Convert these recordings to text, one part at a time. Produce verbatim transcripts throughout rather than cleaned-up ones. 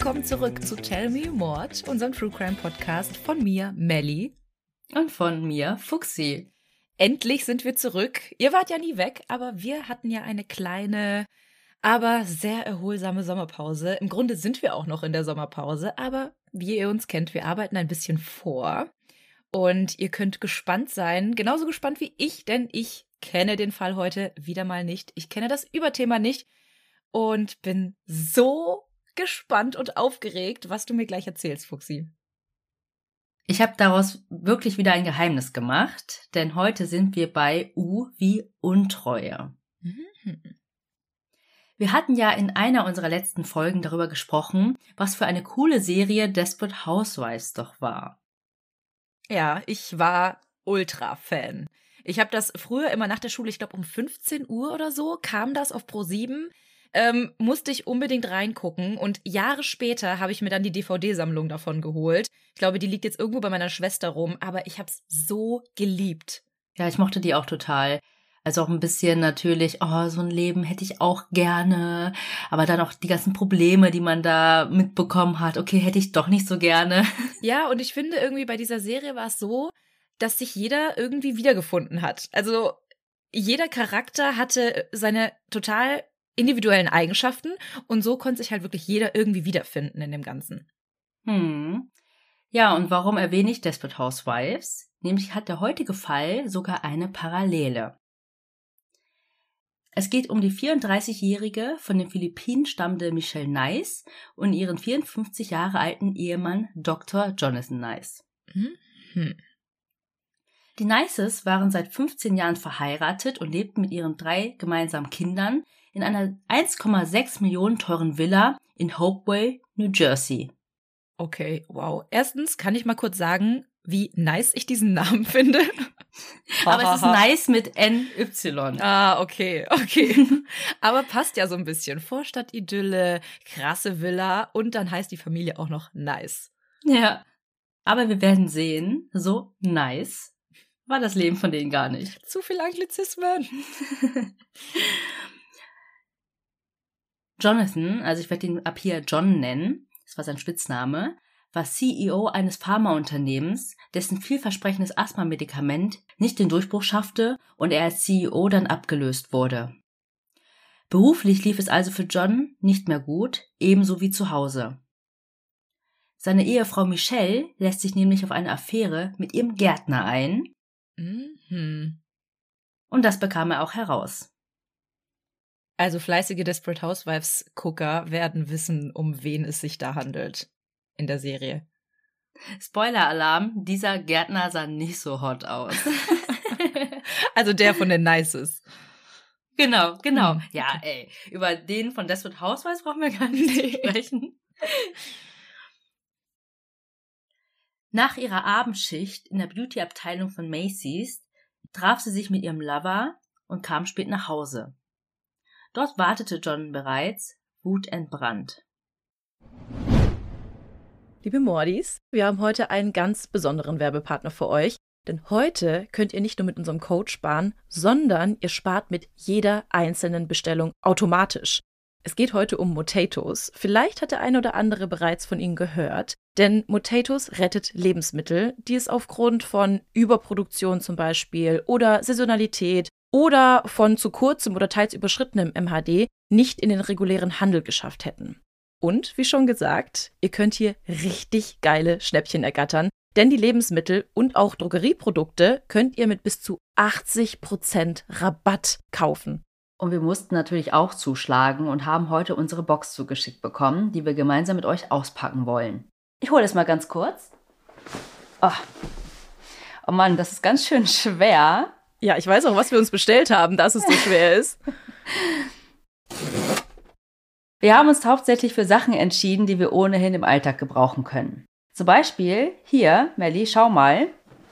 willkommen zurück zu Tell Me Mord, unserem True Crime Podcast von mir, Melli. Und von mir, Fuxi. Endlich sind wir zurück. Ihr wart ja nie weg, aber wir hatten ja eine kleine, aber sehr erholsame Sommerpause. Im Grunde sind wir auch noch in der Sommerpause, aber wie ihr uns kennt, wir arbeiten ein bisschen vor. Und ihr könnt gespannt sein, genauso gespannt wie ich, denn ich kenne den Fall heute wieder mal nicht. Ich kenne das Überthema nicht und bin so gespannt und aufgeregt, was du mir gleich erzählst, Fuxi. Ich habe daraus wirklich wieder ein Geheimnis gemacht, denn heute sind wir bei U wie Untreue. Mhm. Wir hatten ja in einer unserer letzten Folgen darüber gesprochen, was für eine coole Serie Desperate Housewives doch war. Ja, ich war Ultra-Fan. Ich habe das früher immer nach der Schule, ich glaube um fünfzehn Uhr oder so, kam das auf ProSieben. Ähm, musste ich unbedingt reingucken und Jahre später habe ich mir dann die D V D-Sammlung davon geholt. Ich glaube, die liegt jetzt irgendwo bei meiner Schwester rum, aber ich habe es so geliebt. Ja, ich mochte die auch total. Also auch ein bisschen natürlich, oh, so ein Leben hätte ich auch gerne, aber dann auch die ganzen Probleme, die man da mitbekommen hat, okay, hätte ich doch nicht so gerne. Ja, und ich finde irgendwie bei dieser Serie war es so, dass sich jeder irgendwie wiedergefunden hat. Also jeder Charakter hatte seine total individuellen Eigenschaften und so konnte sich halt wirklich jeder irgendwie wiederfinden in dem Ganzen. Hm. Ja, und warum erwähne ich Desperate Housewives? Nämlich hat der heutige Fall sogar eine Parallele. Es geht um die vierunddreißigjährige von den Philippinen stammende Michelle Nice und ihren vierundfünfzig Jahre alten Ehemann Doktor Jonathan Nice. Mhm. Die Nices waren seit fünfzehn Jahren verheiratet und lebten mit ihren drei gemeinsamen Kindern in einer eins Komma sechs Millionen teuren Villa in Hopewell, New Jersey. Okay, wow. Erstens kann ich mal kurz sagen, wie nice ich diesen Namen finde. Aber es ist nice mit N Y. Ah, okay, okay. Aber passt ja so ein bisschen. Vorstadt-Idylle, krasse Villa und dann heißt die Familie auch noch Nice. Ja, aber wir werden sehen, so nice war das Leben von denen gar nicht. Zu viel Anglizismen. Jonathan, also ich werde ihn ab hier John nennen, das war sein Spitzname, war C E O eines Pharmaunternehmens, dessen vielversprechendes Asthma-Medikament nicht den Durchbruch schaffte und er als C E O dann abgelöst wurde. Beruflich lief es also für John nicht mehr gut, ebenso wie zu Hause. Seine Ehefrau Michelle lässt sich nämlich auf eine Affäre mit ihrem Gärtner ein, Mhm. und das bekam er auch heraus. Also fleißige Desperate Housewives-Gucker werden wissen, um wen es sich da handelt in der Serie. Spoiler-Alarm, dieser Gärtner sah nicht so hot aus. Also der von den Nices. Genau, genau. Hm, Ja, okay. ey, über den von Desperate Housewives brauchen wir gar nicht zu sprechen. Nach ihrer Abendschicht in der Beauty-Abteilung von Macy's traf sie sich mit ihrem Lover und kam spät nach Hause. Dort wartete John bereits, wutentbrannt. Liebe Mordis, wir haben heute einen ganz besonderen Werbepartner für euch, denn heute könnt ihr nicht nur mit unserem Code sparen, sondern ihr spart mit jeder einzelnen Bestellung automatisch. Es geht heute um Motatos. Vielleicht hat der eine oder andere bereits von ihnen gehört, denn Motatos rettet Lebensmittel, die es aufgrund von Überproduktion zum Beispiel oder Saisonalität oder von zu kurzem oder teils überschrittenem M H D nicht in den regulären Handel geschafft hätten. Und, wie schon gesagt, ihr könnt hier richtig geile Schnäppchen ergattern, denn die Lebensmittel und auch Drogerieprodukte könnt ihr mit bis zu achtzig Prozent Rabatt kaufen. Und wir mussten natürlich auch zuschlagen und haben heute unsere Box zugeschickt bekommen, die wir gemeinsam mit euch auspacken wollen. Ich hole es mal ganz kurz. Oh. Oh Mann, das ist ganz schön schwer. Ja, ich weiß auch, was wir uns bestellt haben, dass es so schwer ist. Wir haben uns hauptsächlich für Sachen entschieden, die wir ohnehin im Alltag gebrauchen können. Zum Beispiel hier, Melli, schau mal.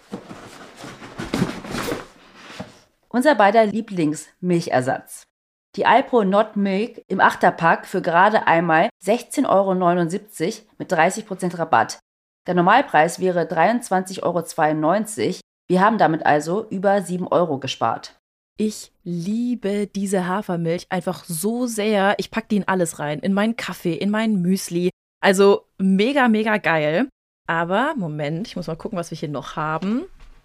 Unser beider Lieblingsmilchersatz. Die Alpro Not Milk im Achterpack für gerade einmal sechzehn Euro neunundsiebzig mit dreißig Prozent Rabatt. Der Normalpreis wäre dreiundzwanzig Euro zweiundneunzig. Wir haben damit also über sieben Euro gespart. Ich liebe diese Hafermilch einfach so sehr. Ich packe die in alles rein. In meinen Kaffee, in meinen Müsli. Also mega, mega geil. Aber, Moment, ich muss mal gucken, was wir hier noch haben.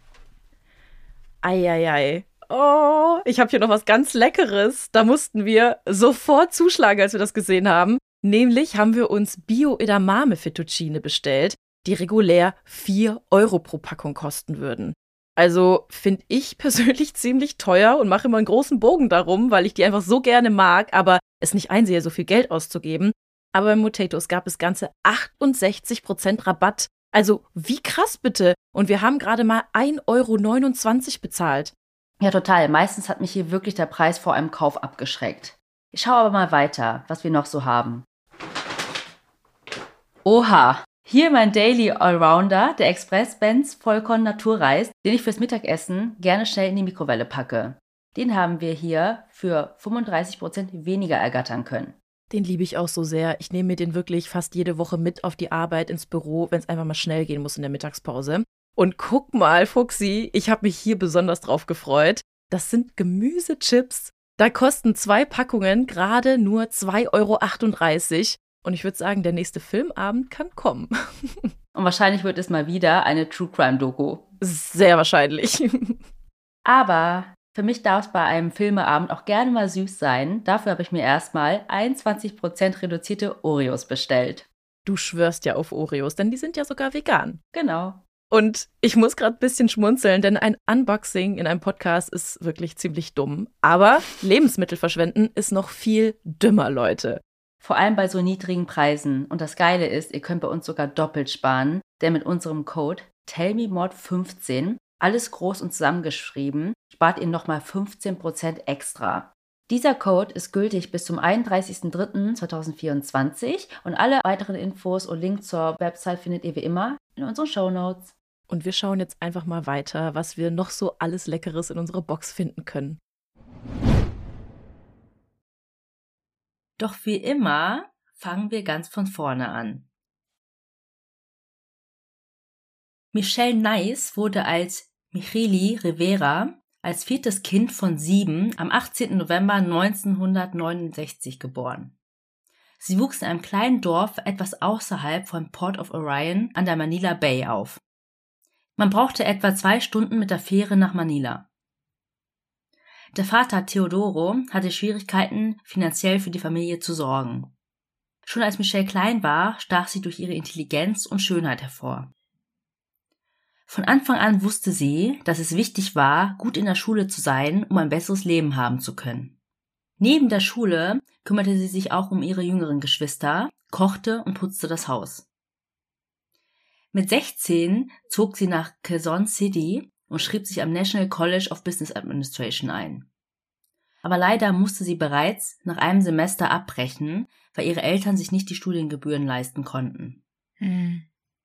Eieiei. Oh, ich habe hier noch was ganz Leckeres. Da mussten wir sofort zuschlagen, als wir das gesehen haben. Nämlich haben wir uns Bio-Edamame-Fettuccine bestellt, die regulär vier Euro pro Packung kosten würden. Also finde ich persönlich ziemlich teuer und mache immer einen großen Bogen darum, weil ich die einfach so gerne mag, aber es nicht einsehe, so viel Geld auszugeben. Aber bei Motatos gab es ganze achtundsechzig Prozent Rabatt. Also wie krass bitte. Und wir haben gerade mal ein Euro neunundzwanzig bezahlt. Ja, total. Meistens hat mich hier wirklich der Preis vor einem Kauf abgeschreckt. Ich schaue aber mal weiter, was wir noch so haben. Oha! Hier mein Daily Allrounder, der Express-Benz Vollkorn Naturreis, den ich fürs Mittagessen gerne schnell in die Mikrowelle packe. Den haben wir hier für fünfunddreißig Prozent weniger ergattern können. Den liebe ich auch so sehr. Ich nehme mir den wirklich fast jede Woche mit auf die Arbeit, ins Büro, wenn es einfach mal schnell gehen muss in der Mittagspause. Und guck mal, Fuchsi, ich habe mich hier besonders drauf gefreut. Das sind Gemüsechips. Da kosten zwei Packungen gerade nur zwei Euro achtunddreißig. Und ich würde sagen, der nächste Filmabend kann kommen. Und wahrscheinlich wird es mal wieder eine True-Crime-Doku. Sehr wahrscheinlich. Aber für mich darf es bei einem Filmeabend auch gerne mal süß sein. Dafür habe ich mir erstmal einundzwanzig Prozent reduzierte Oreos bestellt. Du schwörst ja auf Oreos, denn die sind ja sogar vegan. Genau. Und ich muss gerade ein bisschen schmunzeln, denn ein Unboxing in einem Podcast ist wirklich ziemlich dumm. Aber Lebensmittel verschwenden ist noch viel dümmer, Leute. Vor allem bei so niedrigen Preisen. Und das Geile ist, ihr könnt bei uns sogar doppelt sparen, denn mit unserem Code Tell Me Mod fünfzehn, alles groß und zusammengeschrieben, spart ihr nochmal fünfzehn Prozent extra. Dieser Code ist gültig bis zum einunddreißigsten dritten zweitausendvierundzwanzig und alle weiteren Infos und Links zur Website findet ihr wie immer in unseren Shownotes. Und wir schauen jetzt einfach mal weiter, was wir noch so alles Leckeres in unserer Box finden können. Doch wie immer fangen wir ganz von vorne an. Michelle Nice wurde als Micheli Rivera als viertes Kind von sieben am achtzehnten November neunzehnhundertneunundsechzig geboren. Sie wuchs in einem kleinen Dorf etwas außerhalb von Port of Orion an der Manila Bay auf. Man brauchte etwa zwei Stunden mit der Fähre nach Manila. Der Vater Teodoro hatte Schwierigkeiten, finanziell für die Familie zu sorgen. Schon als Michelle klein war, stach sie durch ihre Intelligenz und Schönheit hervor. Von Anfang an wusste sie, dass es wichtig war, gut in der Schule zu sein, um ein besseres Leben haben zu können. Neben der Schule kümmerte sie sich auch um ihre jüngeren Geschwister, kochte und putzte das Haus. Mit sechzehn zog sie nach Quezon City und schrieb sich am National College of Business Administration ein. Aber leider musste sie bereits nach einem Semester abbrechen, weil ihre Eltern sich nicht die Studiengebühren leisten konnten. Mhm.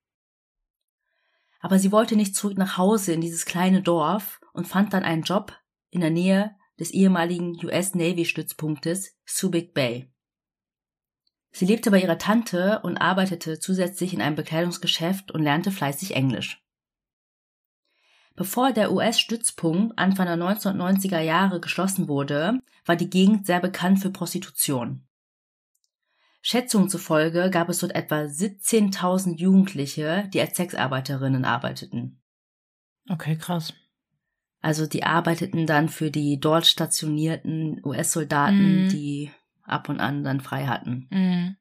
Aber sie wollte nicht zurück nach Hause in dieses kleine Dorf und fand dann einen Job in der Nähe des ehemaligen U S Navy-Stützpunktes Subic Bay. Sie lebte bei ihrer Tante und arbeitete zusätzlich in einem Bekleidungsgeschäft und lernte fleißig Englisch. Bevor der U S-Stützpunkt Anfang der neunzehnhundertneunziger Jahre geschlossen wurde, war die Gegend sehr bekannt für Prostitution. Schätzungen zufolge gab es dort etwa siebzehntausend Jugendliche, die als Sexarbeiterinnen arbeiteten. Okay, krass. Also die arbeiteten dann für die dort stationierten U S-Soldaten, Mhm. die ab und an dann frei hatten. Mhm.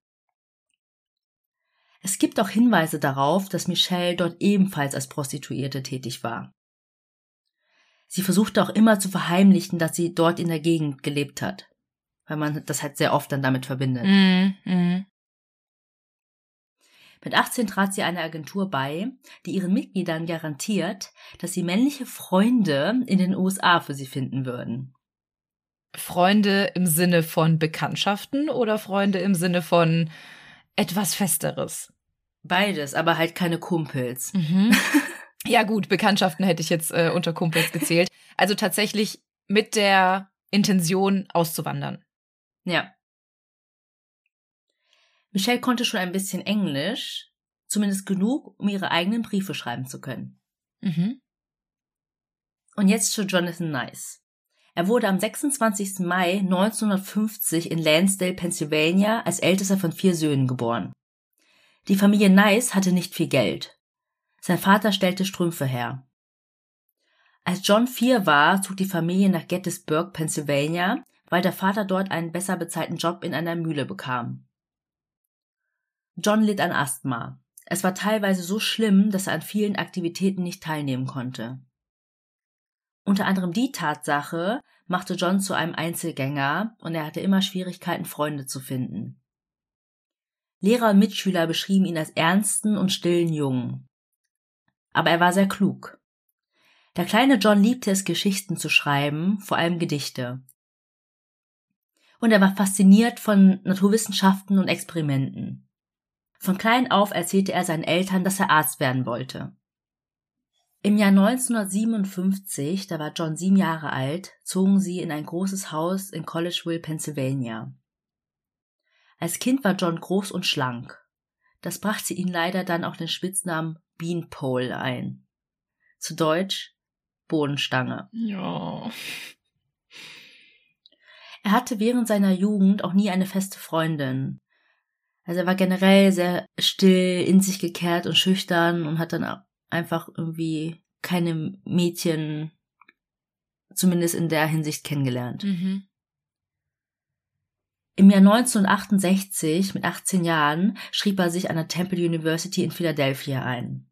Es gibt auch Hinweise darauf, dass Michelle dort ebenfalls als Prostituierte tätig war. Sie versuchte auch immer zu verheimlichen, dass sie dort in der Gegend gelebt hat, weil man das halt sehr oft dann damit verbindet. Mhm. Mhm. Mit achtzehn trat sie einer Agentur bei, die ihren Mitgliedern garantiert, dass sie männliche Freunde in den U S A für sie finden würden. Freunde im Sinne von Bekanntschaften oder Freunde im Sinne von etwas Festeres? Beides, aber halt keine Kumpels. Mhm. Ja gut, Bekanntschaften hätte ich jetzt äh, unter Kumpels gezählt. Also tatsächlich mit der Intention auszuwandern. Ja. Michelle konnte schon ein bisschen Englisch, zumindest genug, um ihre eigenen Briefe schreiben zu können. Mhm. Und jetzt zu Jonathan Nice. Er wurde am sechsundzwanzigsten Mai neunzehnhundertfünfzig in Lansdale, Pennsylvania, als ältester von vier Söhnen geboren. Die Familie Nice hatte nicht viel Geld. Sein Vater stellte Strümpfe her. Als John vier war, zog die Familie nach Gettysburg, Pennsylvania, weil der Vater dort einen besser bezahlten Job in einer Mühle bekam. John litt an Asthma. Es war teilweise so schlimm, dass er an vielen Aktivitäten nicht teilnehmen konnte. Unter anderem die Tatsache machte John zu einem Einzelgänger und er hatte immer Schwierigkeiten, Freunde zu finden. Lehrer und Mitschüler beschrieben ihn als ernsten und stillen Jungen. Aber er war sehr klug. Der kleine John liebte es, Geschichten zu schreiben, vor allem Gedichte. Und er war fasziniert von Naturwissenschaften und Experimenten. Von klein auf erzählte er seinen Eltern, dass er Arzt werden wollte. Im Jahr neunzehnhundertsiebenundfünfzig, da war John sieben Jahre alt, zogen sie in ein großes Haus in Collegeville, Pennsylvania. Als Kind war John groß und schlank. Das brachte ihn leider dann auch den Spitznamen Beanpole ein. Zu Deutsch Bohnenstange. Ja. Er hatte während seiner Jugend auch nie eine feste Freundin. Also er war generell sehr still, in sich gekehrt und schüchtern und hat dann einfach irgendwie keine Mädchen, zumindest in der Hinsicht, kennengelernt. Mhm. Im Jahr neunzehnhundertachtundsechzig, mit achtzehn Jahren, schrieb er sich an der Temple University in Philadelphia ein.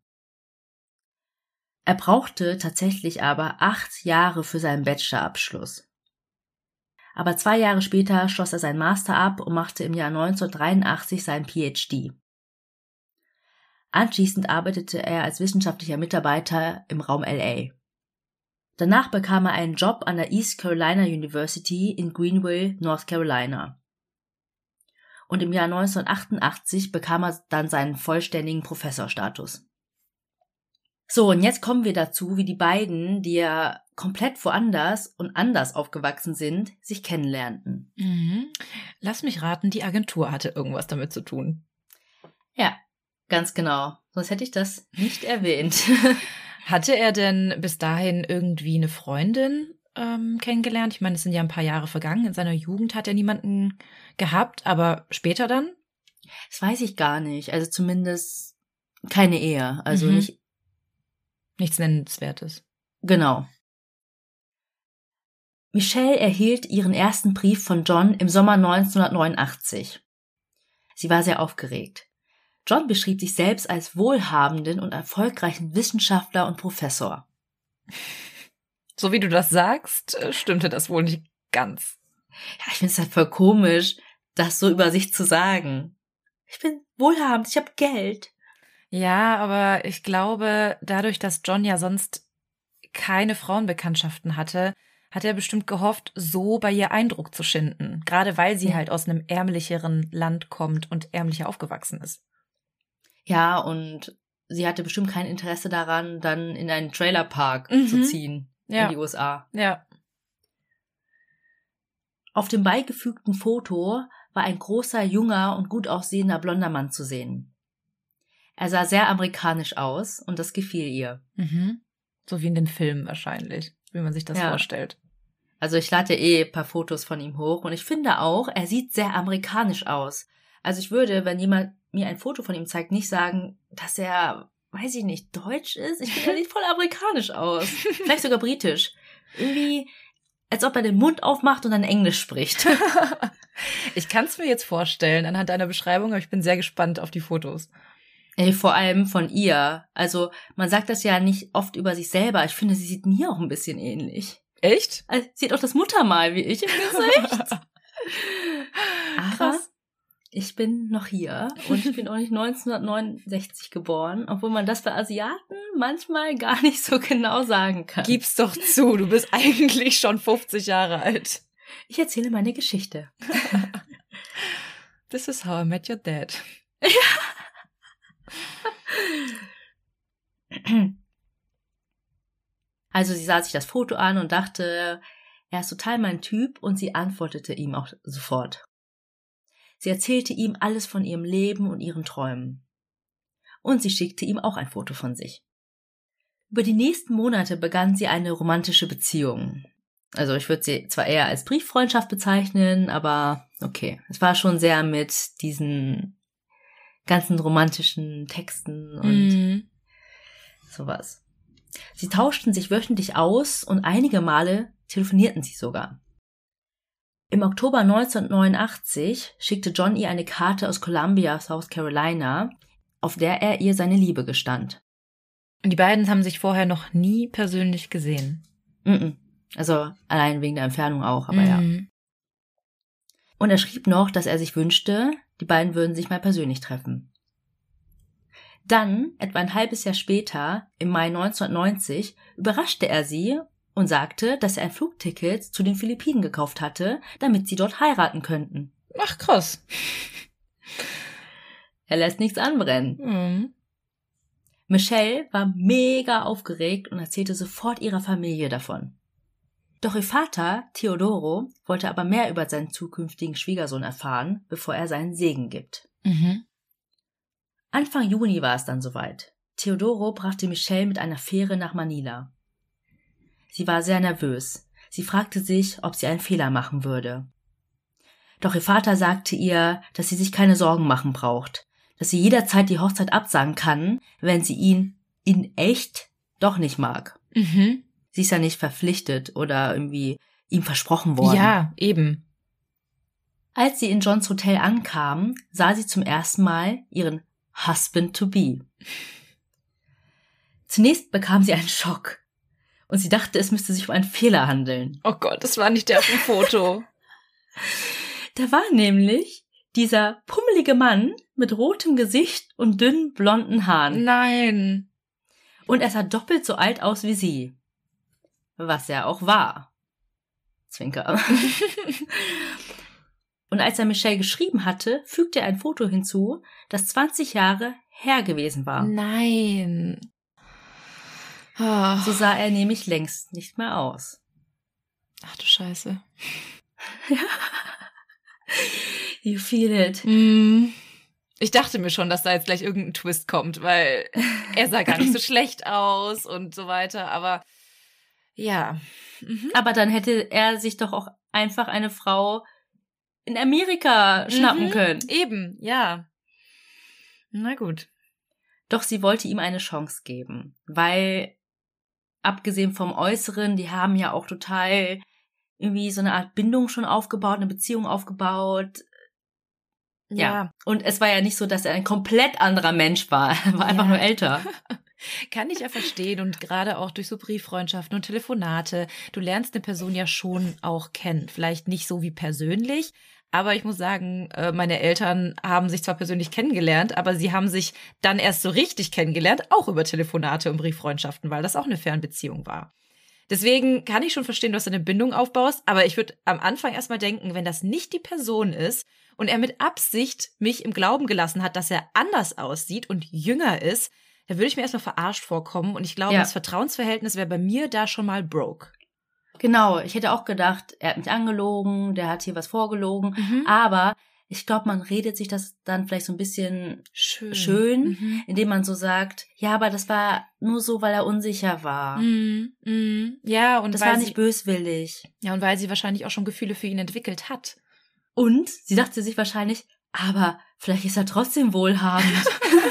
Er brauchte tatsächlich aber acht Jahre für seinen Bachelorabschluss. Aber zwei Jahre später schloss er seinen Master ab und machte im Jahr neunzehnhundertdreiundachtzig seinen P H D. Anschließend arbeitete er als wissenschaftlicher Mitarbeiter im Raum L A. Danach bekam er einen Job an der East Carolina University in Greenville, North Carolina. Und im Jahr neunzehnhundertachtundachtzig bekam er dann seinen vollständigen Professorstatus. So, und jetzt kommen wir dazu, wie die beiden, die ja komplett woanders und anders aufgewachsen sind, sich kennenlernten. Mhm. Lass mich raten, die Agentur hatte irgendwas damit zu tun. Ja, ganz genau. Sonst hätte ich das nicht erwähnt. Hatte er denn bis dahin irgendwie eine Freundin ähm, kennengelernt? Ich meine, es sind ja ein paar Jahre vergangen. In seiner Jugend hat er niemanden gehabt, aber später dann? Das weiß ich gar nicht. Also zumindest keine Ehe. Also Mhm. nicht. Nichts Nennenswertes. Genau. Michelle erhielt ihren ersten Brief von John im Sommer neunzehnhundertneunundachtzig. Sie war sehr aufgeregt. John beschrieb sich selbst als wohlhabenden und erfolgreichen Wissenschaftler und Professor. So wie du das sagst, stimmte das wohl nicht ganz. Ja, ich finde es halt voll komisch, das so über sich zu sagen. Ich bin wohlhabend, ich habe Geld. Ja, aber ich glaube, dadurch, dass John ja sonst keine Frauenbekanntschaften hatte, hat er bestimmt gehofft, so bei ihr Eindruck zu schinden. Gerade weil sie Ja. halt aus einem ärmlicheren Land kommt und ärmlicher aufgewachsen ist. Ja, und sie hatte bestimmt kein Interesse daran, dann in einen Trailerpark Mhm. zu ziehen Ja. in die U S A. Ja. Auf dem beigefügten Foto war ein großer, junger und gut aussehender blonder Mann zu sehen. Er sah sehr amerikanisch aus und das gefiel ihr. Mhm. So wie in den Filmen wahrscheinlich, wie man sich das Ja. vorstellt. Also ich lade ja eh ein paar Fotos von ihm hoch und ich finde auch, er sieht sehr amerikanisch aus. Also ich würde, wenn jemand mir ein Foto von ihm zeigt, nicht sagen, dass er, weiß ich nicht, deutsch ist. Ich finde, er sieht voll amerikanisch aus. Vielleicht sogar britisch. Irgendwie, als ob er den Mund aufmacht und dann Englisch spricht. Ich kann es mir jetzt vorstellen anhand deiner Beschreibung, aber ich bin sehr gespannt auf die Fotos. Ey, vor allem von ihr. Also man sagt das ja nicht oft über sich selber. Ich finde, sie sieht mir auch ein bisschen ähnlich. Echt? Also, sie hat auch das Muttermal wie ich im Gesicht. Aber Krass. ich bin noch hier und ich bin auch nicht neunzehnhundertneunundsechzig geboren, obwohl man das bei Asiaten manchmal gar nicht so genau sagen kann. Gib's doch zu, du bist eigentlich schon fünfzig Jahre alt. Ich erzähle meine Geschichte. This is how I met your dad. Also sie sah sich das Foto an und dachte, er ist total mein Typ, und sie antwortete ihm auch sofort. Sie erzählte ihm alles von ihrem Leben und ihren Träumen. Und sie schickte ihm auch ein Foto von sich. Über die nächsten Monate begann sie eine romantische Beziehung. Also ich würde sie zwar eher als Brieffreundschaft bezeichnen, aber okay. Es war schon sehr mit diesen ganzen romantischen Texten und Mhm. sowas. Sie tauschten sich wöchentlich aus und einige Male telefonierten sie sogar. Im Oktober neunzehnhundertneunundachtzig schickte John ihr eine Karte aus Columbia, South Carolina, auf der er ihr seine Liebe gestand. Und die beiden haben sich vorher noch nie persönlich gesehen. Mm-mm. Also allein wegen der Entfernung auch, aber ja. Mhm. Und er schrieb noch, dass er sich wünschte, die beiden würden sich mal persönlich treffen. Dann, etwa ein halbes Jahr später, im Mai neunzehnhundertneunzig, überraschte er sie und sagte, dass er ein Flugticket zu den Philippinen gekauft hatte, damit sie dort heiraten könnten. Ach, krass. Er lässt nichts anbrennen. Mhm. Michelle war mega aufgeregt und erzählte sofort ihrer Familie davon. Doch ihr Vater, Teodoro, wollte aber mehr über seinen zukünftigen Schwiegersohn erfahren, bevor er seinen Segen gibt. Mhm. Anfang Juni war es dann soweit. Teodoro brachte Michelle mit einer Fähre nach Manila. Sie war sehr nervös. Sie fragte sich, ob sie einen Fehler machen würde. Doch ihr Vater sagte ihr, dass sie sich keine Sorgen machen braucht, dass sie jederzeit die Hochzeit absagen kann, wenn sie ihn in echt doch nicht mag. Mhm. Sie ist ja nicht verpflichtet oder irgendwie ihm versprochen worden. Ja, eben. Als sie in Johns Hotel ankam, sah sie zum ersten Mal ihren Husband-to-be. Zunächst bekam sie einen Schock und sie dachte, es müsste sich um einen Fehler handeln. Oh Gott, das war nicht der auf dem Foto. Da war nämlich dieser pummelige Mann mit rotem Gesicht und dünnen blonden Haaren. Nein. Und er sah doppelt so alt aus wie sie. Was er auch war. Zwinker. Und als er Michelle geschrieben hatte, fügte er ein Foto hinzu, das zwanzig Jahre her gewesen war. Nein. Oh. So sah er nämlich längst nicht mehr aus. Ach du Scheiße. You feel it. Mm. Ich dachte mir schon, dass da jetzt gleich irgendein Twist kommt, weil er sah gar nicht so schlecht aus und so weiter, aber ja. Mhm. Aber dann hätte er sich doch auch einfach eine Frau in Amerika schnappen Mhm. können. Eben, ja. Na gut. Doch sie wollte ihm eine Chance geben, weil abgesehen vom Äußeren, die haben ja auch total irgendwie so eine Art Bindung schon aufgebaut, eine Beziehung aufgebaut. Ja. Ja. Und es war ja nicht so, dass er ein komplett anderer Mensch war. Er war einfach Ja. nur älter. Kann ich ja verstehen und gerade auch durch so Brieffreundschaften und Telefonate. Du lernst eine Person ja schon auch kennen. Vielleicht nicht so wie persönlich, aber ich muss sagen, meine Eltern haben sich zwar persönlich kennengelernt, aber sie haben sich dann erst so richtig kennengelernt, auch über Telefonate und Brieffreundschaften, weil das auch eine Fernbeziehung war. Deswegen kann ich schon verstehen, dass du eine Bindung aufbaust, aber ich würde am Anfang erstmal denken, wenn das nicht die Person ist und er mit Absicht mich im Glauben gelassen hat, dass er anders aussieht und jünger ist, da würde ich mir erstmal verarscht vorkommen und ich glaube, Ja. das Vertrauensverhältnis wäre bei mir da schon mal broke. Genau, ich hätte auch gedacht, er hat mich angelogen, der hat hier was vorgelogen, Mhm. aber ich glaube, man redet sich das dann vielleicht so ein bisschen Schön. schön, Mhm. indem man so sagt, ja, aber das war nur so, weil er unsicher war. Mhm. Mhm. Ja, und Das weil war sie, nicht böswillig. ja, und weil sie wahrscheinlich auch schon Gefühle für ihn entwickelt hat. Und sie dachte sich wahrscheinlich, aber vielleicht ist er trotzdem wohlhabend.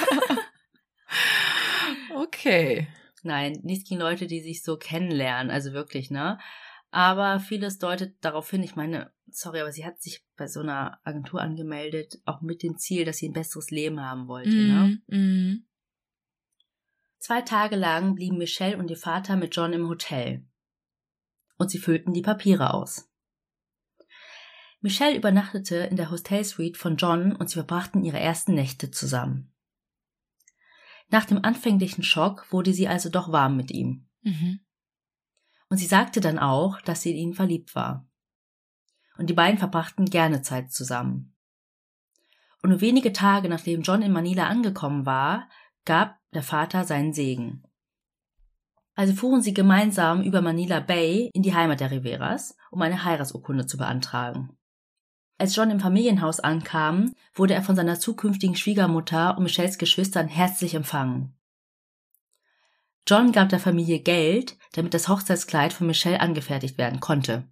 Okay. Nein, nichts gegen Leute, die sich so kennenlernen, also wirklich, ne? Aber vieles deutet darauf hin, ich meine, sorry, aber sie hat sich bei so einer Agentur angemeldet, auch mit dem Ziel, dass sie ein besseres Leben haben wollte, ne? Mhm. Mhm. Zwei Tage lang blieben Michelle und ihr Vater mit John im Hotel. Und sie füllten die Papiere aus. Michelle übernachtete in der Hotelsuite von John und sie verbrachten ihre ersten Nächte zusammen. Nach dem anfänglichen Schock wurde sie also doch warm mit ihm. Mhm. Und sie sagte dann auch, dass sie in ihn verliebt war. Und die beiden verbrachten gerne Zeit zusammen. Und nur wenige Tage nachdem John in Manila angekommen war, gab der Vater seinen Segen. Also fuhren sie gemeinsam über Manila Bay in die Heimat der Riveras, um eine Heiratsurkunde zu beantragen. Als John im Familienhaus ankam, wurde er von seiner zukünftigen Schwiegermutter und Michelles Geschwistern herzlich empfangen. John gab der Familie Geld, damit das Hochzeitskleid von Michelle angefertigt werden konnte.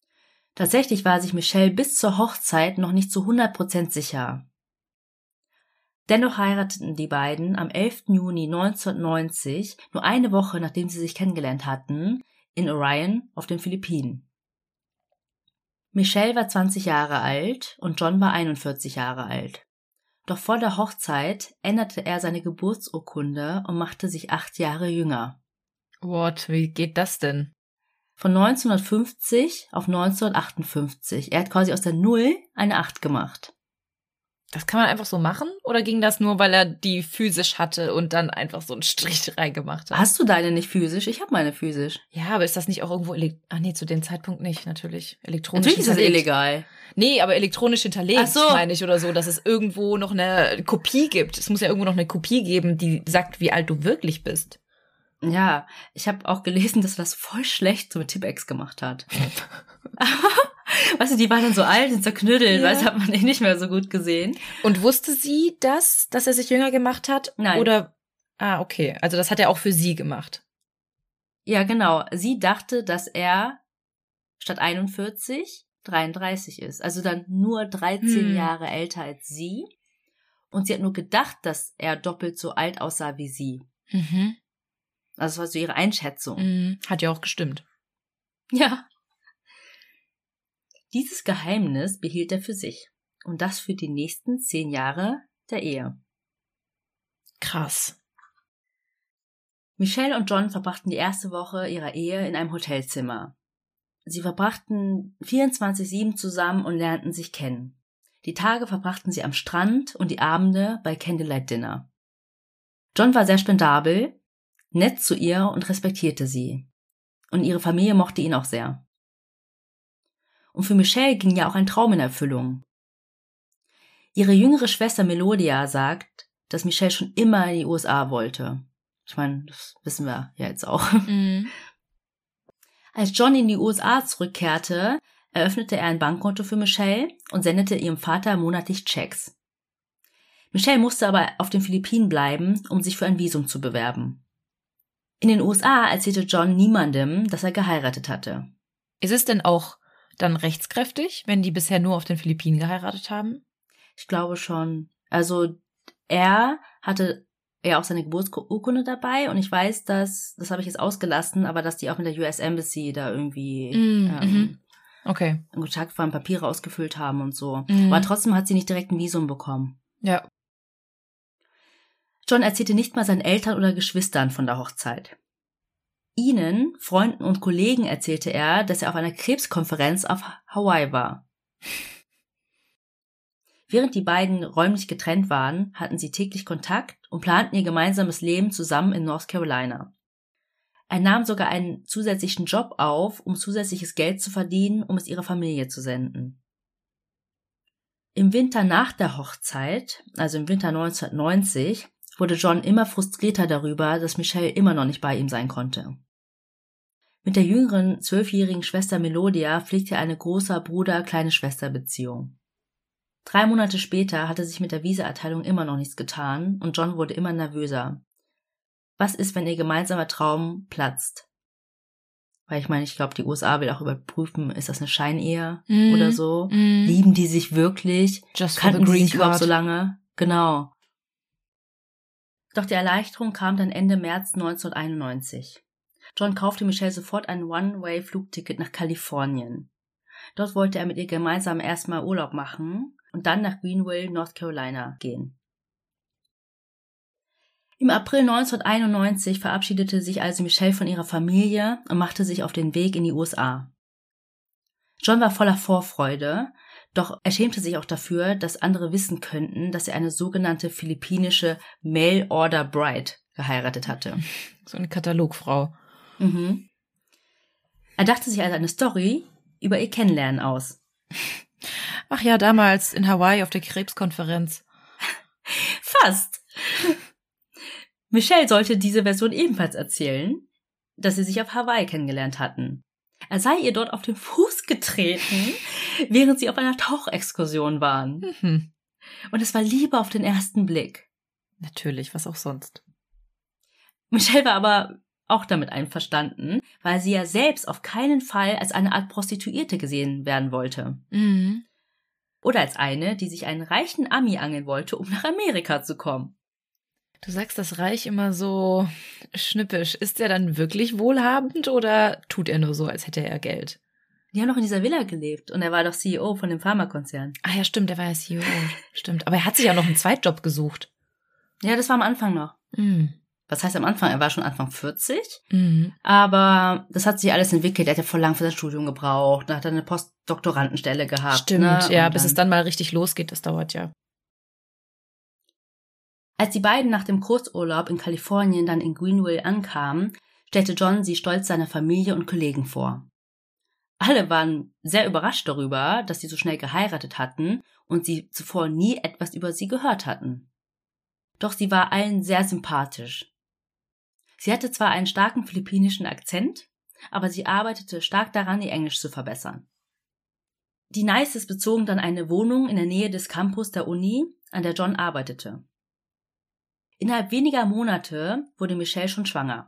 Tatsächlich war sich Michelle bis zur Hochzeit noch nicht zu hundert Prozent sicher. Dennoch heirateten die beiden am elften Juni neunzehnhundertneunzig, nur eine Woche nachdem sie sich kennengelernt hatten, in Orion auf den Philippinen. Michelle war zwanzig Jahre alt und John war einundvierzig Jahre alt. Doch vor der Hochzeit änderte er seine Geburtsurkunde und machte sich acht Jahre jünger. What? Wie geht das denn? Von neunzehnhundertfünfzig auf neunzehnhundertachtundfünfzig. Er hat quasi aus der Null eine acht gemacht. Das kann man einfach so machen? Oder ging das nur, weil er die physisch hatte und dann einfach so einen Strich reingemacht hat? Hast du deine nicht physisch? Ich habe meine physisch. Ja, aber ist das nicht auch irgendwo... Ach nee, zu dem Zeitpunkt nicht, natürlich. Elektronisch Natürlich ist das illegal. Nee, aber elektronisch hinterlegt, Ach so. meine ich, oder so, dass es irgendwo noch eine Kopie gibt. Es muss ja irgendwo noch eine Kopie geben, die sagt, wie alt du wirklich bist. Ja, ich habe auch gelesen, dass er das voll schlecht so mit Tipp-Ex gemacht hat. Weißt du, die war dann so alt und zerknüttelt, Ja. weil das hat man eh nicht mehr so gut gesehen. Und wusste sie das, dass er sich jünger gemacht hat? Nein. Oder, ah, okay, also das hat er auch für sie gemacht. Ja, genau. Sie dachte, dass er statt einundvierzig dreiunddreißig ist. Also dann nur dreizehn Hm. Jahre älter als sie. Und sie hat nur gedacht, dass er doppelt so alt aussah wie sie. Mhm. Also das war so ihre Einschätzung. Mhm. Hat ja auch gestimmt. Ja. Dieses Geheimnis behielt er für sich. Und das für die nächsten zehn Jahre der Ehe. Krass. Michelle und John verbrachten die erste Woche ihrer Ehe in einem Hotelzimmer. Sie verbrachten vierundzwanzig sieben zusammen und lernten sich kennen. Die Tage verbrachten sie am Strand und die Abende bei Candlelight Dinner. John war sehr spendabel, nett zu ihr und respektierte sie. Und ihre Familie mochte ihn auch sehr. Und für Michelle ging ja auch ein Traum in Erfüllung. Ihre jüngere Schwester Melodia sagt, dass Michelle schon immer in die U S A wollte. Ich meine, das wissen wir ja jetzt auch. Mhm. Als John in die U S A zurückkehrte, eröffnete er ein Bankkonto für Michelle und sendete ihrem Vater monatlich Checks. Michelle musste aber auf den Philippinen bleiben, um sich für ein Visum zu bewerben. In den U S A erzählte John niemandem, dass er geheiratet hatte. Ist es denn auch dann rechtskräftig, wenn die bisher nur auf den Philippinen geheiratet haben? Ich glaube schon. Also er hatte ja auch seine Geburtsurkunde dabei und ich weiß, dass, das habe ich jetzt ausgelassen, aber dass die auch mit der U S Embassy da irgendwie Mm, ähm, mhm. Okay. in Kontakt waren, Papiere ausgefüllt haben und so. Mhm. Aber trotzdem hat sie nicht direkt ein Visum bekommen. Ja. John erzählte nicht mal seinen Eltern oder Geschwistern von der Hochzeit. Ihnen, Freunden und Kollegen erzählte er, dass er auf einer Krebskonferenz auf Hawaii war. Während die beiden räumlich getrennt waren, hatten sie täglich Kontakt und planten ihr gemeinsames Leben zusammen in North Carolina. Er nahm sogar einen zusätzlichen Job auf, um zusätzliches Geld zu verdienen, um es ihrer Familie zu senden. Im Winter nach der Hochzeit, also im Winter neunzehnhundertneunzig, wurde John immer frustrierter darüber, dass Michelle immer noch nicht bei ihm sein konnte. Mit der jüngeren zwölfjährigen Schwester Melodia pflegte er eine großer Bruder-Kleine-Schwester-Beziehung. Drei Monate später hatte sich mit der Visaerteilung immer noch nichts getan und John wurde immer nervöser. Was ist, wenn ihr gemeinsamer Traum platzt? Weil ich meine, ich glaube, die U S A will auch überprüfen, ist das eine Scheinehe Mm, oder so? mm. Lieben die sich wirklich? Just for the Kannten sie green sich überhaupt card. so lange? Genau. Doch die Erleichterung kam dann Ende März neunzehnhunderteinundneunzig. John kaufte Michelle sofort ein One-Way-Flugticket nach Kalifornien. Dort wollte er mit ihr gemeinsam erstmal Urlaub machen und dann nach Greenville, North Carolina gehen. Im April neunzehnhunderteinundneunzig verabschiedete sich also Michelle von ihrer Familie und machte sich auf den Weg in die U S A. John war voller Vorfreude, doch er schämte sich auch dafür, dass andere wissen könnten, dass er eine sogenannte philippinische Mail-Order-Bride geheiratet hatte. So eine Katalogfrau. Mhm. Er dachte sich also eine Story über ihr Kennenlernen aus. Ach ja, damals in Hawaii auf der Krebskonferenz. Fast. Michelle sollte diese Version ebenfalls erzählen, dass sie sich auf Hawaii kennengelernt hatten. Er sei ihr dort auf den Fuß getreten, während sie auf einer Tauchexkursion waren. Mhm. Und es war Liebe auf den ersten Blick. Natürlich, was auch sonst. Michelle war aber auch damit einverstanden, weil sie ja selbst auf keinen Fall als eine Art Prostituierte gesehen werden wollte. Mhm. Oder als eine, die sich einen reichen Ami angeln wollte, um nach Amerika zu kommen. Du sagst das Reich immer so schnippisch. Ist er dann wirklich wohlhabend oder tut er nur so, als hätte er Geld? Die haben doch in dieser Villa gelebt und er war doch C E O von dem Pharmakonzern. Ah ja, stimmt, er war ja C E O. Stimmt, aber er hat sich ja noch einen Zweitjob gesucht. Ja, das war am Anfang noch. Mhm. Was heißt am Anfang? Er war schon Anfang vierzig, Mhm. aber das hat sich alles entwickelt. Er hat ja voll lang für sein Studium gebraucht, dann hat er eine Postdoktorandenstelle gehabt. Stimmt, ne? ja, Und bis dann, es dann mal richtig losgeht, das dauert ja. Als die beiden nach dem Kurzurlaub in Kalifornien dann in Greenville ankamen, stellte John sie stolz seiner Familie und Kollegen vor. Alle waren sehr überrascht darüber, dass sie so schnell geheiratet hatten und sie zuvor nie etwas über sie gehört hatten. Doch sie war allen sehr sympathisch. Sie hatte zwar einen starken philippinischen Akzent, aber sie arbeitete stark daran, ihr Englisch zu verbessern. Die Nices bezogen dann eine Wohnung in der Nähe des Campus der Uni, an der John arbeitete. Innerhalb weniger Monate wurde Michelle schon schwanger.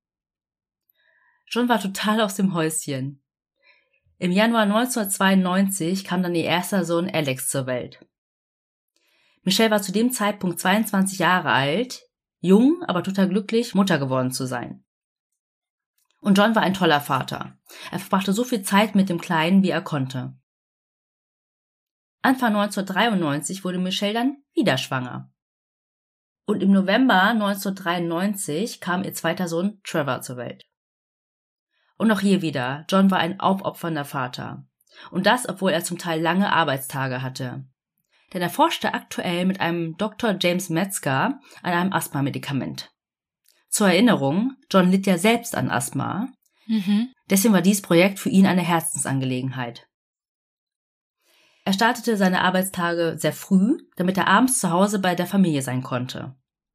John war total aus dem Häuschen. Im Januar neunzehnhundertzweiundneunzig kam dann ihr erster Sohn Alex zur Welt. Michelle war zu dem Zeitpunkt zweiundzwanzig Jahre alt, jung, aber total glücklich, Mutter geworden zu sein. Und John war ein toller Vater. Er verbrachte so viel Zeit mit dem Kleinen, wie er konnte. Anfang neunzehnhundertdreiundneunzig wurde Michelle dann wieder schwanger. Und im November neunzehnhundertdreiundneunzig kam ihr zweiter Sohn Trevor zur Welt. Und auch hier wieder, John war ein aufopfernder Vater. Und das, obwohl er zum Teil lange Arbeitstage hatte. Denn er forschte aktuell mit einem Doktor James Metzger an einem Asthma-Medikament. Zur Erinnerung, John litt ja selbst an Asthma. Mhm. Deswegen war dieses Projekt für ihn eine Herzensangelegenheit. Er startete seine Arbeitstage sehr früh, damit er abends zu Hause bei der Familie sein konnte.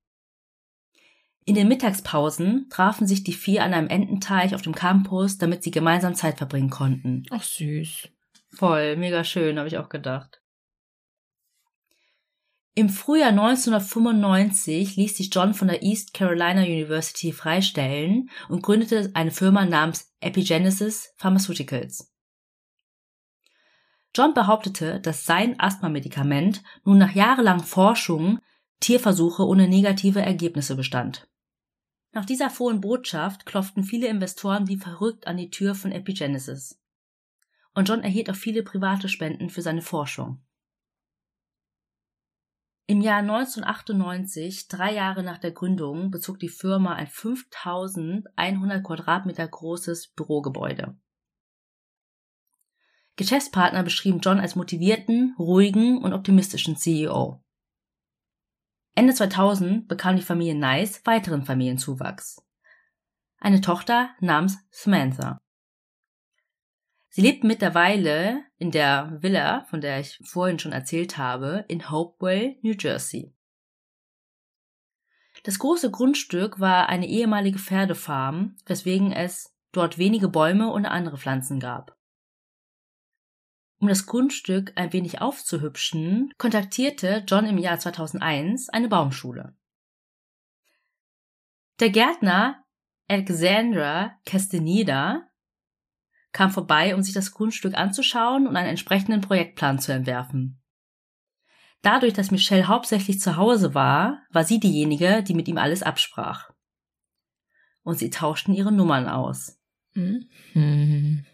In den Mittagspausen trafen sich die vier an einem Ententeich auf dem Campus, damit sie gemeinsam Zeit verbringen konnten. Ach süß. Voll, mega schön, habe ich auch gedacht. Im Frühjahr neunzehnhundertfünfundneunzig ließ sich John von der East Carolina University freistellen und gründete eine Firma namens Epigenesis Pharmaceuticals. John behauptete, dass sein Asthma-Medikament nun nach jahrelangen Forschung Tierversuche ohne negative Ergebnisse bestand. Nach dieser frohen Botschaft klopften viele Investoren wie verrückt an die Tür von Epigenesis. Und John erhielt auch viele private Spenden für seine Forschung. Im Jahr neunzehnhundertachtundneunzig, drei Jahre nach der Gründung, bezog die Firma ein fünftausendeinhundert Quadratmeter großes Bürogebäude. Geschäftspartner beschrieben John als motivierten, ruhigen und optimistischen C E O. Ende zweitausend bekam die Familie Nice weiteren Familienzuwachs. Eine Tochter namens Samantha. Sie lebten mittlerweile in der Villa, von der ich vorhin schon erzählt habe, in Hopewell, New Jersey. Das große Grundstück war eine ehemalige Pferdefarm, weswegen es dort wenige Bäume und andere Pflanzen gab. Um das Grundstück ein wenig aufzuhübschen, kontaktierte John im Jahr zweitausendeins eine Baumschule. Der Gärtner Alexandra Castaneda kam vorbei, um sich das Grundstück anzuschauen und einen entsprechenden Projektplan zu entwerfen. Dadurch, dass Michelle hauptsächlich zu Hause war, war sie diejenige, die mit ihm alles absprach. Und sie tauschten ihre Nummern aus. Mhm.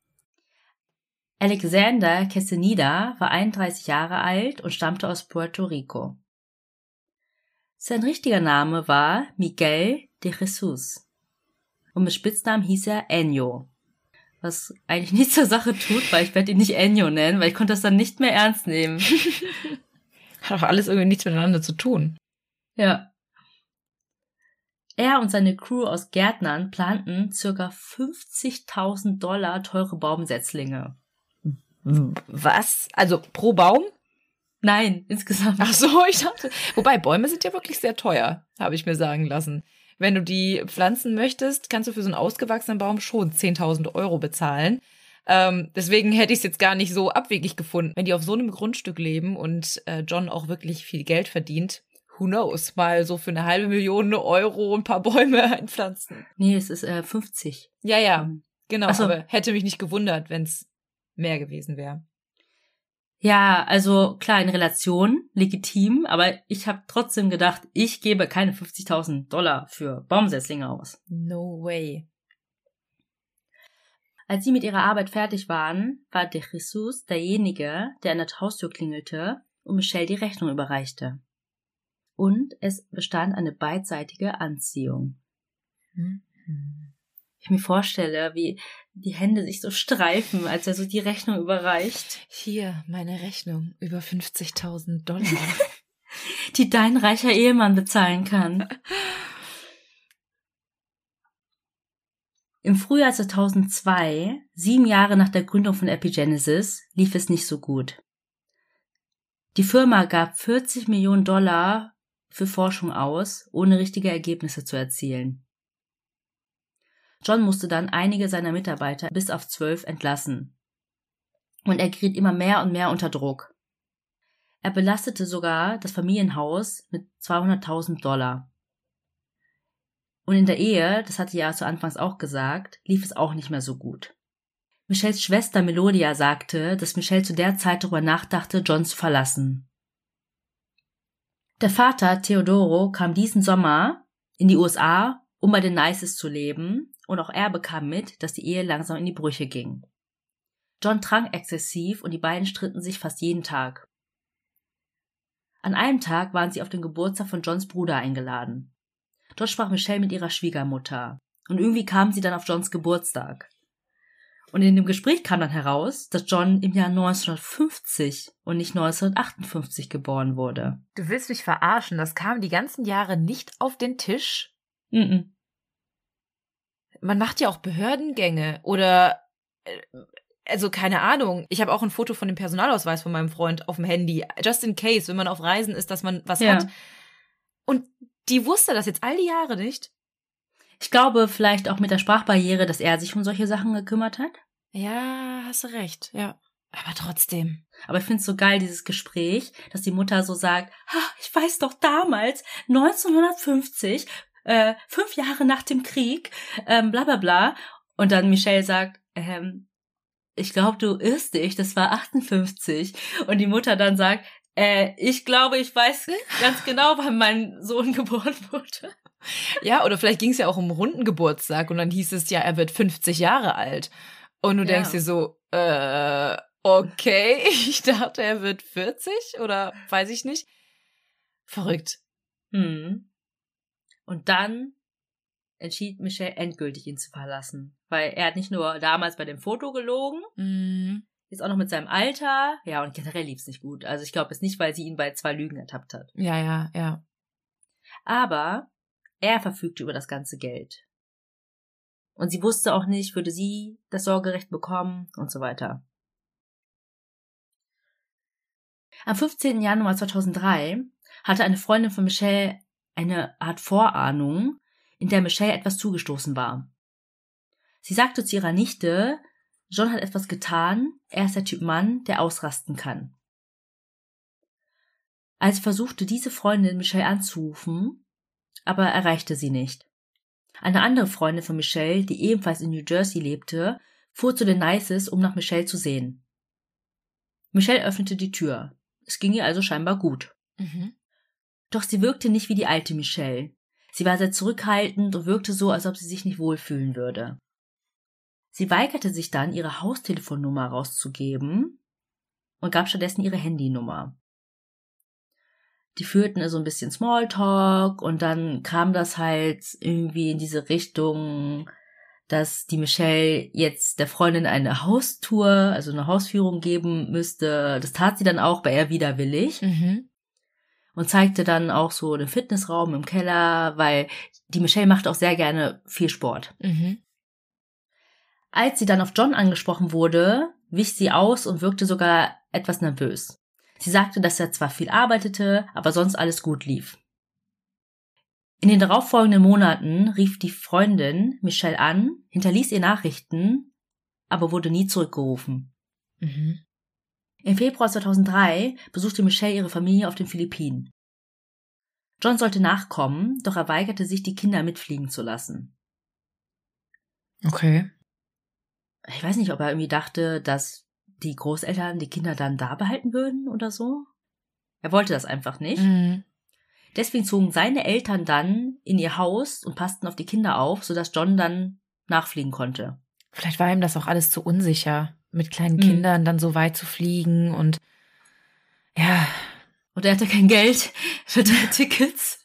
Alexander Castaneda war einunddreißig Jahre alt und stammte aus Puerto Rico. Sein richtiger Name war Miguel de Jesus und mit Spitznamen hieß er Enyo. Was eigentlich nichts zur Sache tut, weil ich werde ihn nicht Enyo nennen, weil ich konnte das dann nicht mehr ernst nehmen. Hat auch alles irgendwie nichts miteinander zu tun. Ja. Er und seine Crew aus Gärtnern planten ca. fünfzigtausend Dollar teure Baumsetzlinge. Was? Also pro Baum? Nein, insgesamt. Ach so, ich dachte. Wobei, Bäume sind ja wirklich sehr teuer, habe ich mir sagen lassen. Wenn du die pflanzen möchtest, kannst du für so einen ausgewachsenen Baum schon zehntausend Euro bezahlen. Ähm, deswegen hätte ich es jetzt gar nicht so abwegig gefunden. Wenn die auf so einem Grundstück leben und äh, John auch wirklich viel Geld verdient, who knows, mal so für eine halbe Million Euro ein paar Bäume einpflanzen. Nee, es ist äh, fünfzig. Ja, ja, genau. Ach so. Aber hätte mich nicht gewundert, wenn es mehr gewesen wäre. Ja, also klar, in Relation, legitim, aber ich habe trotzdem gedacht, ich gebe keine fünfzigtausend Dollar für Baumsetzlinge aus. No way. Als sie mit ihrer Arbeit fertig waren, war de Jesus derjenige, der an der Haustür klingelte und Michelle die Rechnung überreichte. Und es bestand eine beidseitige Anziehung. Mhm. Ich mir vorstelle, wie die Hände sich so streifen, als er so die Rechnung überreicht. Hier, meine Rechnung über fünfzigtausend Dollar. Die dein reicher Ehemann bezahlen kann. Im Frühjahr zweitausendzwei, sieben Jahre nach der Gründung von Epigenesis, lief es nicht so gut. Die Firma gab vierzig Millionen Dollar für Forschung aus, ohne richtige Ergebnisse zu erzielen. John musste dann einige seiner Mitarbeiter bis auf zwölf entlassen. Und er geriet immer mehr und mehr unter Druck. Er belastete sogar das Familienhaus mit zweihunderttausend Dollar. Und in der Ehe, das hatte ja zu Anfangs auch gesagt, lief es auch nicht mehr so gut. Michelles Schwester Melodia sagte, dass Michelle zu der Zeit darüber nachdachte, John zu verlassen. Der Vater, Teodoro, kam diesen Sommer in die U S A, um bei den Nices zu leben, und auch er bekam mit, dass die Ehe langsam in die Brüche ging. John trank exzessiv und die beiden stritten sich fast jeden Tag. An einem Tag waren sie auf den Geburtstag von Johns Bruder eingeladen. Dort sprach Michelle mit ihrer Schwiegermutter und irgendwie kamen sie dann auf Johns Geburtstag. Und in dem Gespräch kam dann heraus, dass John im Jahr neunzehnhundertfünfzig und nicht neunzehnhundertachtundfünfzig geboren wurde. Du willst mich verarschen, das kam die ganzen Jahre nicht auf den Tisch? Mm-mm. Man macht ja auch Behördengänge oder, also keine Ahnung. Ich habe auch ein Foto von dem Personalausweis von meinem Freund auf dem Handy. Just in case, wenn man auf Reisen ist, dass man was Ja. hat. Und die wusste das jetzt all die Jahre nicht? Ich glaube vielleicht auch mit der Sprachbarriere, dass er sich um solche Sachen gekümmert hat. Ja, hast du recht, ja. Aber trotzdem. Aber ich finde es so geil, dieses Gespräch, dass die Mutter so sagt, ha, ich weiß doch damals, neunzehnhundertfünfzig, äh, fünf Jahre nach dem Krieg, ähm, bla bla bla. Und dann Michelle sagt, ähm, ich glaube, du irrst dich, das war achtundfünfzig. Und die Mutter dann sagt, äh, ich glaube, ich weiß ganz genau, wann mein Sohn geboren wurde. Ja, oder vielleicht ging es ja auch um einen runden Geburtstag und dann hieß es ja, er wird fünfzig Jahre alt. Und du Ja. denkst dir so, äh, okay, ich dachte, er wird vierzig oder weiß ich nicht. Verrückt. Hm. Und dann entschied Michelle endgültig, ihn zu verlassen. Weil er hat nicht nur damals bei dem Foto gelogen, Mhm. jetzt auch noch mit seinem Alter. Ja, und generell lief's nicht gut. Also ich glaube es nicht, weil sie ihn bei zwei Lügen ertappt hat. Ja, ja, ja. Aber er verfügte über das ganze Geld. Und sie wusste auch nicht, würde sie das Sorgerecht bekommen und so weiter. Am fünfzehnten Januar zweitausenddrei hatte eine Freundin von Michelle eine Art Vorahnung, in der Michelle etwas zugestoßen war. Sie sagte zu ihrer Nichte, John hat etwas getan, er ist der Typ Mann, der ausrasten kann. Als sie versuchte, diese Freundin Michelle anzurufen, aber erreichte sie nicht. Eine andere Freundin von Michelle, die ebenfalls in New Jersey lebte, fuhr zu den Nices, um nach Michelle zu sehen. Michelle öffnete die Tür. Es ging ihr also scheinbar gut. Mhm. Doch sie wirkte nicht wie die alte Michelle. Sie war sehr zurückhaltend und wirkte so, als ob sie sich nicht wohlfühlen würde. Sie weigerte sich dann, ihre Haustelefonnummer rauszugeben und gab stattdessen ihre Handynummer. Die führten also ein bisschen Smalltalk und dann kam das halt irgendwie in diese Richtung, dass die Michelle jetzt der Freundin eine Haustour, also eine Hausführung geben müsste. Das tat sie dann auch, bei ihr widerwillig. Mhm. Und zeigte dann auch so den Fitnessraum im Keller, weil die Michelle machte auch sehr gerne viel Sport. Mhm. Als sie dann auf John angesprochen wurde, wich sie aus und wirkte sogar etwas nervös. Sie sagte, dass er zwar viel arbeitete, aber sonst alles gut lief. In den darauffolgenden Monaten rief die Freundin Michelle an, hinterließ ihr Nachrichten, aber wurde nie zurückgerufen. Mhm. Im Februar zweitausenddrei besuchte Michelle ihre Familie auf den Philippinen. John sollte nachkommen, doch er weigerte sich, die Kinder mitfliegen zu lassen. Okay. Ich weiß nicht, ob er irgendwie dachte, dass die Großeltern die Kinder dann da behalten würden oder so. Er wollte das einfach nicht. Mhm. Deswegen zogen seine Eltern dann in ihr Haus und passten auf die Kinder auf, sodass John dann nachfliegen konnte. Vielleicht war ihm das auch alles zu unsicher, mit kleinen Mhm. Kindern dann so weit zu fliegen und ja. Und er hatte kein Geld für drei Tickets.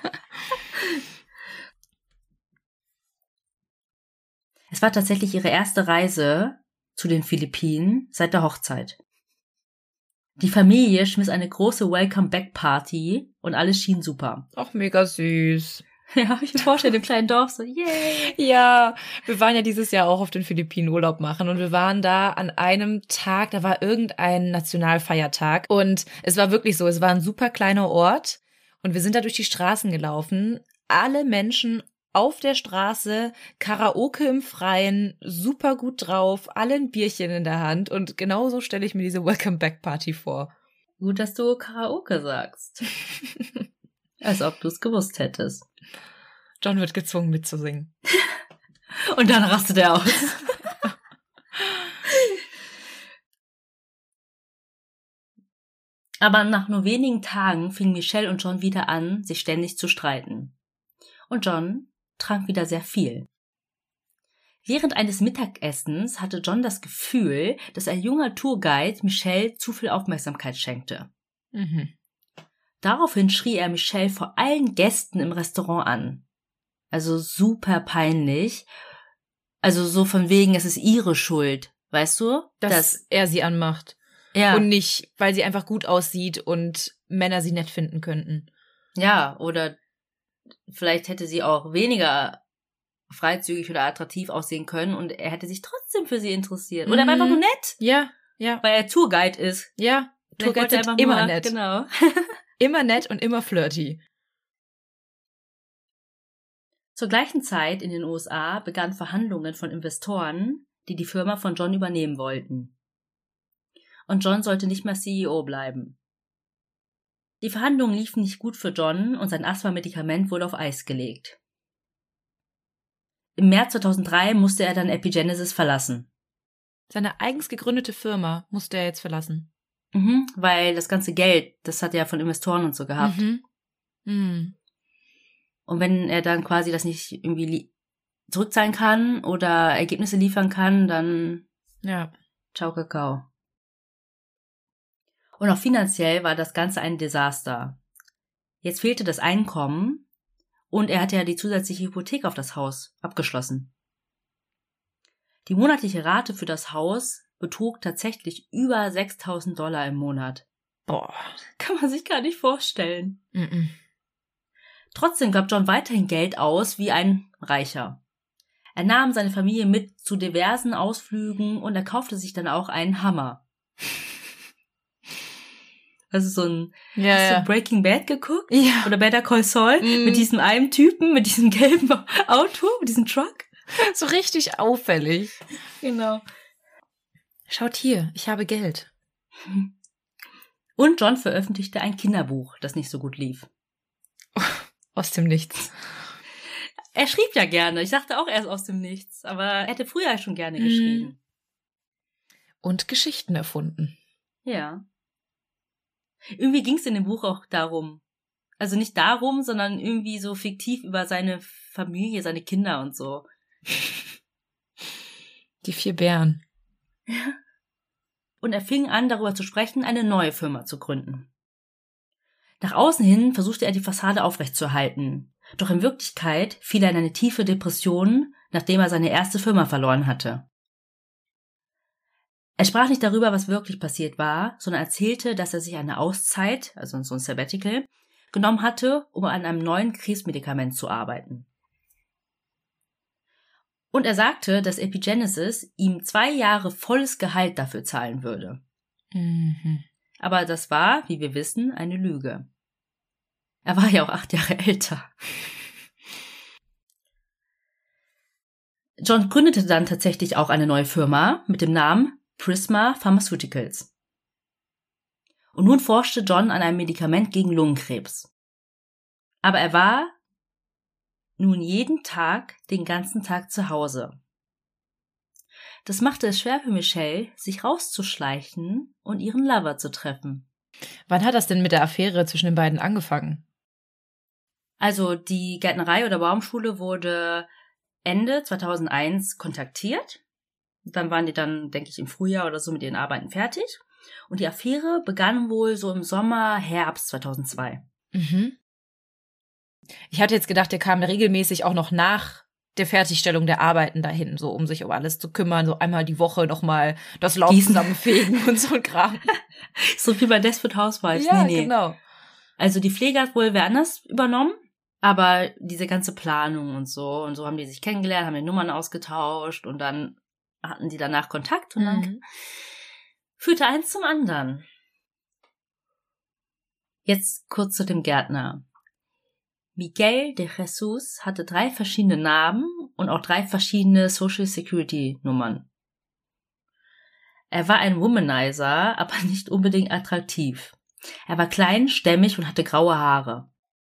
Es war tatsächlich ihre erste Reise zu den Philippinen seit der Hochzeit. Die Familie schmiss eine große Welcome-Back-Party und alles schien super. Ach, mega süß. Ja, ich mir vorstellen, im kleinen Dorf so, yay. Ja, wir waren ja dieses Jahr auch auf den Philippinen Urlaub machen und wir waren da an einem Tag, da war irgendein Nationalfeiertag und es war wirklich so, es war ein super kleiner Ort und wir sind da durch die Straßen gelaufen, alle Menschen auf der Straße, Karaoke im Freien, super gut drauf, alle ein Bierchen in der Hand und genauso stelle ich mir diese Welcome-Back-Party vor. Gut, dass du Karaoke sagst. Als ob du es gewusst hättest. John wird gezwungen mitzusingen. Und dann rastet er aus. Aber nach nur wenigen Tagen fingen Michelle und John wieder an, sich ständig zu streiten. Und John trank wieder sehr viel. Während eines Mittagessens hatte John das Gefühl, dass ein junger Tourguide Michelle zu viel Aufmerksamkeit schenkte. Mhm. Daraufhin schrie er Michelle vor allen Gästen im Restaurant an. Also super peinlich. Also so von wegen, es ist ihre Schuld, weißt du? Dass, dass er sie anmacht. Ja. Und nicht, weil sie einfach gut aussieht und Männer sie nett finden könnten. Ja, oder vielleicht hätte sie auch weniger freizügig oder attraktiv aussehen können und er hätte sich trotzdem für sie interessiert. Oder Mhm. er war einfach nur nett. Ja, ja. Weil er Tourguide ist. Ja, Tourguide sind immer nur, nett. Genau. Immer nett und immer flirty. Zur gleichen Zeit in den U S A begannen Verhandlungen von Investoren, die die Firma von John übernehmen wollten. Und John sollte nicht mehr C E O bleiben. Die Verhandlungen liefen nicht gut für John und sein Asthma-Medikament wurde auf Eis gelegt. Im März zweitausenddrei musste er dann Epigenesis verlassen. Seine eigens gegründete Firma musste er jetzt verlassen. Mhm, weil das ganze Geld, das hat er von Investoren und so gehabt. Mhm. Mhm. Und wenn er dann quasi das nicht irgendwie li- zurückzahlen kann oder Ergebnisse liefern kann, dann ja. Ciao Kakao. Und auch finanziell war das Ganze ein Desaster. Jetzt fehlte das Einkommen und er hatte ja die zusätzliche Hypothek auf das Haus abgeschlossen. Die monatliche Rate für das Haus betrug tatsächlich über sechstausend Dollar im Monat. Boah. Kann man sich gar nicht vorstellen. Mhm. Trotzdem gab John weiterhin Geld aus wie ein Reicher. Er nahm seine Familie mit zu diversen Ausflügen und er kaufte sich dann auch einen Hammer. Also so ein, Ja, hast ja. du Breaking Bad geguckt? Ja. Oder Better Call Saul? Mm. Mit diesem einen Typen, mit diesem gelben Auto, mit diesem Truck? So richtig auffällig. Genau. Schaut hier, ich habe Geld. Und John veröffentlichte ein Kinderbuch, das nicht so gut lief. Aus dem Nichts. Er schrieb ja gerne. Ich dachte auch erst aus dem Nichts. Aber er hätte früher schon gerne Mm. geschrieben. Und Geschichten erfunden. Ja. Irgendwie ging es in dem Buch auch darum. Also nicht darum, sondern irgendwie so fiktiv über seine Familie, seine Kinder und so. Die vier Bären. Ja. Und er fing an, darüber zu sprechen, eine neue Firma zu gründen. Nach außen hin versuchte er, die Fassade aufrechtzuerhalten. Doch in Wirklichkeit fiel er in eine tiefe Depression, nachdem er seine erste Firma verloren hatte. Er sprach nicht darüber, was wirklich passiert war, sondern erzählte, dass er sich eine Auszeit, also so ein Sabbatical, genommen hatte, um an einem neuen Krebsmedikament zu arbeiten. Und er sagte, dass Epigenesis ihm zwei Jahre volles Gehalt dafür zahlen würde. Mhm. Aber das war, wie wir wissen, eine Lüge. Er war ja auch acht Jahre älter. John gründete dann tatsächlich auch eine neue Firma mit dem Namen Prisma Pharmaceuticals. Und nun forschte John an einem Medikament gegen Lungenkrebs. Aber er war nun jeden Tag, den ganzen Tag zu Hause. Das machte es schwer für Michelle, sich rauszuschleichen und ihren Lover zu treffen. Wann hat das denn mit der Affäre zwischen den beiden angefangen? Also die Gärtnerei oder Baumschule wurde Ende zweitausendeins kontaktiert. Dann waren die dann, denke ich, im Frühjahr oder so mit ihren Arbeiten fertig. Und die Affäre begann wohl so im Sommer, Herbst zweitausendzwei. Mhm. Ich hatte jetzt gedacht, der kam regelmäßig auch noch nach der Fertigstellung der Arbeiten dahin, so um sich um alles zu kümmern, so einmal die Woche nochmal das Laub zusammenfegen und so ein Kram. So wie bei Desperate Housewives. Ja, nee, nee. genau. Also die Pflege hat wohl wer anders übernommen, aber diese ganze Planung und so, und so haben die sich kennengelernt, haben die Nummern ausgetauscht und dann hatten die danach Kontakt und dann Mhm. führte eins zum anderen. Jetzt kurz zu dem Gärtner. Miguel de Jesus hatte drei verschiedene Namen und auch drei verschiedene Social Security Nummern. Er war ein Womanizer, aber nicht unbedingt attraktiv. Er war klein, stämmig und hatte graue Haare.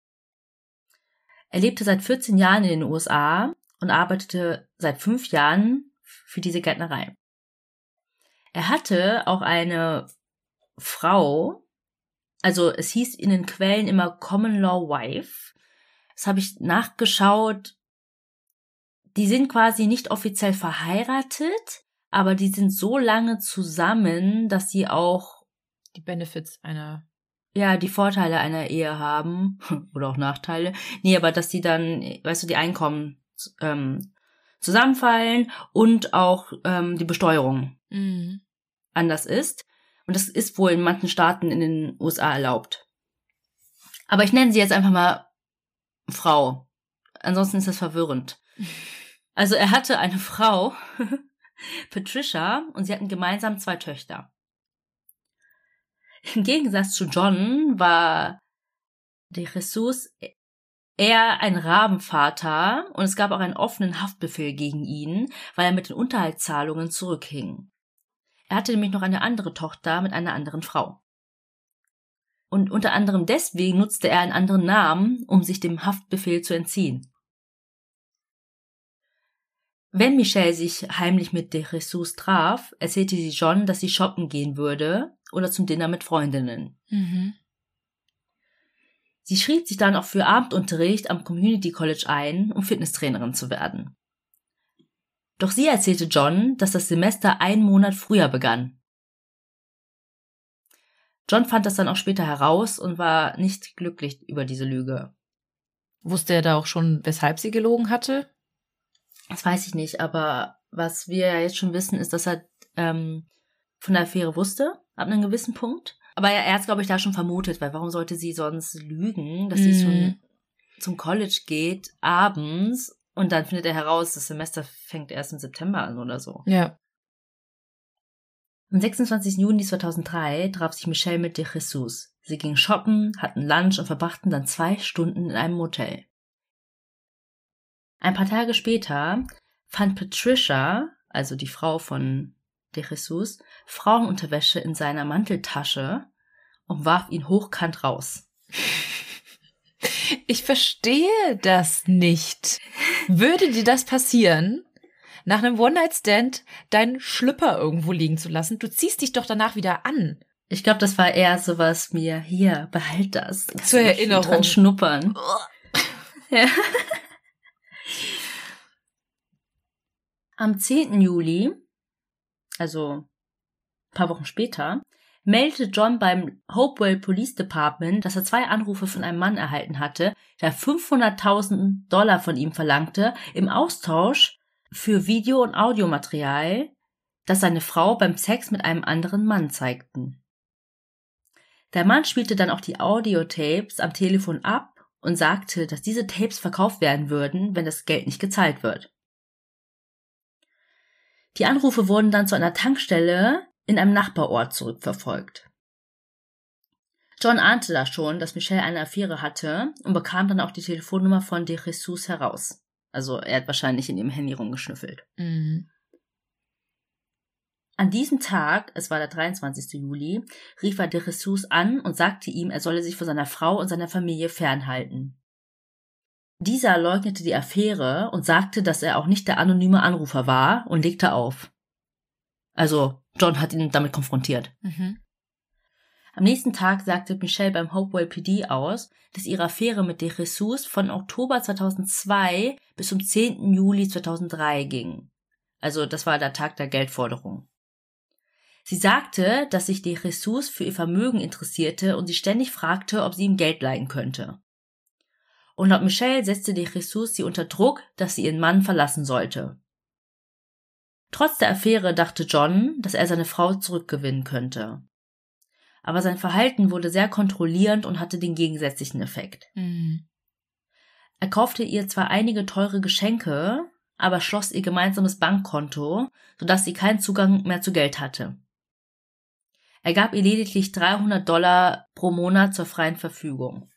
Er lebte seit vierzehn Jahren in den U S A und arbeitete seit fünf Jahren für diese Gärtnerei. Er hatte auch eine Frau, also es hieß in den Quellen immer Common Law Wife. Das habe ich nachgeschaut. Die sind quasi nicht offiziell verheiratet, aber die sind so lange zusammen, dass sie auch Die Benefits einer... ja die Vorteile einer Ehe haben oder auch Nachteile. Nee, aber dass die dann, weißt du, die Einkommen ähm, zusammenfallen und auch ähm, die Besteuerung Mhm. anders ist. Und das ist wohl in manchen Staaten in den U S A erlaubt. Aber ich nenne sie jetzt einfach mal Frau. Ansonsten ist das verwirrend. Also er hatte eine Frau, Patricia, und sie hatten gemeinsam zwei Töchter. Im Gegensatz zu John war de Jesus eher ein Rabenvater und es gab auch einen offenen Haftbefehl gegen ihn, weil er mit den Unterhaltszahlungen zurückhing. Er hatte nämlich noch eine andere Tochter mit einer anderen Frau. Und unter anderem deswegen nutzte er einen anderen Namen, um sich dem Haftbefehl zu entziehen. Wenn Michelle sich heimlich mit de Jesus traf, erzählte sie John, dass sie shoppen gehen würde oder zum Dinner mit Freundinnen. Mhm. Sie schrieb sich dann auch für Abendunterricht am Community College ein, um Fitnesstrainerin zu werden. Doch sie erzählte John, dass das Semester einen Monat früher begann. John fand das dann auch später heraus und war nicht glücklich über diese Lüge. Wusste er da auch schon, weshalb sie gelogen hatte? Das weiß ich nicht, aber was wir ja jetzt schon wissen, ist, dass er ähm, von der Affäre wusste, ab einem gewissen Punkt. Aber er, er hat es, glaube ich, da schon vermutet, weil warum sollte sie sonst lügen, dass sie Mhm. zum, zum College geht, abends, und dann findet er heraus, das Semester fängt erst im September an oder so. Ja. Am sechsundzwanzigsten Juni zweitausenddrei traf sich Michelle mit de Jesus. Sie gingen shoppen, hatten Lunch und verbrachten dann zwei Stunden in einem Motel. Ein paar Tage später fand Patricia, also die Frau von de Jesus, Frauenunterwäsche in seiner Manteltasche und warf ihn hochkant raus. Ich verstehe das nicht. Würde dir das passieren, nach einem One-Night-Stand deinen Schlüpper irgendwo liegen zu lassen? Du ziehst dich doch danach wieder an. Ich glaube, das war eher sowas mir, hier, behalt das. Zur Erinnerung. Dran schnuppern. Ja. Am zehnten Juli, also ein paar Wochen später, meldete John beim Hopewell Police Department, dass er zwei Anrufe von einem Mann erhalten hatte, der fünfhunderttausend Dollar von ihm verlangte, im Austausch für Video- und Audiomaterial, das seine Frau beim Sex mit einem anderen Mann zeigten. Der Mann spielte dann auch die Audiotapes am Telefon ab und sagte, dass diese Tapes verkauft werden würden, wenn das Geld nicht gezahlt wird. Die Anrufe wurden dann zu einer Tankstelle in einem Nachbarort zurückverfolgt. John ahnte da schon, dass Michelle eine Affäre hatte und bekam dann auch die Telefonnummer von de Jesus heraus. Also er hat wahrscheinlich in ihrem Handy rumgeschnüffelt. Mhm. An diesem Tag, es war der dreiundzwanzigsten Juli, rief er de Jesus an und sagte ihm, er solle sich von seiner Frau und seiner Familie fernhalten. Dieser leugnete die Affäre und sagte, dass er auch nicht der anonyme Anrufer war und legte auf. Also John hat ihn damit konfrontiert. Mhm. Am nächsten Tag sagte Michelle beim Hopewell P D aus, dass ihre Affäre mit de Jesus von Oktober zweitausendzwei bis zum zehnten Juli zweitausenddrei ging. Also das war der Tag der Geldforderung. Sie sagte, dass sich de Jesus für ihr Vermögen interessierte und sie ständig fragte, ob sie ihm Geld leihen könnte. Und laut Michelle setzte de Jesus sie unter Druck, dass sie ihren Mann verlassen sollte. Trotz der Affäre dachte John, dass er seine Frau zurückgewinnen könnte. Aber sein Verhalten wurde sehr kontrollierend und hatte den gegensätzlichen Effekt. Mhm. Er kaufte ihr zwar einige teure Geschenke, aber schloss ihr gemeinsames Bankkonto, sodass sie keinen Zugang mehr zu Geld hatte. Er gab ihr lediglich dreihundert Dollar pro Monat zur freien Verfügung.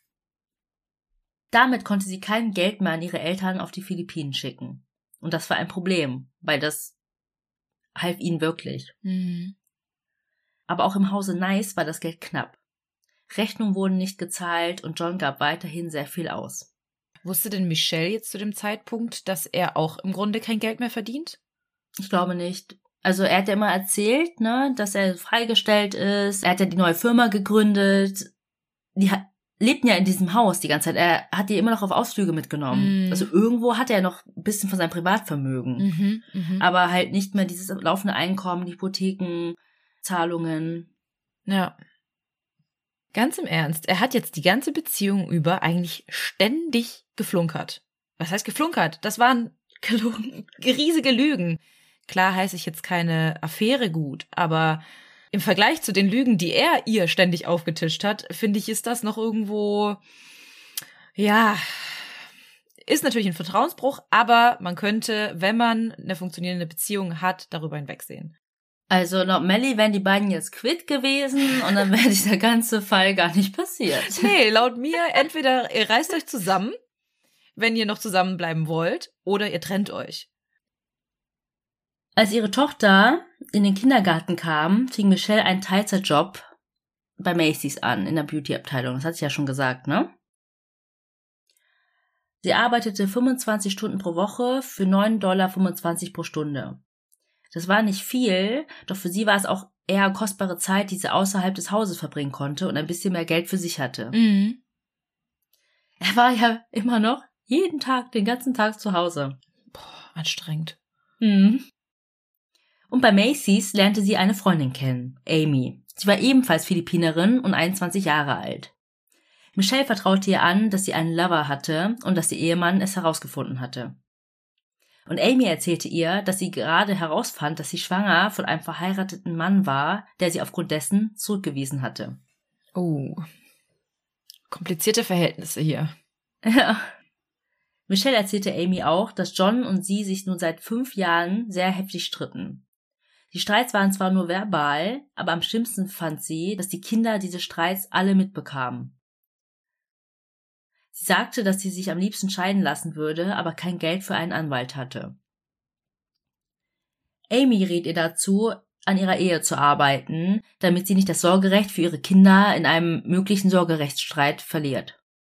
Damit konnte sie kein Geld mehr an ihre Eltern auf die Philippinen schicken. Und das war ein Problem, weil das half ihnen wirklich. Mhm. Aber auch im Hause Nice war das Geld knapp. Rechnungen wurden nicht gezahlt und John gab weiterhin sehr viel aus. Wusste denn Michelle jetzt zu dem Zeitpunkt, dass er auch im Grunde kein Geld mehr verdient? Ich glaube nicht. Also er hat ja immer erzählt, ne, dass er freigestellt ist. Er hat ja die neue Firma gegründet. Die hat, lebten ja in diesem Haus die ganze Zeit. Er hat die immer noch auf Ausflüge mitgenommen. Mm. Also irgendwo hat er noch ein bisschen von seinem Privatvermögen. Mhm, mhm. Aber halt nicht mehr dieses laufende Einkommen, die Hypotheken, Zahlungen. Ja. Ganz im Ernst, er hat jetzt die ganze Beziehung über eigentlich ständig geflunkert. Was heißt geflunkert? Das waren gelogen, riesige Lügen. Klar heiße ich jetzt keine Affäre gut, aber im Vergleich zu den Lügen, die er ihr ständig aufgetischt hat, finde ich, ist das noch irgendwo, ja, ist natürlich ein Vertrauensbruch, aber man könnte, wenn man eine funktionierende Beziehung hat, darüber hinwegsehen. Also laut Melly wären die beiden jetzt quitt gewesen und dann wäre dieser ganze Fall gar nicht passiert. Nee, laut mir, entweder ihr reißt euch zusammen, wenn ihr noch zusammenbleiben wollt, oder ihr trennt euch. Als ihre Tochter in den Kindergarten kam, fing Michelle einen Teilzeitjob bei Macy's an, in der Beauty-Abteilung. Das hatte ich ja schon gesagt, ne? Sie arbeitete fünfundzwanzig Stunden pro Woche für neun Komma fünfundzwanzig Dollar pro Stunde. Das war nicht viel, doch für sie war es auch eher kostbare Zeit, die sie außerhalb des Hauses verbringen konnte und ein bisschen mehr Geld für sich hatte. Mhm. Er war ja immer noch jeden Tag, den ganzen Tag zu Hause. Boah, anstrengend. Mhm. Und bei Macy's lernte sie eine Freundin kennen, Amy. Sie war ebenfalls Philippinerin und einundzwanzig Jahre alt. Michelle vertraute ihr an, dass sie einen Lover hatte und dass ihr Ehemann es herausgefunden hatte. Und Amy erzählte ihr, dass sie gerade herausfand, dass sie schwanger von einem verheirateten Mann war, der sie aufgrund dessen zurückgewiesen hatte. Oh, komplizierte Verhältnisse hier. Ja. Michelle erzählte Amy auch, dass John und sie sich nun seit fünf Jahren sehr heftig stritten. Die Streits waren zwar nur verbal, aber am schlimmsten fand sie, dass die Kinder diese Streits alle mitbekamen. Sie sagte, dass sie sich am liebsten scheiden lassen würde, aber kein Geld für einen Anwalt hatte. Amy rät ihr dazu, an ihrer Ehe zu arbeiten, damit sie nicht das Sorgerecht für ihre Kinder in einem möglichen Sorgerechtsstreit verliert.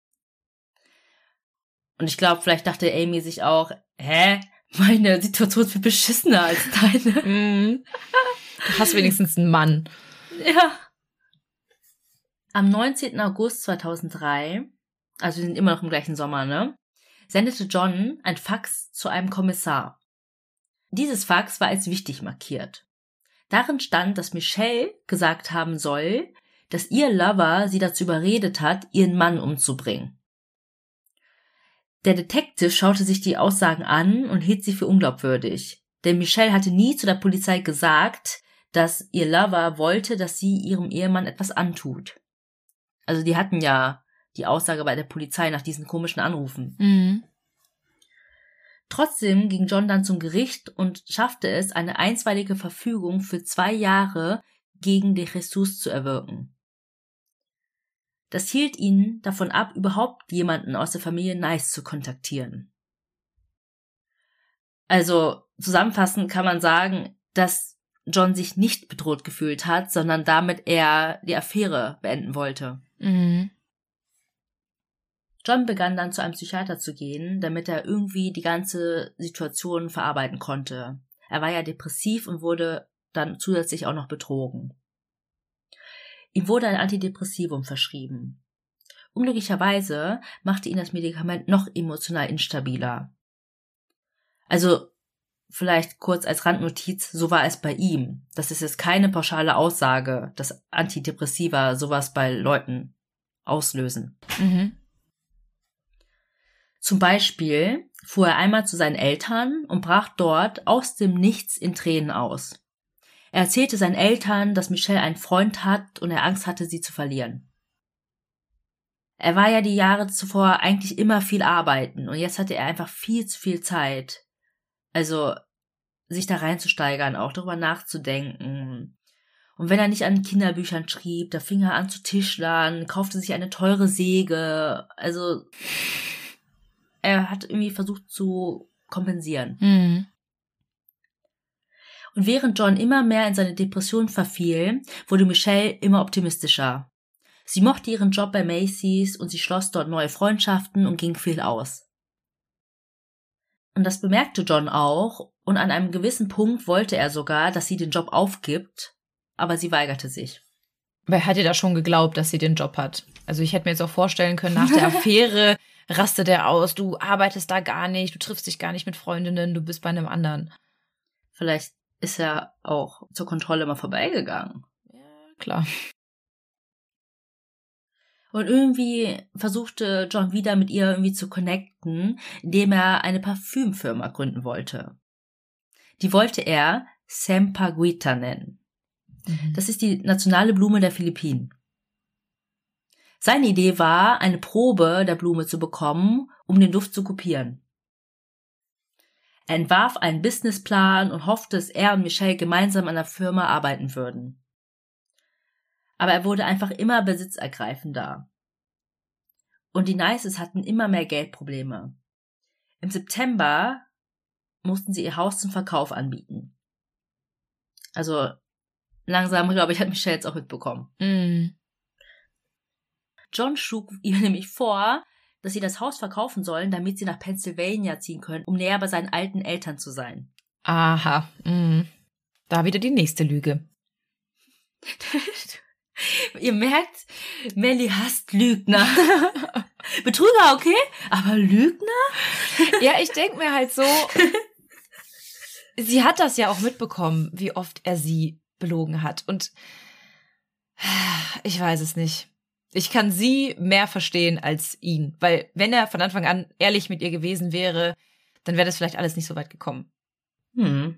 Und ich glaube, vielleicht dachte Amy sich auch, hä, meine Situation ist viel beschissener als deine. Mm. Du hast wenigstens einen Mann. Ja. Am neunzehnten August zweitausenddrei, also wir sind immer noch im gleichen Sommer, ne, sendete John ein Fax zu einem Kommissar. Dieses Fax war als wichtig markiert. Darin stand, dass Michelle gesagt haben soll, dass ihr Lover sie dazu überredet hat, ihren Mann umzubringen. Der Detective schaute sich die Aussagen an und hielt sie für unglaubwürdig. Denn Michelle hatte nie zu der Polizei gesagt, dass ihr Lover wollte, dass sie ihrem Ehemann etwas antut. Also die hatten ja die Aussage bei der Polizei nach diesen komischen Anrufen. Mhm. Trotzdem ging John dann zum Gericht und schaffte es, eine einstweilige Verfügung für zwei Jahre gegen de Jesus zu erwirken. Das hielt ihn davon ab, überhaupt jemanden aus der Familie Nice zu kontaktieren. Also zusammenfassend kann man sagen, dass John sich nicht bedroht gefühlt hat, sondern damit er die Affäre beenden wollte. Mhm. John begann dann zu einem Psychiater zu gehen, damit er irgendwie die ganze Situation verarbeiten konnte. Er war ja depressiv und wurde dann zusätzlich auch noch betrogen. Ihm wurde ein Antidepressivum verschrieben. Unglücklicherweise machte ihn das Medikament noch emotional instabiler. Also, vielleicht kurz als Randnotiz, so war es bei ihm. Das ist jetzt keine pauschale Aussage, dass Antidepressiva sowas bei Leuten auslösen. Mhm. Zum Beispiel fuhr er einmal zu seinen Eltern und brach dort aus dem Nichts in Tränen aus. Er erzählte seinen Eltern, dass Michelle einen Freund hat und er Angst hatte, sie zu verlieren. Er war ja die Jahre zuvor eigentlich immer viel arbeiten und jetzt hatte er einfach viel zu viel Zeit. Also sich da reinzusteigern, auch darüber nachzudenken. Und wenn er nicht an Kinderbüchern schrieb, da fing er an zu tischlern, kaufte sich eine teure Säge. Also er hat irgendwie versucht zu kompensieren. Mhm. Und während John immer mehr in seine Depression verfiel, wurde Michelle immer optimistischer. Sie mochte ihren Job bei Macy's und sie schloss dort neue Freundschaften und ging viel aus. Und das bemerkte John auch und an einem gewissen Punkt wollte er sogar, dass sie den Job aufgibt, aber sie weigerte sich. Wer hat ihr da schon geglaubt, dass sie den Job hat? Also ich hätte mir jetzt auch vorstellen können, nach der Affäre rastet er aus, du arbeitest da gar nicht, du triffst dich gar nicht mit Freundinnen, du bist bei einem anderen. Vielleicht ist er auch zur Kontrolle mal vorbeigegangen. Ja, klar. Und irgendwie versuchte John wieder mit ihr irgendwie zu connecten, indem er eine Parfümfirma gründen wollte. Die wollte er Sampaguita nennen. Mhm. Das ist die nationale Blume der Philippinen. Seine Idee war, eine Probe der Blume zu bekommen, um den Duft zu kopieren. Er entwarf einen Businessplan und hoffte, dass er und Michelle gemeinsam an der Firma arbeiten würden. Aber er wurde einfach immer besitzergreifender. Und die Nices hatten immer mehr Geldprobleme. Im September mussten sie ihr Haus zum Verkauf anbieten. Also langsam, glaube ich, hat Michelle jetzt auch mitbekommen. Mhm. John schlug ihr nämlich vor, dass sie das Haus verkaufen sollen, damit sie nach Pennsylvania ziehen können, um näher bei seinen alten Eltern zu sein. Aha. Mhm. Da wieder die nächste Lüge. Ihr merkt, Melly hasst Lügner. Betrüger, okay? Aber Lügner? Ja, ich denke mir halt so, sie hat das ja auch mitbekommen, wie oft er sie belogen hat. Und ich weiß es nicht. Ich kann sie mehr verstehen als ihn. Weil wenn er von Anfang an ehrlich mit ihr gewesen wäre, dann wäre das vielleicht alles nicht so weit gekommen. Hm.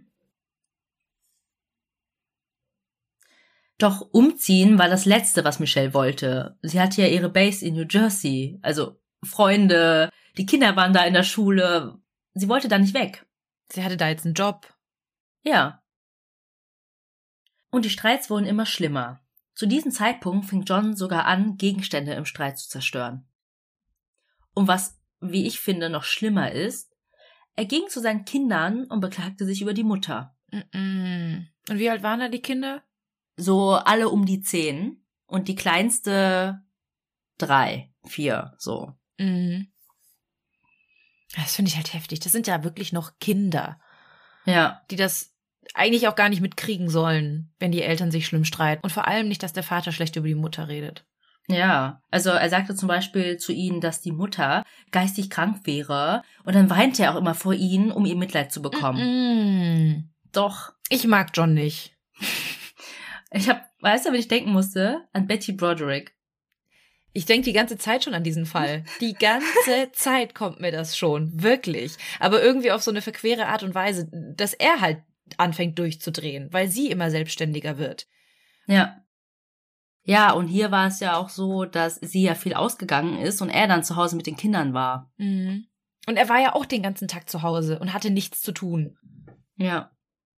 Doch umziehen war das Letzte, was Michelle wollte. Sie hatte ja ihre Base in New Jersey, also Freunde, die Kinder waren da in der Schule. Sie wollte da nicht weg. Sie hatte da jetzt einen Job. Ja. Und die Streits wurden immer schlimmer. Zu diesem Zeitpunkt fing John sogar an, Gegenstände im Streit zu zerstören. Und was, wie ich finde, noch schlimmer ist, er ging zu seinen Kindern und beklagte sich über die Mutter. Und wie alt waren da die Kinder? So alle um die zehn und die kleinste drei, vier, so. Mhm. Das finde ich halt heftig. Das sind ja wirklich noch Kinder, Ja. die das eigentlich auch gar nicht mitkriegen sollen, wenn die Eltern sich schlimm streiten. Und vor allem nicht, dass der Vater schlecht über die Mutter redet. Ja, also er sagte zum Beispiel zu ihnen, dass die Mutter geistig krank wäre und dann weinte er auch immer vor ihnen, um ihr Mitleid zu bekommen. Mhm. Doch. Ich mag John nicht. Ich hab, weißt du, wenn ich denken musste? An Betty Broderick. Ich denke die ganze Zeit schon an diesen Fall. Die ganze Zeit kommt mir das schon, wirklich. Aber irgendwie auf so eine verquere Art und Weise, dass er halt anfängt durchzudrehen, weil sie immer selbstständiger wird. Ja. Ja, und hier war es ja auch so, dass sie ja viel ausgegangen ist und er dann zu Hause mit den Kindern war. Mhm. Und er war ja auch den ganzen Tag zu Hause und hatte nichts zu tun. Ja.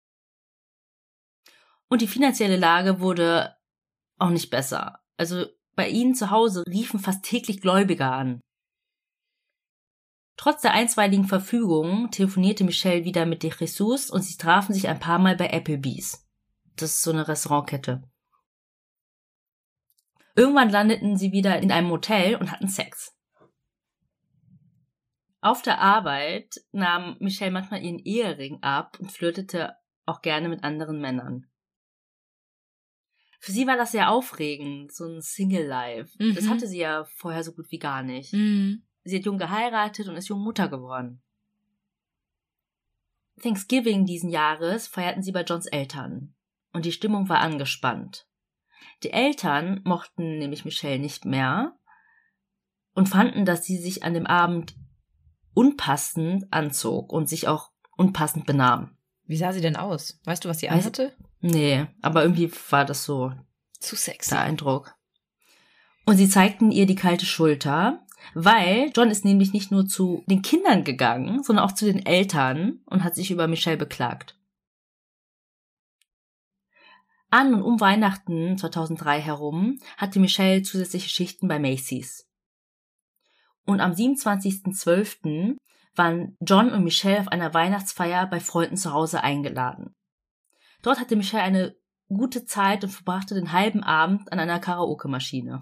Und die finanzielle Lage wurde auch nicht besser. Also bei ihnen zu Hause riefen fast täglich Gläubiger an. Trotz der einstweiligen Verfügung telefonierte Michelle wieder mit De Jesus und sie trafen sich ein paar Mal bei Applebee's. Das ist so eine Restaurantkette. Irgendwann landeten sie wieder in einem Hotel und hatten Sex. Auf der Arbeit nahm Michelle manchmal ihren Ehering ab und flirtete auch gerne mit anderen Männern. Für sie war das sehr aufregend, so ein Single-Life. Mhm. Das hatte sie ja vorher so gut wie gar nicht. Mhm. Sie hat jung geheiratet und ist jung Mutter geworden. Thanksgiving diesen Jahres feierten sie bei Johns Eltern. Und die Stimmung war angespannt. Die Eltern mochten nämlich Michelle nicht mehr und fanden, dass sie sich an dem Abend unpassend anzog und sich auch unpassend benahm. Wie sah sie denn aus? Weißt du, was sie Weiß- anhatte? Nee, aber irgendwie war das so Zu sexy. der Eindruck. Und sie zeigten ihr die kalte Schulter, weil John ist nämlich nicht nur zu den Kindern gegangen, sondern auch zu den Eltern und hat sich über Michelle beklagt. An und um Weihnachten zweitausenddrei herum hatte Michelle zusätzliche Schichten bei Macy's. Und am siebenundzwanzigsten zwölften waren John und Michelle auf einer Weihnachtsfeier bei Freunden zu Hause eingeladen. Dort hatte Michelle eine gute Zeit und verbrachte den halben Abend an einer Karaoke-Maschine.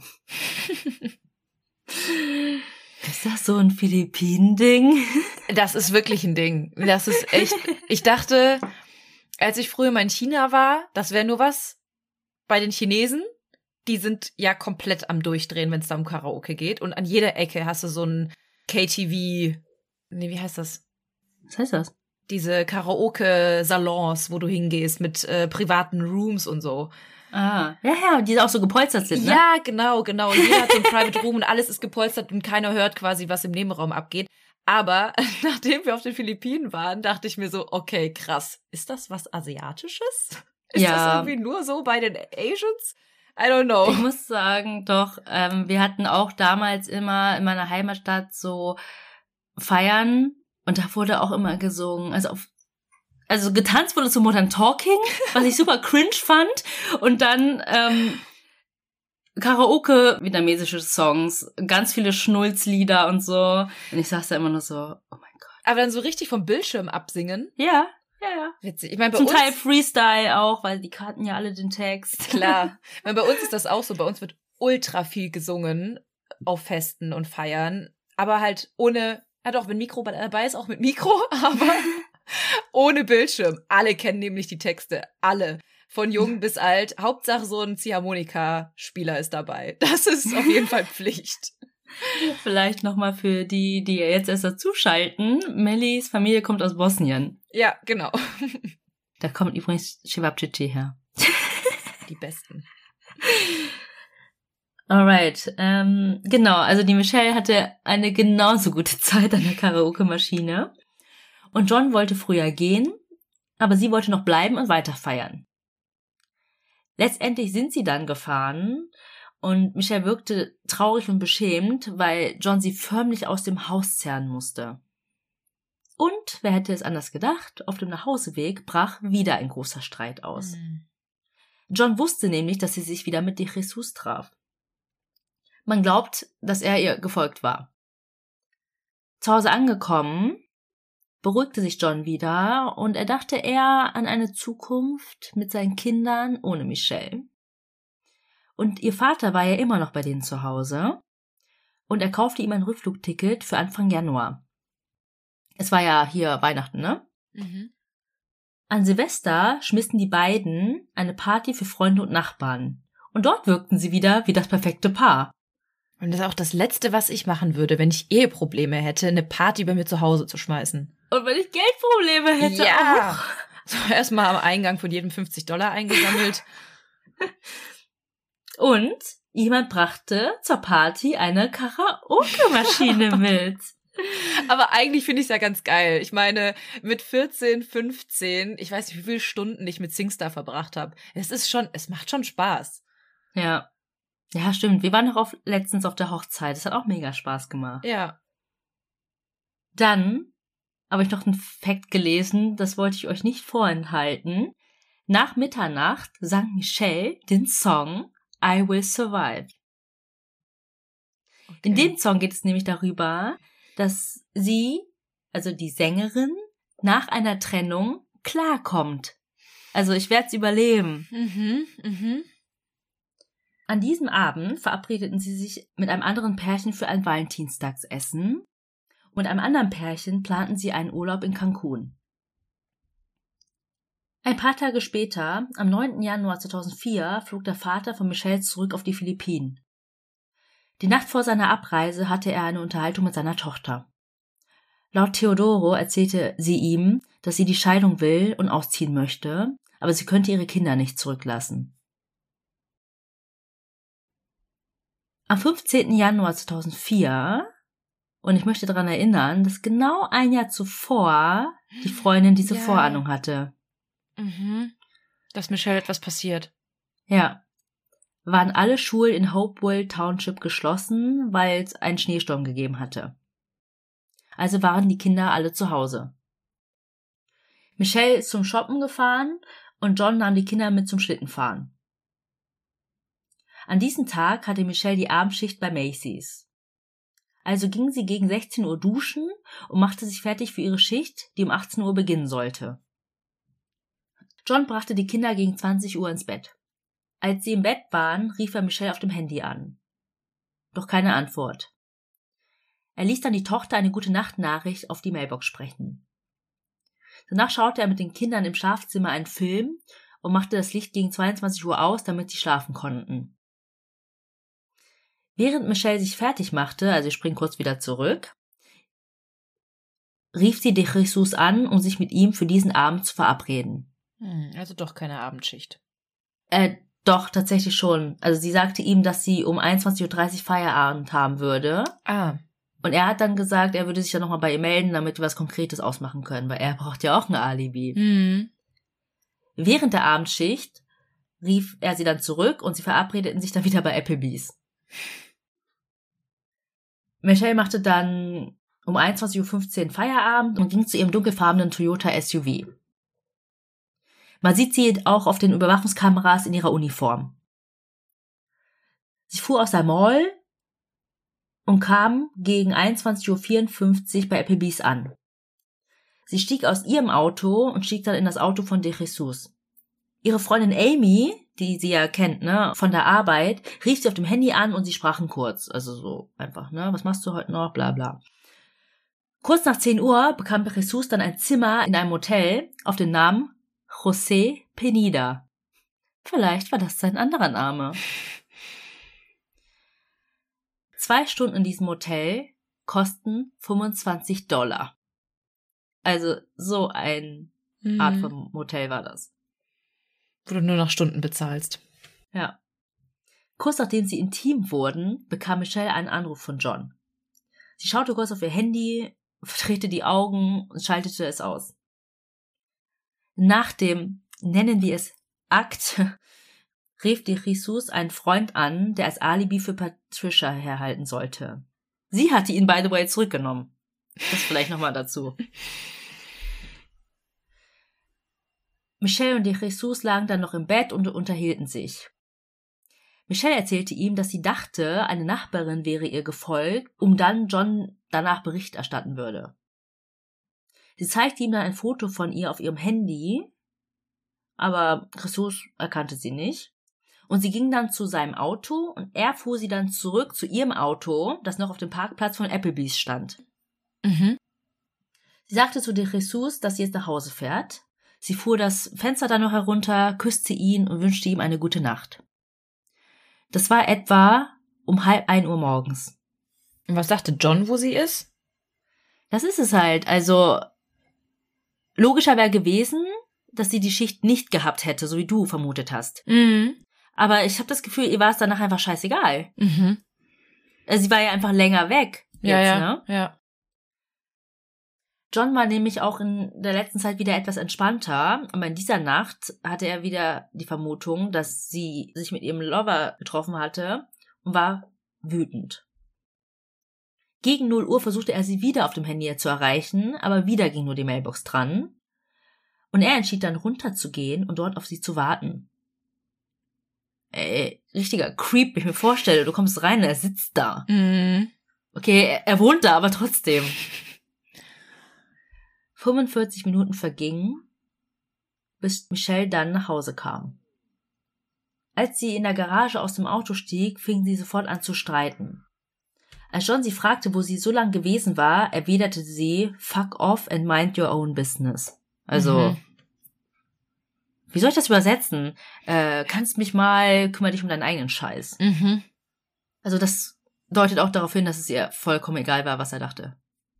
Ist das so ein Philippinen-Ding? Das ist wirklich ein Ding. Das ist echt. Ich dachte, als ich früher mal in China war, das wäre nur was bei den Chinesen. Die sind ja komplett am Durchdrehen, wenn es da um Karaoke geht. Und an jeder Ecke hast du so ein K T V. Nee, wie heißt das? Was heißt das? Diese Karaoke-Salons, wo du hingehst mit äh, privaten Rooms und so. Ah, ja, ja, die auch so gepolstert sind, ne? Ja, genau, genau. Jeder hat so ein Private Room und alles ist gepolstert und keiner hört quasi, was im Nebenraum abgeht. Aber nachdem wir auf den Philippinen waren, dachte ich mir so, okay, krass. Ist das was Asiatisches? Ist Ja. das irgendwie nur so bei den Asians? I don't know. Ich muss sagen, doch, ähm, wir hatten auch damals immer in meiner Heimatstadt so Feiern und da wurde auch immer gesungen, also auf, also getanzt wurde zu Modern Talking, was ich super cringe fand und dann ähm, Karaoke, vietnamesische Songs, ganz viele Schnulzlieder und so und ich saß da immer nur so, oh mein Gott. Aber dann so richtig vom Bildschirm absingen? Ja, ja, ja. Witzig. Ich meine, bei Zum uns Teil Freestyle auch, weil die kannten ja alle den Text. klar. Ich meine, bei uns ist das auch so. Bei uns wird ultra viel gesungen auf Festen und Feiern, aber halt ohne, ja doch, wenn Mikro dabei ist, auch mit Mikro, aber ohne Bildschirm. Alle kennen nämlich die Texte. Alle. Von jung bis alt. Hauptsache so ein Ziehharmonika-Spieler ist dabei. Das ist auf jeden Fall Pflicht. Vielleicht nochmal für die, die jetzt erst dazuschalten. Mellys Familie kommt aus Bosnien. Ja, genau. Da kommt übrigens Cevapcici her. Die Besten. Alright, ähm, genau, also die Michelle hatte eine genauso gute Zeit an der Karaoke-Maschine. Und John wollte früher gehen, aber sie wollte noch bleiben und weiter feiern. Letztendlich sind sie dann gefahren und Michelle wirkte traurig und beschämt, weil John sie förmlich aus dem Haus zerren musste. Und, wer hätte es anders gedacht, auf dem Nachhauseweg brach wieder ein großer Streit aus. Mhm. John wusste nämlich, dass sie sich wieder mit De Jesus traf. Man glaubt, dass er ihr gefolgt war. Zu Hause angekommen, beruhigte sich John wieder und er dachte eher an eine Zukunft mit seinen Kindern ohne Michelle. Und ihr Vater war ja immer noch bei denen zu Hause und er kaufte ihm ein Rückflugticket für Anfang Januar. Es war ja hier Weihnachten, ne? Mhm. An Silvester schmissen die beiden eine Party für Freunde und Nachbarn. Und dort wirkten sie wieder wie das perfekte Paar. Und das ist auch das Letzte, was ich machen würde, wenn ich Eheprobleme hätte, eine Party bei mir zu Hause zu schmeißen. Und wenn ich Geldprobleme hätte Ja. auch. So, erstmal am Eingang von jedem fünfzig Dollar eingesammelt. Und jemand brachte zur Party eine Karaoke-Maschine mit. Aber eigentlich finde ich es ja ganz geil. Ich meine, mit vierzehn, fünfzehn, ich weiß nicht, wie viele Stunden ich mit SingStar verbracht habe. Es ist schon, es macht schon Spaß. Ja. Ja, stimmt. Wir waren noch auf, letztens auf der Hochzeit. Das hat auch mega Spaß gemacht. Ja. Dann habe ich noch einen Fact gelesen, das wollte ich euch nicht vorenthalten. Nach Mitternacht sang Michelle den Song I Will Survive. Okay. In dem Song geht es nämlich darüber, dass sie, also die Sängerin, nach einer Trennung klarkommt. Also ich werde es überleben. Mhm, mhm. An diesem Abend verabredeten sie sich mit einem anderen Pärchen für ein Valentinstagsessen. Und mit einem anderen Pärchen planten sie einen Urlaub in Cancun. Ein paar Tage später, am neunten Januar zweitausendvier, flog der Vater von Michelle zurück auf die Philippinen. Die Nacht vor seiner Abreise hatte er eine Unterhaltung mit seiner Tochter. Laut Teodoro erzählte sie ihm, dass sie die Scheidung will und ausziehen möchte, aber sie könnte ihre Kinder nicht zurücklassen. Am fünfzehnten Januar zweitausendvier, und ich möchte daran erinnern, dass genau ein Jahr zuvor die Freundin diese Ja. Vorahnung hatte. Mhm. Dass Michelle etwas passiert. Ja. Waren alle Schulen in Hopewell Township geschlossen, weil es einen Schneesturm gegeben hatte. Also waren die Kinder alle zu Hause. Michelle ist zum Shoppen gefahren und John nahm die Kinder mit zum Schlittenfahren. An diesem Tag hatte Michelle die Abendschicht bei Macy's. Also ging sie gegen sechzehn Uhr duschen und machte sich fertig für ihre Schicht, die um achtzehn Uhr beginnen sollte. John brachte die Kinder gegen zwanzig Uhr ins Bett. Als sie im Bett waren, rief er Michelle auf dem Handy an. Doch keine Antwort. Er ließ dann die Tochter eine Gute-Nacht-Nachricht auf die Mailbox sprechen. Danach schaute er mit den Kindern im Schlafzimmer einen Film und machte das Licht gegen zweiundzwanzig Uhr aus, damit sie schlafen konnten. Während Michelle sich fertig machte, also ich springe kurz wieder zurück, rief sie de Jesus an, um sich mit ihm für diesen Abend zu verabreden. Hm, also doch keine Abendschicht. Äh, doch, tatsächlich schon. Also sie sagte ihm, dass sie um einundzwanzig Uhr dreißig Feierabend haben würde. Ah. Und er hat dann gesagt, er würde sich dann nochmal bei ihr melden, damit wir was Konkretes ausmachen können, weil er braucht ja auch ein Alibi. Mhm. Während der Abendschicht rief er sie dann zurück und sie verabredeten sich dann wieder bei Applebee's. Michelle machte dann um einundzwanzig Uhr fünfzehn Feierabend und ging zu ihrem dunkelfarbenen Toyota S U V. Man sieht sie auch auf den Überwachungskameras in ihrer Uniform. Sie fuhr aus der Mall und kam gegen einundzwanzig Uhr vierundfünfzig bei Applebee's an. Sie stieg aus ihrem Auto und stieg dann in das Auto von de Jesus. Ihre Freundin Amy, die sie ja kennt, ne, von der Arbeit, rief sie auf dem Handy an und sie sprachen kurz. Also so einfach, ne, was machst du heute noch, bla bla. Kurz nach zehn Uhr bekam de Jesus dann ein Zimmer in einem Hotel auf den Namen José Pineda. Vielleicht war das sein anderer Name. Zwei Stunden in diesem Hotel kosten fünfundzwanzig Dollar. Also so ein Mhm. Art von Motel war das. Wo du nur nach Stunden bezahlst. Ja. Kurz nachdem sie intim wurden, bekam Michelle einen Anruf von John. Sie schaute kurz auf ihr Handy, verdrehte die Augen und schaltete es aus. Nach dem, nennen wir es, Akt, rief de Jesus einen Freund an, der als Alibi für Patricia herhalten sollte. Sie hatte ihn, by the way, zurückgenommen. Das vielleicht nochmal dazu. Michelle und de Jesus lagen dann noch im Bett und unterhielten sich. Michelle erzählte ihm, dass sie dachte, eine Nachbarin wäre ihr gefolgt, um dann John danach Bericht erstatten würde. Sie zeigte ihm dann ein Foto von ihr auf ihrem Handy, aber Jesus erkannte sie nicht. Und sie ging dann zu seinem Auto und er fuhr sie dann zurück zu ihrem Auto, das noch auf dem Parkplatz von Applebee's stand. Mhm. Sie sagte zu de Jesus, dass sie jetzt nach Hause fährt. Sie fuhr das Fenster dann noch herunter, küsste ihn und wünschte ihm eine gute Nacht. Das war etwa um halb ein Uhr morgens. Und was sagte John, wo sie ist? Das ist es halt. Also logischer wäre gewesen, dass sie die Schicht nicht gehabt hätte, so wie du vermutet hast. Mhm. Aber ich habe das Gefühl, ihr war es danach einfach scheißegal. Mhm. Also sie war ja einfach länger weg. Ja, jetzt, ja, ne? ja. John war nämlich auch in der letzten Zeit wieder etwas entspannter, aber in dieser Nacht hatte er wieder die Vermutung, dass sie sich mit ihrem Lover getroffen hatte und war wütend. Gegen null Uhr versuchte er sie wieder auf dem Handy zu erreichen, aber wieder ging nur die Mailbox dran und er entschied dann runterzugehen und dort auf sie zu warten. Ey, richtiger Creep, wenn ich mir vorstelle, du kommst rein und er sitzt da. Mhm. Okay, er, er wohnt da, aber trotzdem. fünfundvierzig Minuten vergingen, bis Michelle dann nach Hause kam. Als sie in der Garage aus dem Auto stieg, fing sie sofort an zu streiten. Als John sie fragte, wo sie so lange gewesen war, erwiderte sie, fuck off and mind your own business. Also, Mhm. Wie soll ich das übersetzen? Äh, kannst mich mal, kümmere dich um deinen eigenen Scheiß. Mhm. Also das deutet auch darauf hin, dass es ihr vollkommen egal war, was er dachte.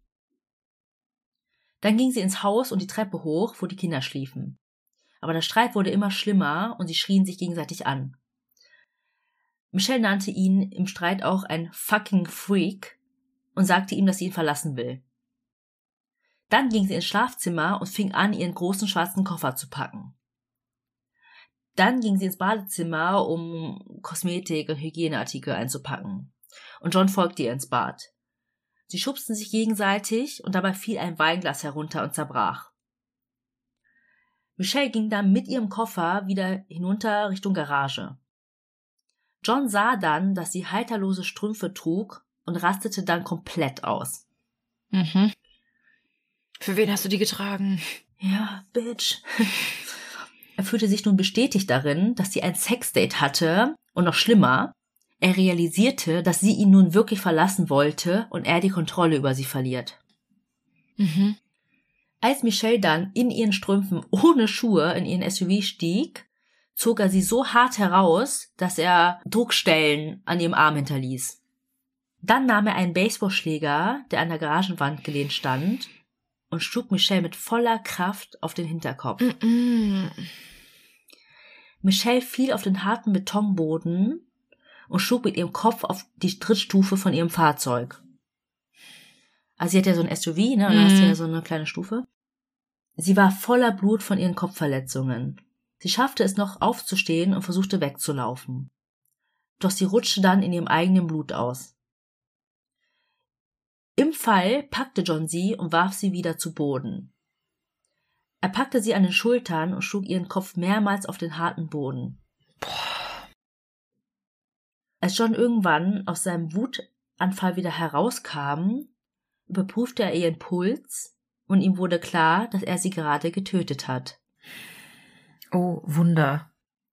Dann ging sie ins Haus und die Treppe hoch, wo die Kinder schliefen. Aber der Streit wurde immer schlimmer und sie schrien sich gegenseitig an. Michelle nannte ihn im Streit auch ein fucking Freak und sagte ihm, dass sie ihn verlassen will. Dann ging sie ins Schlafzimmer und fing an, ihren großen schwarzen Koffer zu packen. Dann ging sie ins Badezimmer, um Kosmetik und Hygieneartikel einzupacken. Und John folgte ihr ins Bad. Sie schubsten sich gegenseitig und dabei fiel ein Weinglas herunter und zerbrach. Michelle ging dann mit ihrem Koffer wieder hinunter Richtung Garage. John sah dann, dass sie halterlose Strümpfe trug und rastete dann komplett aus. Mhm. Für wen hast du die getragen? Ja, Bitch. Er fühlte sich nun bestätigt darin, dass sie ein Sexdate hatte und noch schlimmer, er realisierte, dass sie ihn nun wirklich verlassen wollte und er die Kontrolle über sie verliert. Mhm. Als Michelle dann in ihren Strümpfen ohne Schuhe in ihren S U V stieg, zog er sie so hart heraus, dass er Druckstellen an ihrem Arm hinterließ. Dann nahm er einen Baseballschläger, der an der Garagenwand gelehnt stand, und schlug Michelle mit voller Kraft auf den Hinterkopf. Mhm. Michelle fiel auf den harten Betonboden und schlug mit ihrem Kopf auf die Trittstufe von ihrem Fahrzeug. Also sie hat ja so ein S U V, ne, und dann hast du ja so eine kleine Stufe. Sie war voller Blut von ihren Kopfverletzungen. Sie schaffte es noch aufzustehen und versuchte wegzulaufen. Doch sie rutschte dann in ihrem eigenen Blut aus. Im Fall packte John sie und warf sie wieder zu Boden. Er packte sie an den Schultern und schlug ihren Kopf mehrmals auf den harten Boden. Als John irgendwann aus seinem Wutanfall wieder herauskam, überprüfte er ihren Puls und ihm wurde klar, dass er sie gerade getötet hat. Oh, Wunder.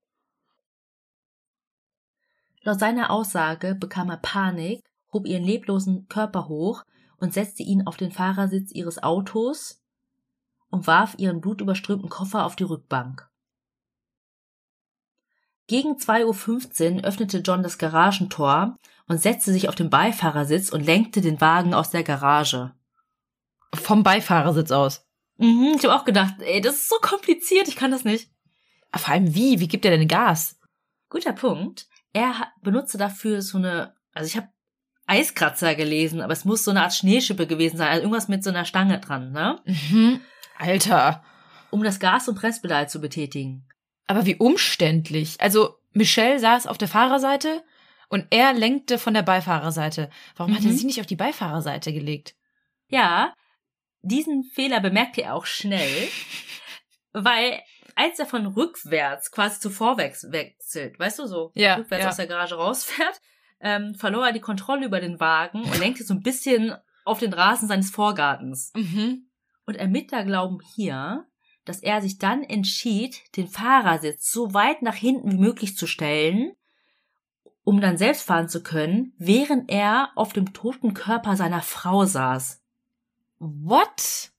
Laut seiner Aussage bekam er Panik, hob ihren leblosen Körper hoch und setzte ihn auf den Fahrersitz ihres Autos und warf ihren blutüberströmten Koffer auf die Rückbank. Gegen zwei Uhr fünfzehn öffnete John das Garagentor und setzte sich auf den Beifahrersitz und lenkte den Wagen aus der Garage. Vom Beifahrersitz aus? Mhm, ich habe auch gedacht, ey, das ist so kompliziert, ich kann das nicht. Vor allem wie? Wie gibt er denn Gas? Guter Punkt. Er benutzte dafür so eine, also ich habe Eiskratzer gelesen, aber es muss so eine Art Schneeschippe gewesen sein, also irgendwas mit so einer Stange dran, ne? Mhm. Alter. Um das Gas- und Presspedal zu betätigen. Aber wie umständlich. Also Michelle saß auf der Fahrerseite und er lenkte von der Beifahrerseite. Warum Mhm. hat er sie nicht auf die Beifahrerseite gelegt? Ja, diesen Fehler bemerkte er auch schnell, weil als er von rückwärts quasi zu vorwärts wechselt, weißt du, so Ja, rückwärts ja. aus der Garage rausfährt, ähm, verlor er die Kontrolle über den Wagen und lenkte so ein bisschen auf den Rasen seines Vorgartens. Mhm. Und Ermittler glauben hier, dass er sich dann entschied, den Fahrersitz so weit nach hinten wie möglich zu stellen, um dann selbst fahren zu können, während er auf dem toten Körper seiner Frau saß. What?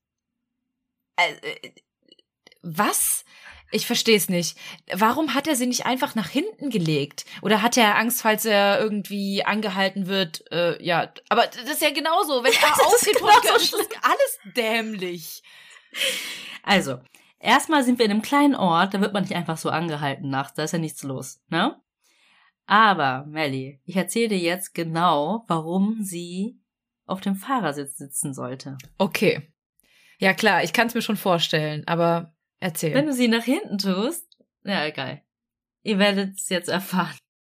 Äh, was? Ich verstehe es nicht. Warum hat er sie nicht einfach nach hinten gelegt? Oder hat er Angst, falls er irgendwie angehalten wird? Äh, ja, aber das ist ja genauso. Wenn er ausgetrunken ist, ist das alles dämlich. Also, erstmal sind wir in einem kleinen Ort, da wird man nicht einfach so angehalten nachts, da ist ja nichts los, ne? Aber, Melly, ich erzähle dir jetzt genau, warum sie auf dem Fahrersitz sitzen sollte. Okay. Ja klar, ich kann es mir schon vorstellen, aber erzähl. Wenn du sie nach hinten tust, ja, egal. Ihr werdet es jetzt erfahren.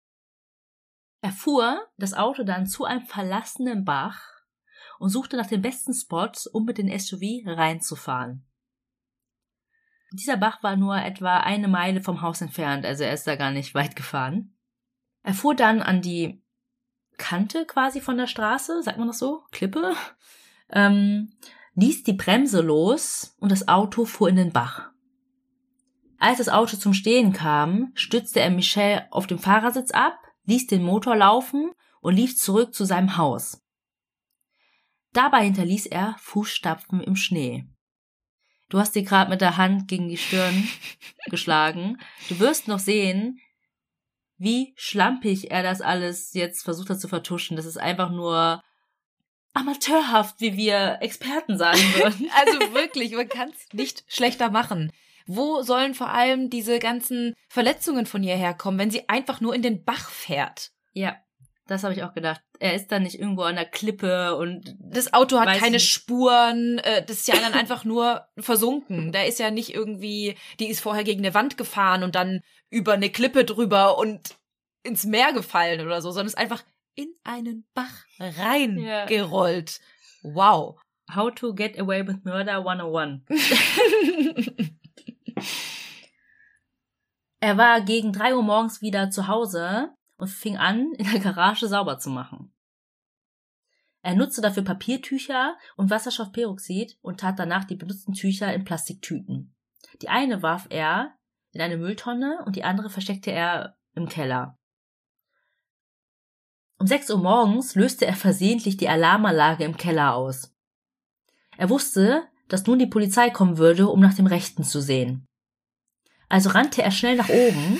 Er fuhr das Auto dann zu einem verlassenen Bach und suchte nach den besten Spots, um mit dem S U V reinzufahren. Dieser Bach war nur etwa eine Meile vom Haus entfernt, also er ist da gar nicht weit gefahren. Er fuhr dann an die Kante quasi von der Straße, sagt man das so? Klippe? Ähm, ließ die Bremse los und das Auto fuhr in den Bach. Als das Auto zum Stehen kam, stützte er Michelle auf dem Fahrersitz ab, ließ den Motor laufen und lief zurück zu seinem Haus. Dabei hinterließ er Fußstapfen im Schnee. du hast dir gerade mit der Hand gegen die Stirn geschlagen. Du wirst noch sehen, wie schlampig er das alles jetzt versucht hat zu vertuschen. Das ist einfach nur amateurhaft, wie wir Experten sagen würden. Also wirklich, man kann es nicht schlechter machen. Wo sollen vor allem diese ganzen Verletzungen von ihr herkommen, wenn sie einfach nur in den Bach fährt? Ja, das habe ich auch gedacht. Er ist dann nicht irgendwo an der Klippe und das Auto hat weiß keine nicht. Spuren, äh, das ist ja dann einfach nur versunken. Da ist ja nicht irgendwie, die ist vorher gegen eine Wand gefahren und dann über eine Klippe drüber und ins Meer gefallen oder so, sondern ist einfach in einen Bach reingerollt. Ja. Wow. How to get away with murder hundertundeins. Er war gegen drei Uhr morgens wieder zu Hause und fing an, in der Garage sauber zu machen. Er nutzte dafür Papiertücher und Wasserstoffperoxid und tat danach die benutzten Tücher in Plastiktüten. Die eine warf er in eine Mülltonne und die andere versteckte er im Keller. Um sechs Uhr morgens löste er versehentlich die Alarmanlage im Keller aus. Er wusste, dass nun die Polizei kommen würde, um nach dem Rechten zu sehen. Also rannte er schnell nach oben.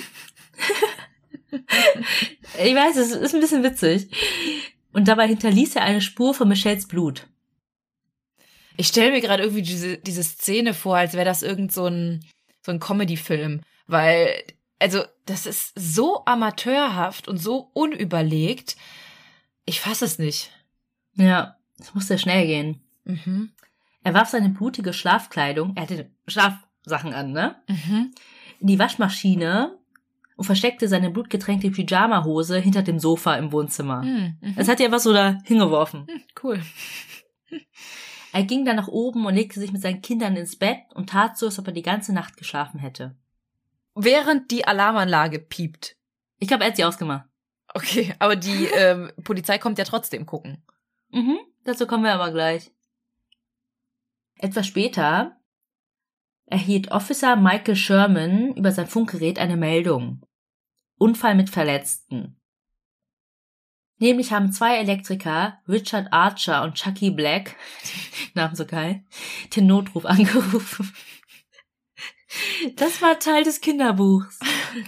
Ich weiß, es ist ein bisschen witzig. Und dabei hinterließ er eine Spur von Michelles Blut. Ich stelle mir gerade irgendwie diese, diese Szene vor, als wäre das irgend so ein, so ein Comedy-Film. Weil, also, das ist so amateurhaft und so unüberlegt. Ich fasse es nicht. Ja, es musste schnell gehen. Mhm. Er warf seine blutige Schlafkleidung, er hatte Schlafsachen an, ne? Mhm. In die Waschmaschine und versteckte seine blutgetränkte Pyjamahose hinter dem Sofa im Wohnzimmer. Mhm. Das hat er einfach so da hingeworfen. Mhm. Cool. Er ging dann nach oben und legte sich mit seinen Kindern ins Bett und tat so, als ob er die ganze Nacht geschlafen hätte. Während die Alarmanlage piept. Ich glaube, er hat sie ausgemacht. Okay, aber die ähm, Polizei kommt ja trotzdem gucken. Mhm, dazu kommen wir aber gleich. Etwas später erhielt Officer Michael Sherman über sein Funkgerät eine Meldung. Unfall mit Verletzten. Nämlich haben zwei Elektriker, Richard Archer und Chucky Black, Namen so geil, den Notruf angerufen. Das war Teil des Kinderbuchs.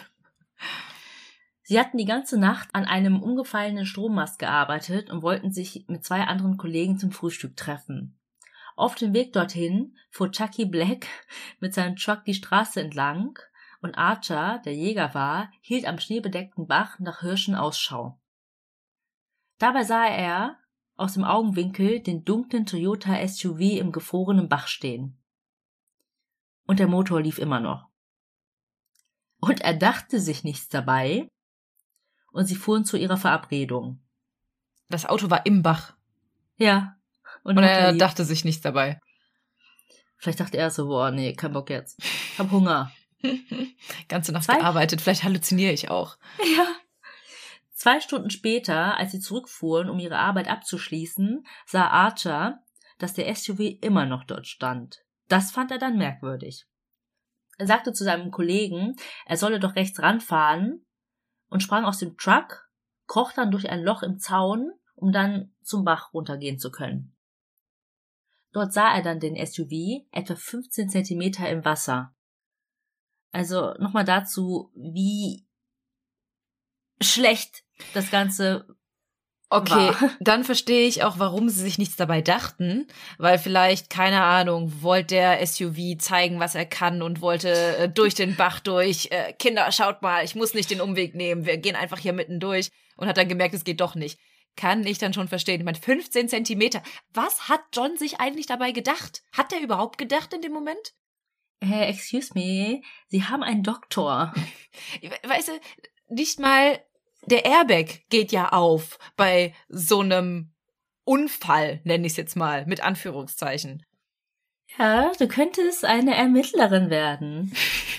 Sie hatten die ganze Nacht an einem umgefallenen Strommast gearbeitet und wollten sich mit zwei anderen Kollegen zum Frühstück treffen. Auf dem Weg dorthin fuhr Chucky Black mit seinem Truck die Straße entlang und Archer, der Jäger war, hielt am schneebedeckten Bach nach Hirschen Ausschau. Dabei sah er aus dem Augenwinkel den dunklen Toyota S U V im gefrorenen Bach stehen. Und der Motor lief immer noch. Und er dachte sich nichts dabei und sie fuhren zu ihrer Verabredung. Das Auto war im Bach. Ja. Und, und er dachte sich nichts dabei. Vielleicht dachte er so, boah, nee, kein Bock jetzt. Hab Hunger. Ganze Nacht Zwei? gearbeitet, vielleicht halluziniere ich auch. Ja. Zwei Stunden später, als sie zurückfuhren, um ihre Arbeit abzuschließen, sah Archer, dass der S U V immer noch dort stand. Das fand er dann merkwürdig. Er sagte zu seinem Kollegen, er solle doch rechts ranfahren und sprang aus dem Truck, kroch dann durch ein Loch im Zaun, um dann zum Bach runtergehen zu können. Dort sah er dann den S U V etwa fünfzehn Zentimeter im Wasser. Also nochmal dazu, wie schlecht das Ganze Okay, war. Dann verstehe ich auch, warum sie sich nichts dabei dachten, weil vielleicht, keine Ahnung, wollte der S U V zeigen, was er kann und wollte äh, durch den Bach durch, äh, Kinder, schaut mal, ich muss nicht den Umweg nehmen, wir gehen einfach hier mitten durch und hat dann gemerkt, es geht doch nicht. Kann ich dann schon verstehen. Ich meine, fünfzehn Zentimeter. Was hat John sich eigentlich dabei gedacht? Hat der überhaupt gedacht in dem Moment? Hey, excuse me, Sie haben einen Doktor. Weißt du, nicht mal der Airbag geht ja auf bei so einem Unfall, nenne ich es jetzt mal, mit Anführungszeichen. Ja, du könntest eine Ermittlerin werden.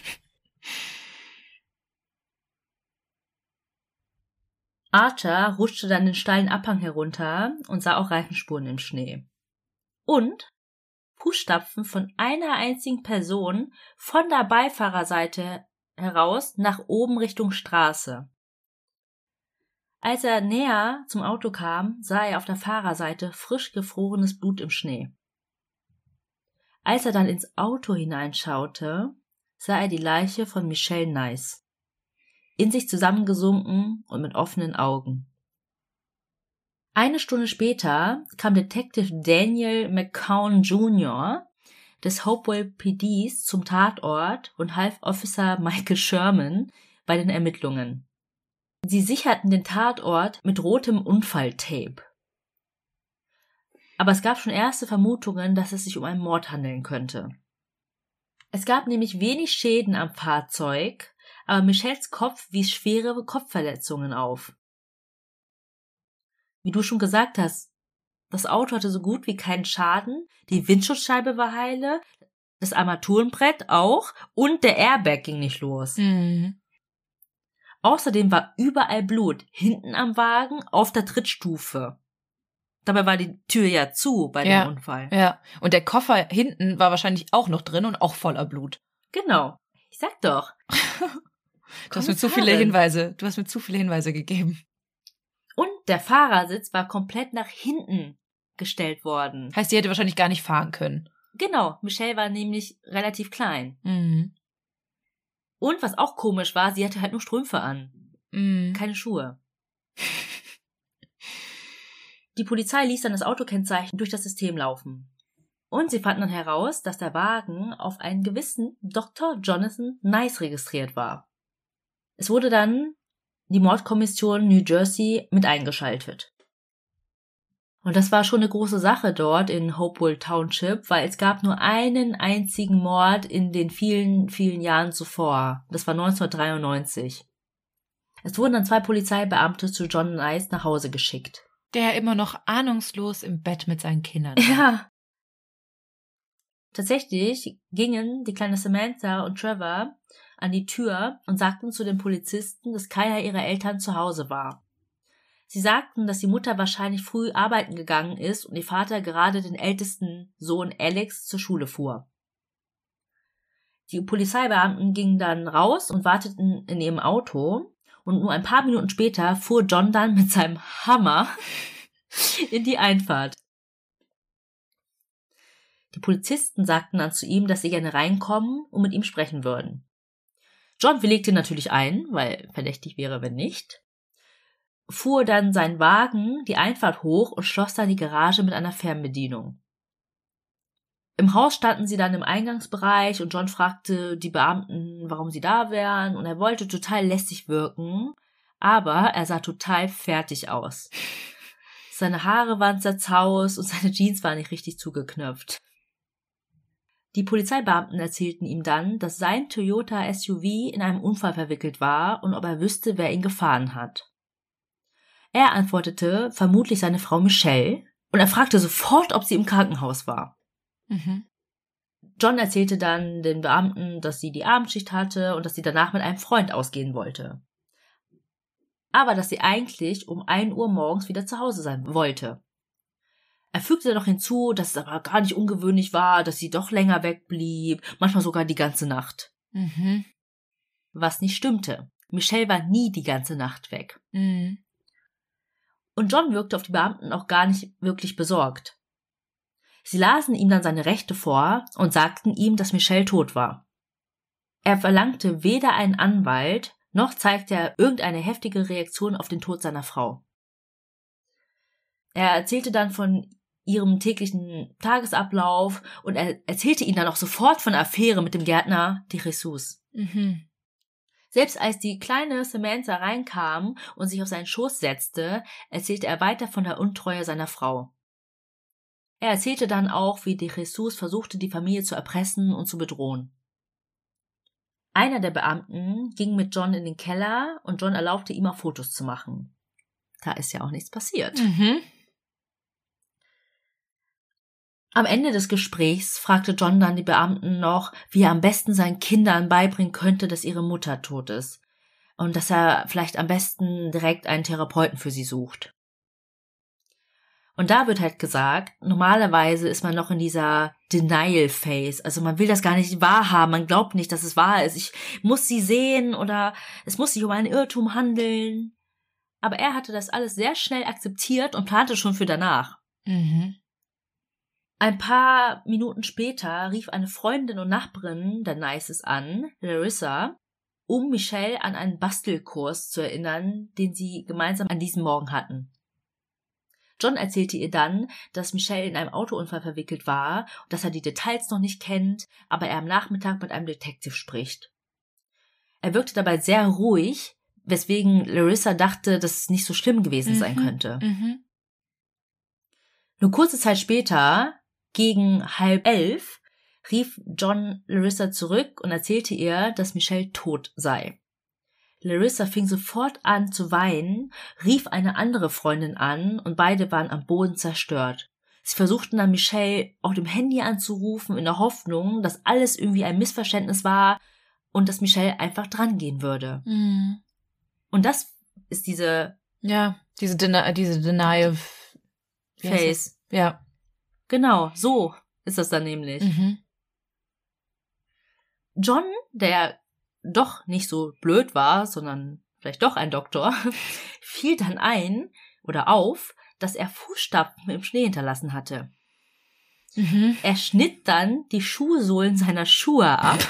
Archer rutschte dann den steilen Abhang herunter und sah auch Reifenspuren im Schnee. Und Fußstapfen von einer einzigen Person von der Beifahrerseite heraus nach oben Richtung Straße. Als er näher zum Auto kam, sah er auf der Fahrerseite frisch gefrorenes Blut im Schnee. Als er dann ins Auto hineinschaute, sah er die Leiche von Michelle Nice, in sich zusammengesunken und mit offenen Augen. Eine Stunde später kam Detective Daniel McCown Junior des Hopewell P Ds zum Tatort und half Officer Michael Sherman bei den Ermittlungen. Sie sicherten den Tatort mit rotem Unfalltape. Aber es gab schon erste Vermutungen, dass es sich um einen Mord handeln könnte. Es gab nämlich wenig Schäden am Fahrzeug, aber Michelles Kopf wies schwere Kopfverletzungen auf. Wie du schon gesagt hast, das Auto hatte so gut wie keinen Schaden, die Windschutzscheibe war heile, das Armaturenbrett auch und der Airbag ging nicht los. Mhm. Außerdem war überall Blut, hinten am Wagen, auf der Trittstufe. Dabei war die Tür ja zu bei Ja, dem Unfall. Ja, und der Koffer hinten war wahrscheinlich auch noch drin und auch voller Blut. Genau. Ich sag doch. Du hast mir zu viele Hinweise, du hast mir zu viele Hinweise gegeben. Und der Fahrersitz war komplett nach hinten gestellt worden. Heißt, die hätte wahrscheinlich gar nicht fahren können. Genau, Michelle war nämlich relativ klein. Mhm. Und was auch komisch war, sie hatte halt nur Strümpfe an. Mhm. Keine Schuhe. Die Polizei ließ dann das Autokennzeichen durch das System laufen. Und sie fanden dann heraus, dass der Wagen auf einen gewissen Doktor Jonathan Nice registriert war. Es wurde dann die Mordkommission New Jersey mit eingeschaltet. Und das war schon eine große Sache dort in Hopewell Township, weil es gab nur einen einzigen Mord in den vielen, vielen Jahren zuvor. Das war neunzehnhundertdreiundneunzig. Es wurden dann zwei Polizeibeamte zu John Nice nach Hause geschickt. Der immer noch ahnungslos im Bett mit seinen Kindern war. Ja. Tatsächlich gingen die kleine Samantha und Trevor an die Tür und sagten zu den Polizisten, dass keiner ihrer Eltern zu Hause war. Sie sagten, dass die Mutter wahrscheinlich früh arbeiten gegangen ist und ihr Vater gerade den ältesten Sohn Alex zur Schule fuhr. Die Polizeibeamten gingen dann raus und warteten in ihrem Auto und nur ein paar Minuten später fuhr John dann mit seinem Hammer in die Einfahrt. Die Polizisten sagten dann zu ihm, dass sie gerne reinkommen und mit ihm sprechen würden. John willigte natürlich ein, weil verdächtig wäre, wenn nicht, fuhr dann sein Wagen die Einfahrt hoch und schloss dann die Garage mit einer Fernbedienung. Im Haus standen sie dann im Eingangsbereich und John fragte die Beamten, warum sie da wären, und er wollte total lässig wirken, aber er sah total fertig aus. Seine Haare waren zerzaust und seine Jeans waren nicht richtig zugeknöpft. Die Polizeibeamten erzählten ihm dann, dass sein Toyota S U V in einem Unfall verwickelt war und ob er wüsste, wer ihn gefahren hat. Er antwortete, vermutlich seine Frau Michelle, und er fragte sofort, ob sie im Krankenhaus war. Mhm. John erzählte dann den Beamten, dass sie die Abendschicht hatte und dass sie danach mit einem Freund ausgehen wollte. Aber dass sie eigentlich um ein Uhr morgens wieder zu Hause sein wollte. Er fügte noch hinzu, dass es aber gar nicht ungewöhnlich war, dass sie doch länger wegblieb, manchmal sogar die ganze Nacht. Mhm. Was nicht stimmte. Michelle war nie die ganze Nacht weg. Mhm. Und John wirkte auf die Beamten auch gar nicht wirklich besorgt. Sie lasen ihm dann seine Rechte vor und sagten ihm, dass Michelle tot war. Er verlangte weder einen Anwalt, noch zeigte er irgendeine heftige Reaktion auf den Tod seiner Frau. Er erzählte dann von ihrem täglichen Tagesablauf und er erzählte ihnen dann auch sofort von der Affäre mit dem Gärtner de Jesus. Mhm. Selbst als die kleine Samantha reinkam und sich auf seinen Schoß setzte, erzählte er weiter von der Untreue seiner Frau. Er erzählte dann auch, wie de Jesus versuchte, die Familie zu erpressen und zu bedrohen. Einer der Beamten ging mit John in den Keller und John erlaubte ihm auch Fotos zu machen. Da ist ja auch nichts passiert. Mhm. Am Ende des Gesprächs fragte John dann die Beamten noch, wie er am besten seinen Kindern beibringen könnte, dass ihre Mutter tot ist und dass er vielleicht am besten direkt einen Therapeuten für sie sucht. Und da wird halt gesagt, normalerweise ist man noch in dieser Denial-Phase, also man will das gar nicht wahrhaben, man glaubt nicht, dass es wahr ist, ich muss sie sehen oder es muss sich um einen Irrtum handeln. Aber er hatte das alles sehr schnell akzeptiert und plante schon für danach. Mhm. Ein paar Minuten später rief eine Freundin und Nachbarin der Nices an, Larissa, um Michelle an einen Bastelkurs zu erinnern, den sie gemeinsam an diesem Morgen hatten. John erzählte ihr dann, dass Michelle in einem Autounfall verwickelt war und dass er die Details noch nicht kennt, aber er am Nachmittag mit einem Detective spricht. Er wirkte dabei sehr ruhig, weswegen Larissa dachte, dass es nicht so schlimm gewesen Mhm. sein könnte. Mhm. Nur kurze Zeit später, gegen halb elf, rief John Larissa zurück und erzählte ihr, dass Michelle tot sei. Larissa fing sofort an zu weinen, rief eine andere Freundin an und beide waren am Boden zerstört. Sie versuchten dann Michelle auf dem Handy anzurufen, in der Hoffnung, dass alles irgendwie ein Missverständnis war und dass Michelle einfach drangehen würde. Mhm. Und das ist diese Ja, diese, Deni diese Denial wie heißt das? Face. Ja. Genau, so ist das dann nämlich. Mhm. John, der doch nicht so blöd war, sondern vielleicht doch ein Doktor, fiel dann ein oder auf, dass er Fußstapfen im Schnee hinterlassen hatte. Mhm. Er schnitt dann die Schuhsohlen seiner Schuhe ab,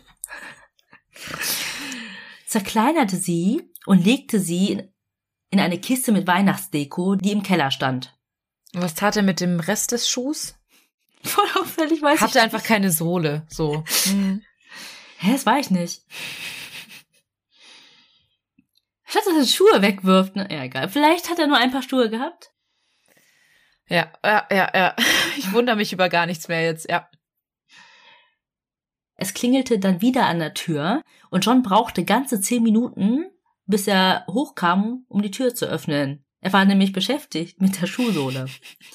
zerkleinerte sie und legte sie in eine Kiste mit Weihnachtsdeko, die im Keller stand. Was tat er mit dem Rest des Schuhs? Voll auffällig, weiß ich Hatte einfach keine Sohle, so. Mhm. Hä, das weiß ich nicht. Statt dass er Schuhe wegwirft, ne? Ja, egal. Vielleicht hat er nur ein paar Schuhe gehabt. Ja, ja, ja, ja. Ich wundere mich über gar nichts mehr jetzt, ja. Es klingelte dann wieder an der Tür und John brauchte ganze zehn Minuten, bis er hochkam, um die Tür zu öffnen. Er war nämlich beschäftigt mit der Schuhsohle.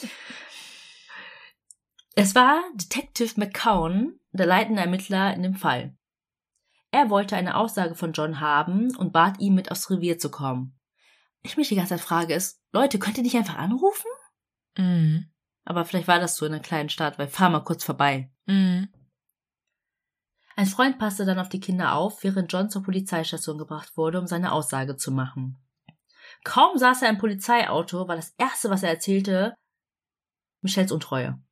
Es war Detective McCown, der leitende Ermittler in dem Fall. Er wollte eine Aussage von John haben und bat ihn, mit aufs Revier zu kommen. Ich mich die ganze Zeit frage ist, Leute, könnt ihr nicht einfach anrufen? Mhm. Aber vielleicht war das so in einer kleinen Stadt, weil fahr mal kurz vorbei. Mhm. Ein Freund passte dann auf die Kinder auf, während John zur Polizeistation gebracht wurde, um seine Aussage zu machen. Kaum saß er im Polizeiauto, war das Erste, was er erzählte, Michelles Untreue.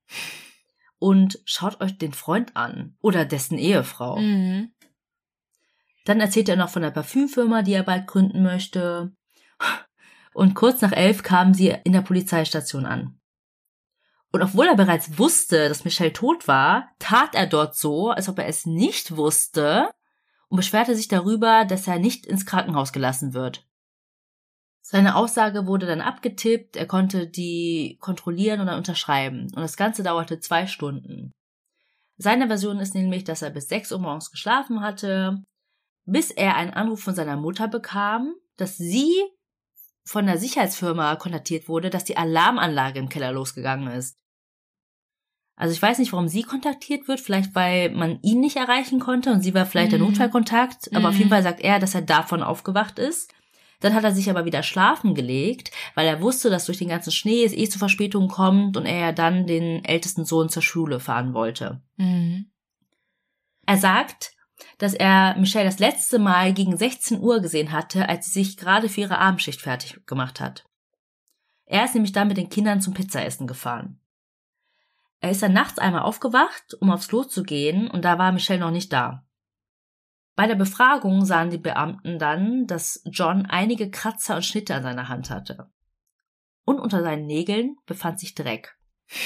Und schaut euch den Freund an oder dessen Ehefrau. Mhm. Dann erzählte er noch von der Parfümfirma, die er bald gründen möchte. Und kurz nach elf kamen sie in der Polizeistation an. Und obwohl er bereits wusste, dass Michelle tot war, tat er dort so, als ob er es nicht wusste und beschwerte sich darüber, dass er nicht ins Krankenhaus gelassen wird. Seine Aussage wurde dann abgetippt, er konnte die kontrollieren und dann unterschreiben. Und das Ganze dauerte zwei Stunden. Seine Version ist nämlich, dass er bis sechs Uhr morgens geschlafen hatte, bis er einen Anruf von seiner Mutter bekam, dass sie von der Sicherheitsfirma kontaktiert wurde, dass die Alarmanlage im Keller losgegangen ist. Also ich weiß nicht, warum sie kontaktiert wird, vielleicht weil man ihn nicht erreichen konnte und sie war vielleicht Mhm. der Notfallkontakt, aber Mhm. auf jeden Fall sagt er, dass er davon aufgewacht ist. Dann hat er sich aber wieder schlafen gelegt, weil er wusste, dass durch den ganzen Schnee es eh zu Verspätungen kommt und er ja dann den ältesten Sohn zur Schule fahren wollte. Mhm. Er sagt, dass er Michelle das letzte Mal gegen sechzehn Uhr gesehen hatte, als sie sich gerade für ihre Abendschicht fertig gemacht hat. Er ist nämlich dann mit den Kindern zum Pizzaessen gefahren. Er ist dann nachts einmal aufgewacht, um aufs Klo zu gehen, und da war Michelle noch nicht da. Bei der Befragung sahen die Beamten dann, dass John einige Kratzer und Schnitte an seiner Hand hatte. Und unter seinen Nägeln befand sich Dreck.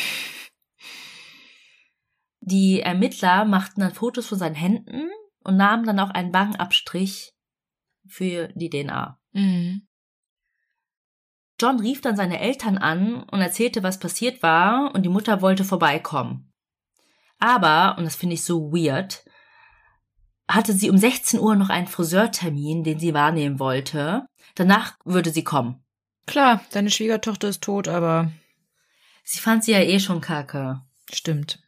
Die Ermittler machten dann Fotos von seinen Händen und nahmen dann auch einen Wangenabstrich für die D N A. Mhm. John rief dann seine Eltern an und erzählte, was passiert war, und die Mutter wollte vorbeikommen. Aber, und das finde ich so weird, hatte sie um sechzehn Uhr noch einen Friseurtermin, den sie wahrnehmen wollte. Danach würde sie kommen. Klar, deine Schwiegertochter ist tot, aber Sie fand sie ja eh schon kacke. stimmt.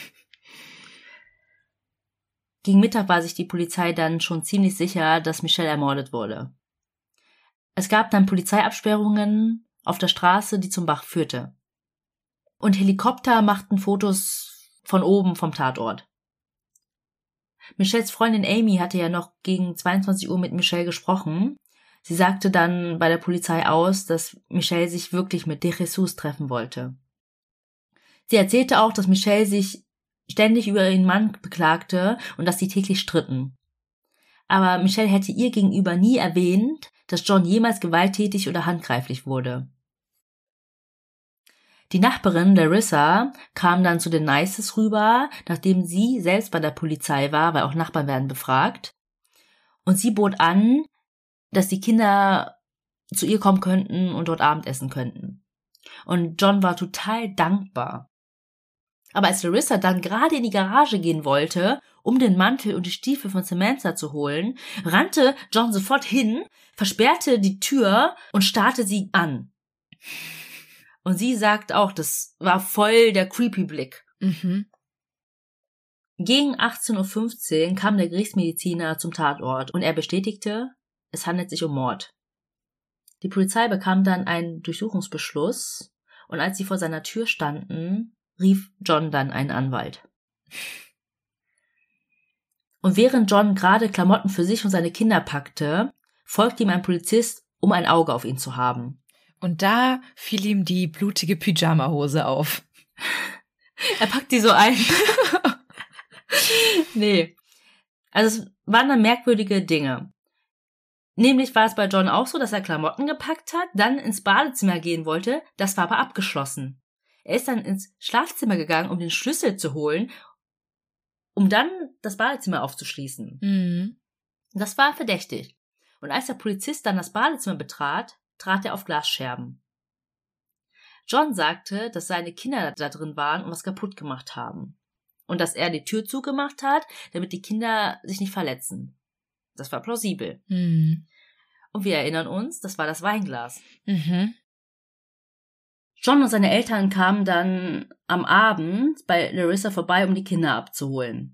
Gegen Mittag war sich die Polizei dann schon ziemlich sicher, dass Michelle ermordet wurde. Es gab dann Polizeiabsperrungen auf der Straße, die zum Bach führte. Und Helikopter machten Fotos von oben vom Tatort. Michelles Freundin Amy hatte ja noch gegen zweiundzwanzig Uhr mit Michelle gesprochen. Sie sagte dann bei der Polizei aus, dass Michelle sich wirklich mit De Jesus treffen wollte. Sie erzählte auch, dass Michelle sich ständig über ihren Mann beklagte und dass sie täglich stritten. Aber Michelle hätte ihr gegenüber nie erwähnt, dass John jemals gewalttätig oder handgreiflich wurde. Die Nachbarin Larissa kam dann zu den Nices rüber, nachdem sie selbst bei der Polizei war, weil auch Nachbarn werden befragt. Und sie bot an, dass die Kinder zu ihr kommen könnten und dort Abendessen könnten. Und John war total dankbar. Aber als Larissa dann gerade in die Garage gehen wollte, um den Mantel und die Stiefel von Samantha zu holen, rannte John sofort hin, versperrte die Tür und starrte sie an. Und sie sagt auch, das war voll der creepy Blick. Mhm. Gegen achtzehn Uhr fünfzehn kam der Gerichtsmediziner zum Tatort und er bestätigte, es handelt sich um Mord. Die Polizei bekam dann einen Durchsuchungsbeschluss und als sie vor seiner Tür standen, rief John dann einen Anwalt. Und während John gerade Klamotten für sich und seine Kinder packte, folgte ihm ein Polizist, um ein Auge auf ihn zu haben. Und da fiel ihm die blutige Pyjamahose auf. Er packt die so ein. Nee. Also es waren dann merkwürdige Dinge. Nämlich war es bei John auch so, dass er Klamotten gepackt hat, dann ins Badezimmer gehen wollte, das war aber abgeschlossen. Er ist dann ins Schlafzimmer gegangen, um den Schlüssel zu holen, um dann das Badezimmer aufzuschließen. Mhm. Das war verdächtig. Und als der Polizist dann das Badezimmer betrat, trat er auf Glasscherben. John sagte, dass seine Kinder da drin waren und was kaputt gemacht haben. Und dass er die Tür zugemacht hat, damit die Kinder sich nicht verletzen. Das war plausibel. Mhm. Und wir erinnern uns, das war das Weinglas. Mhm. John und seine Eltern kamen dann am Abend bei Larissa vorbei, um die Kinder abzuholen.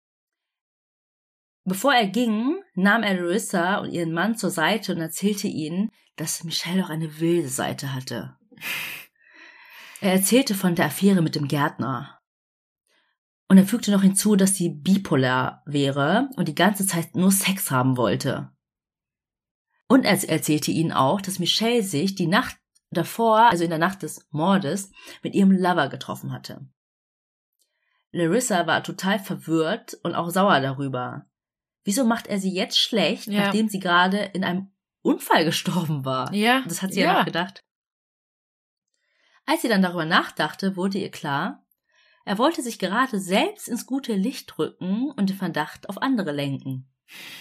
Bevor er ging, nahm er Larissa und ihren Mann zur Seite und erzählte ihnen, dass Michelle auch eine wilde Seite hatte. Er erzählte von der Affäre mit dem Gärtner. Und er fügte noch hinzu, dass sie bipolar wäre und die ganze Zeit nur Sex haben wollte. Und er erzählte ihnen auch, dass Michelle sich die Nacht davor, also in der Nacht des Mordes, mit ihrem Lover getroffen hatte. Larissa war total verwirrt und auch sauer darüber. Wieso macht er sie jetzt schlecht, Ja. nachdem sie gerade in einem Unfall gestorben war? Ja. Das hat sie ja, ja noch gedacht. Als sie dann darüber nachdachte, wurde ihr klar, er wollte sich gerade selbst ins gute Licht rücken und den Verdacht auf andere lenken.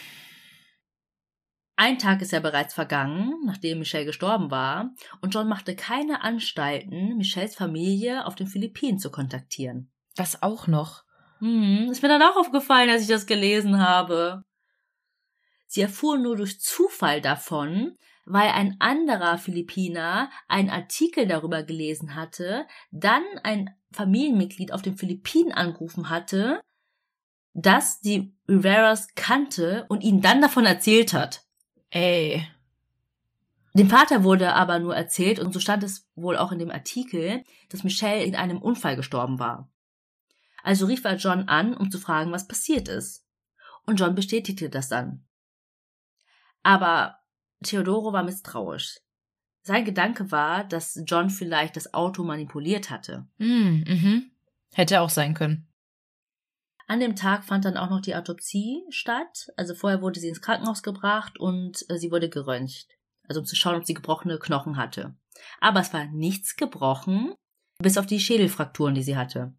Ein Tag ist ja bereits vergangen, nachdem Michelle gestorben war, und John machte keine Anstalten, Michelles Familie auf den Philippinen zu kontaktieren. Das auch noch. Hm, ist mir dann auch aufgefallen, als ich das gelesen habe. Sie erfuhren nur durch Zufall davon, weil ein anderer Philippiner einen Artikel darüber gelesen hatte, dann ein Familienmitglied auf den Philippinen angerufen hatte, das die Riveras kannte und ihnen dann davon erzählt hat. Ey. Dem Vater wurde aber nur erzählt, und so stand es wohl auch in dem Artikel, dass Michelle in einem Unfall gestorben war. Also rief er John an, um zu fragen, was passiert ist. Und John bestätigte das dann. Aber Teodoro war misstrauisch. Sein Gedanke war, dass John vielleicht das Auto manipuliert hatte. Mhm. Mhm. Hätte auch sein können. An dem Tag fand dann auch noch die Autopsie statt. Also vorher wurde sie ins Krankenhaus gebracht und äh, sie wurde geröntgt. Also um zu schauen, ob sie gebrochene Knochen hatte. Aber es war nichts gebrochen, bis auf die Schädelfrakturen, die sie hatte.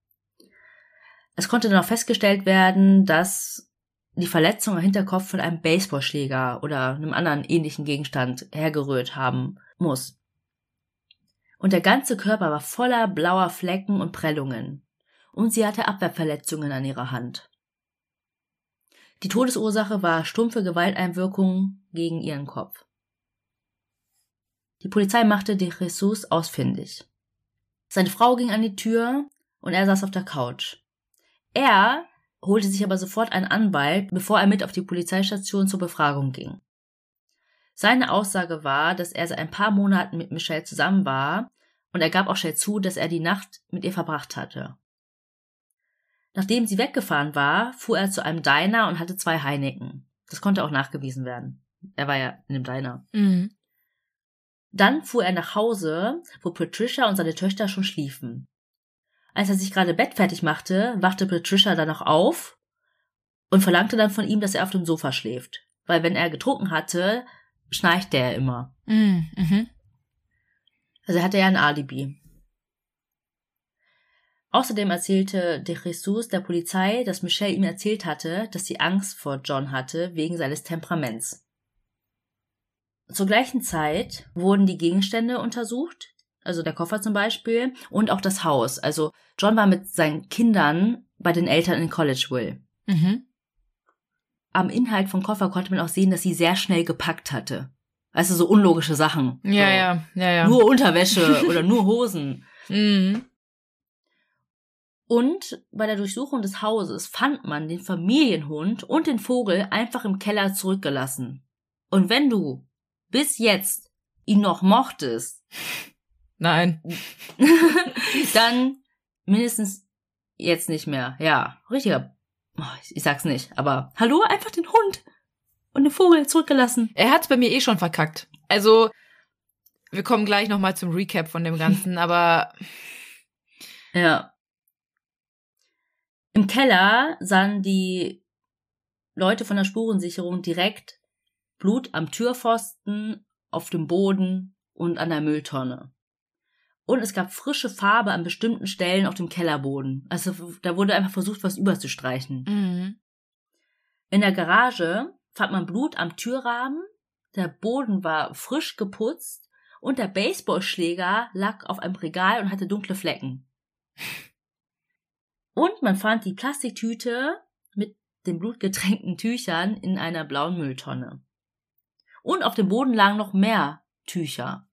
Es konnte dann auch festgestellt werden, dass die Verletzung am Hinterkopf von einem Baseballschläger oder einem anderen ähnlichen Gegenstand hergerührt haben muss. Und der ganze Körper war voller blauer Flecken und Prellungen. Und sie hatte Abwehrverletzungen an ihrer Hand. Die Todesursache war stumpfe Gewalteinwirkung gegen ihren Kopf. Die Polizei machte de Jesus ausfindig. Seine Frau ging an die Tür und er saß auf der Couch. Er holte sich aber sofort einen Anwalt, bevor er mit auf die Polizeistation zur Befragung ging. Seine Aussage war, dass er seit ein paar Monaten mit Michelle zusammen war und er gab auch schnell zu, dass er die Nacht mit ihr verbracht hatte. Nachdem sie weggefahren war, fuhr er zu einem Diner und hatte zwei Heineken. Das konnte auch nachgewiesen werden. Er war ja in dem Diner. Mhm. Dann fuhr er nach Hause, wo Patricia und seine Töchter schon schliefen. Als er sich gerade bettfertig machte, wachte Patricia dann noch auf und verlangte dann von ihm, dass er auf dem Sofa schläft. Weil wenn er getrunken hatte, schnarchte er immer. Mhm. Also hatte er ein Alibi. Außerdem erzählte de Jesus der Polizei, dass Michelle ihm erzählt hatte, dass sie Angst vor John hatte wegen seines Temperaments. Zur gleichen Zeit wurden die Gegenstände untersucht, also der Koffer zum Beispiel, und auch das Haus. Also John war mit seinen Kindern bei den Eltern in Collegeville. Mhm. Am Inhalt vom Koffer konnte man auch sehen, dass sie sehr schnell gepackt hatte. Also so unlogische Sachen. Ja, so. ja, ja, ja. Nur Unterwäsche oder nur Hosen. Mhm. Und bei der Durchsuchung des Hauses fand man den Familienhund und den Vogel einfach im Keller zurückgelassen. Und wenn du bis jetzt ihn noch mochtest, Nein. dann mindestens jetzt nicht mehr. Ja, richtiger, oh, ich, ich sag's nicht, aber hallo, einfach den Hund und den Vogel zurückgelassen. Er hat's bei mir eh schon verkackt. Also, wir kommen gleich nochmal zum Recap von dem Ganzen, aber... Ja. Im Keller sahen die Leute von der Spurensicherung direkt Blut am Türpfosten, auf dem Boden und an der Mülltonne. Und es gab frische Farbe an bestimmten Stellen auf dem Kellerboden. Also da wurde einfach versucht, was überzustreichen. Mhm. In der Garage fand man Blut am Türrahmen, der Boden war frisch geputzt und der Baseballschläger lag auf einem Regal und hatte dunkle Flecken. Und man fand die Plastiktüte mit den blutgetränkten Tüchern in einer blauen Mülltonne. Und auf dem Boden lagen noch mehr Tücher.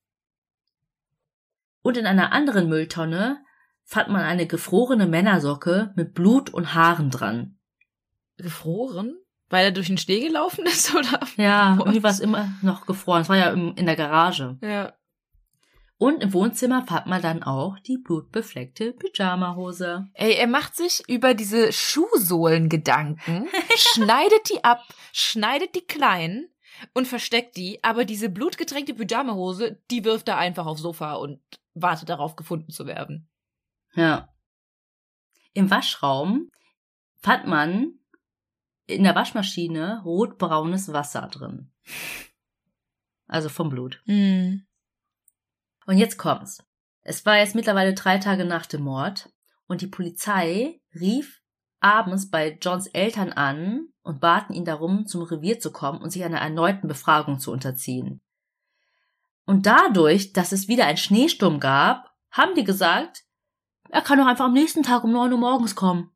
Und in einer anderen Mülltonne fand man eine gefrorene Männersocke mit Blut und Haaren dran. Gefroren? Weil er durch den Schnee gelaufen ist, oder? Ja, What? irgendwie war es immer noch gefroren. Es war ja im, in der Garage. Ja. Und im Wohnzimmer fand man dann auch die blutbefleckte Pyjamahose. Ey, er macht sich über diese Schuhsohlen Gedanken, schneidet die ab, schneidet die klein und versteckt die, aber diese blutgetränkte Pyjamahose, die wirft er einfach aufs Sofa und wartet darauf, gefunden zu werden. Ja. Im Waschraum fand man in der Waschmaschine rotbraunes Wasser drin. Also vom Blut. Mhm. Und jetzt kommt's. Es war jetzt mittlerweile drei Tage nach dem Mord und die Polizei rief abends bei Johns Eltern an und baten ihn darum, zum Revier zu kommen und sich einer erneuten Befragung zu unterziehen. Und dadurch, dass es wieder einen Schneesturm gab, haben die gesagt, er kann doch einfach am nächsten Tag um neun Uhr morgens kommen.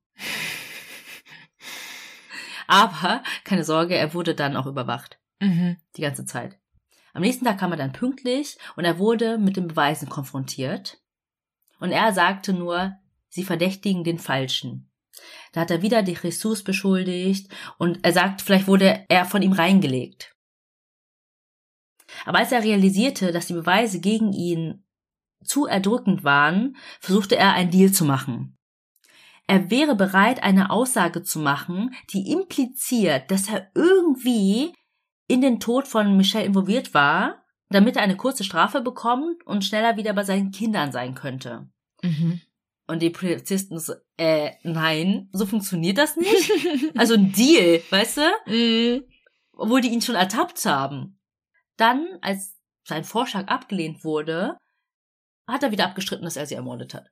Aber, keine Sorge, er wurde dann auch überwacht. Mhm. Die ganze Zeit. Am nächsten Tag kam er dann pünktlich und er wurde mit den Beweisen konfrontiert. Und er sagte nur, sie verdächtigen den Falschen. Da hat er wieder de Jesus beschuldigt und er sagt, vielleicht wurde er von ihm reingelegt. Aber als er realisierte, dass die Beweise gegen ihn zu erdrückend waren, versuchte er einen Deal zu machen. Er wäre bereit, eine Aussage zu machen, die impliziert, dass er irgendwie in den Tod von Michelle involviert war, damit er eine kurze Strafe bekommt und schneller wieder bei seinen Kindern sein könnte. Mhm. Und die Polizisten so, äh, nein, so funktioniert das nicht. Also ein Deal, weißt du? Mhm. Obwohl die ihn schon ertappt haben. Dann, als sein Vorschlag abgelehnt wurde, hat er wieder abgestritten, dass er sie ermordet hat.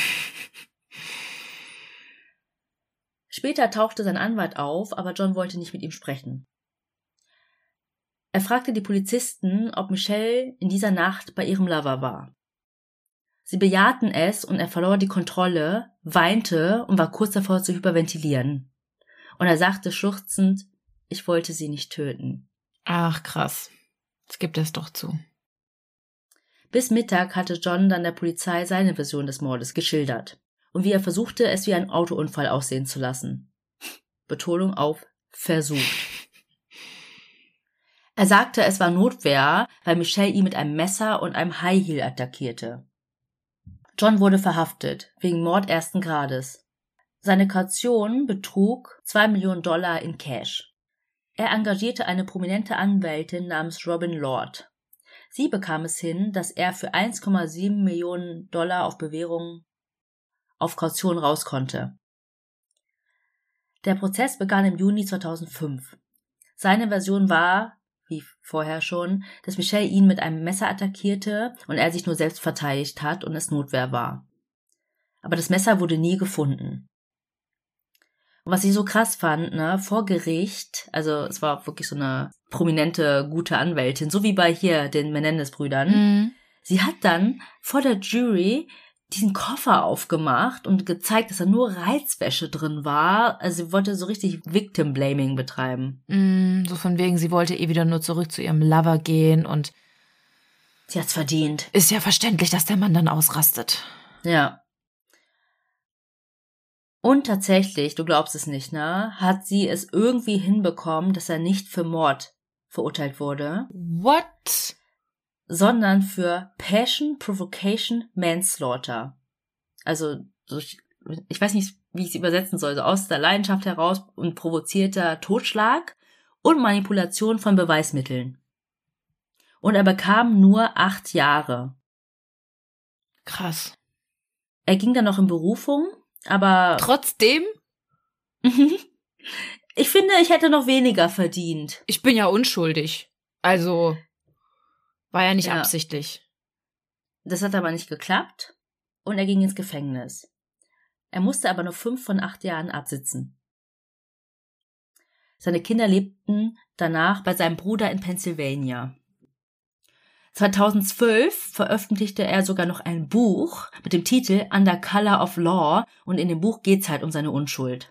Später tauchte sein Anwalt auf, aber John wollte nicht mit ihm sprechen. Er fragte die Polizisten, ob Michelle in dieser Nacht bei ihrem Lover war. Sie bejahten es und er verlor die Kontrolle, weinte und war kurz davor zu hyperventilieren. Und er sagte schluchzend, ich wollte sie nicht töten. Ach, krass. Jetzt gibt er es doch zu. Bis Mittag hatte John dann der Polizei seine Version des Mordes geschildert und wie er versuchte, es wie ein Autounfall aussehen zu lassen. Betonung auf versucht. Er sagte, es war Notwehr, weil Michelle ihn mit einem Messer und einem High Heel attackierte. John wurde verhaftet, wegen Mord ersten Grades. Seine Kaution betrug zwei Millionen Dollar in Cash. Er engagierte eine prominente Anwältin namens Robin Lord. Sie bekam es hin, dass er für eins Komma sieben Millionen Dollar auf Bewährung auf Kaution raus konnte. Der Prozess begann im Juni zweitausendfünf. Seine Version war, wie vorher schon, dass Michelle ihn mit einem Messer attackierte und er sich nur selbst verteidigt hat und es Notwehr war. Aber das Messer wurde nie gefunden. Und was ich so krass fand, ne, vor Gericht, also es war wirklich so eine prominente, gute Anwältin, so wie bei hier den Menendez-Brüdern, Mhm. sie hat dann vor der Jury diesen Koffer aufgemacht und gezeigt, dass da nur Reizwäsche drin war. Also sie wollte so richtig Victim-Blaming betreiben. Mm, so von wegen, sie wollte eh wieder nur zurück zu ihrem Lover gehen und Sie hat's verdient. ist ja verständlich, dass der Mann dann ausrastet. Ja. Und tatsächlich, du glaubst es nicht, ne, hat sie es irgendwie hinbekommen, dass er nicht für Mord verurteilt wurde, What? sondern für Passion, Provocation, Manslaughter. Also, durch, ich weiß nicht, wie ich es übersetzen soll, so aus der Leidenschaft heraus und provozierter Totschlag und Manipulation von Beweismitteln. Und er bekam nur acht Jahre. Krass. Er ging dann noch in Berufung, aber Trotzdem, ich finde, ich hätte noch weniger verdient. ich bin ja unschuldig. Also, war ja nicht Ja. absichtlich. Das hat aber nicht geklappt und er ging ins Gefängnis. Er musste aber nur fünf von acht Jahren absitzen. Seine Kinder lebten danach bei seinem Bruder in Pennsylvania. zweitausendzwölf veröffentlichte er sogar noch ein Buch mit dem Titel Under Color of Law und in dem Buch geht's halt um seine Unschuld.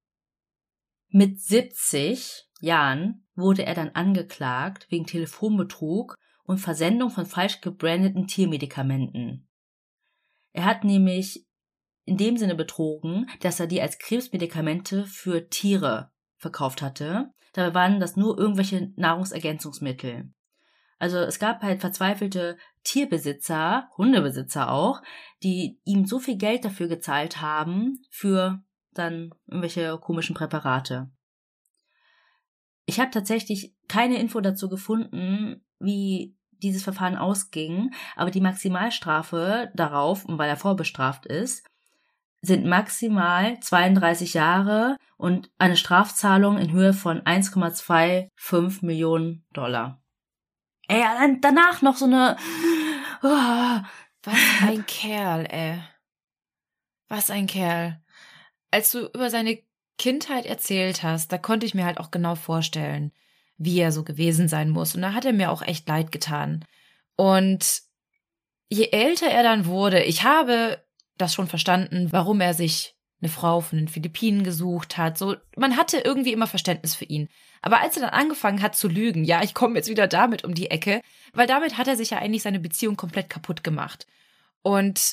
Mit siebzig Jahren wurde er dann angeklagt wegen Telefonbetrug und Versendung von falsch gebrandeten Tiermedikamenten. Er hat nämlich in dem Sinne betrogen, dass er die als Krebsmedikamente für Tiere verkauft hatte. Dabei waren das nur irgendwelche Nahrungsergänzungsmittel. Also es gab halt verzweifelte Tierbesitzer, Hundebesitzer auch, die ihm so viel Geld dafür gezahlt haben für dann irgendwelche komischen Präparate. Ich habe tatsächlich keine Info dazu gefunden, wie dieses Verfahren ausging, aber die Maximalstrafe darauf, und weil er vorbestraft ist, sind maximal zweiunddreißig Jahre und eine Strafzahlung in Höhe von eins Komma fünfundzwanzig Millionen Dollar. Ey, dann danach noch so eine... Oh, Was ein Kerl, ey. Was ein Kerl. Als du über seine Kindheit erzählt hast, da konnte ich mir halt auch genau vorstellen, wie er so gewesen sein muss. Und da hat er mir auch echt leid getan. Und je älter er dann wurde, ich habe das schon verstanden, warum er sich eine Frau von den Philippinen gesucht hat. So, man hatte irgendwie immer Verständnis für ihn. Aber als er dann angefangen hat zu lügen, ja, ich komme jetzt wieder damit um die Ecke, weil damit hat er sich ja eigentlich seine Beziehung komplett kaputt gemacht. Und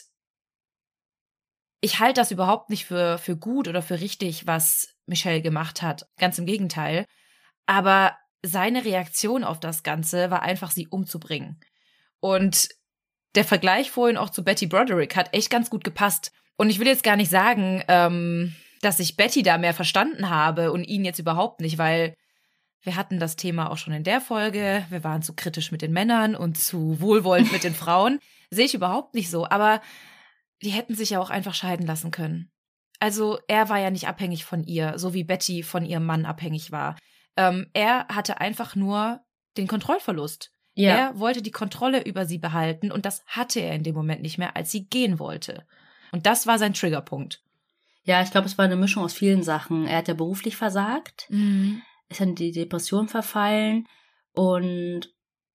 ich halte das überhaupt nicht für, für gut oder für richtig, was Michelle gemacht hat. Ganz im Gegenteil. Aber seine Reaktion auf das Ganze war einfach, sie umzubringen. Und der Vergleich vorhin auch zu Betty Broderick hat echt ganz gut gepasst. Und ich will jetzt gar nicht sagen, ähm, dass ich Betty da mehr verstanden habe und ihn jetzt überhaupt nicht, weil wir hatten das Thema auch schon in der Folge. Wir waren zu kritisch mit den Männern und zu wohlwollend mit den Frauen. Sehe ich überhaupt nicht so. Aber die hätten sich ja auch einfach scheiden lassen können. Also er war ja nicht abhängig von ihr, so wie Betty von ihrem Mann abhängig war. Ähm, er hatte einfach nur den Kontrollverlust. ja. Er wollte die Kontrolle über sie behalten und das hatte er in dem Moment nicht mehr, als sie gehen wollte. Und das war sein Triggerpunkt. Ja, ich glaube, es war eine Mischung aus vielen Sachen. Er hat ja beruflich versagt, Mhm. ist in die Depression verfallen und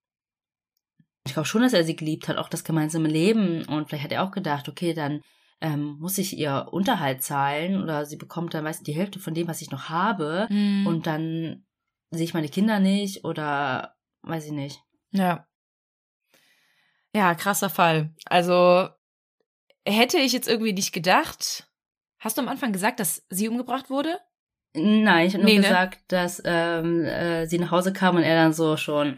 ich glaube schon, dass er sie geliebt hat, auch das gemeinsame Leben. Und vielleicht hat er auch gedacht, okay, dann ähm, muss ich ihr Unterhalt zahlen oder sie bekommt dann, weißt du, die Hälfte von dem, was ich noch habe Mhm. und dann sehe ich meine Kinder nicht oder weiß ich nicht. Ja. Ja, krasser Fall. Also hätte ich jetzt irgendwie nicht gedacht. Hast du am Anfang gesagt, dass sie umgebracht wurde? Nein, ich habe nur Nee, ne? gesagt, dass ähm, äh, sie nach Hause kam und er dann so schon...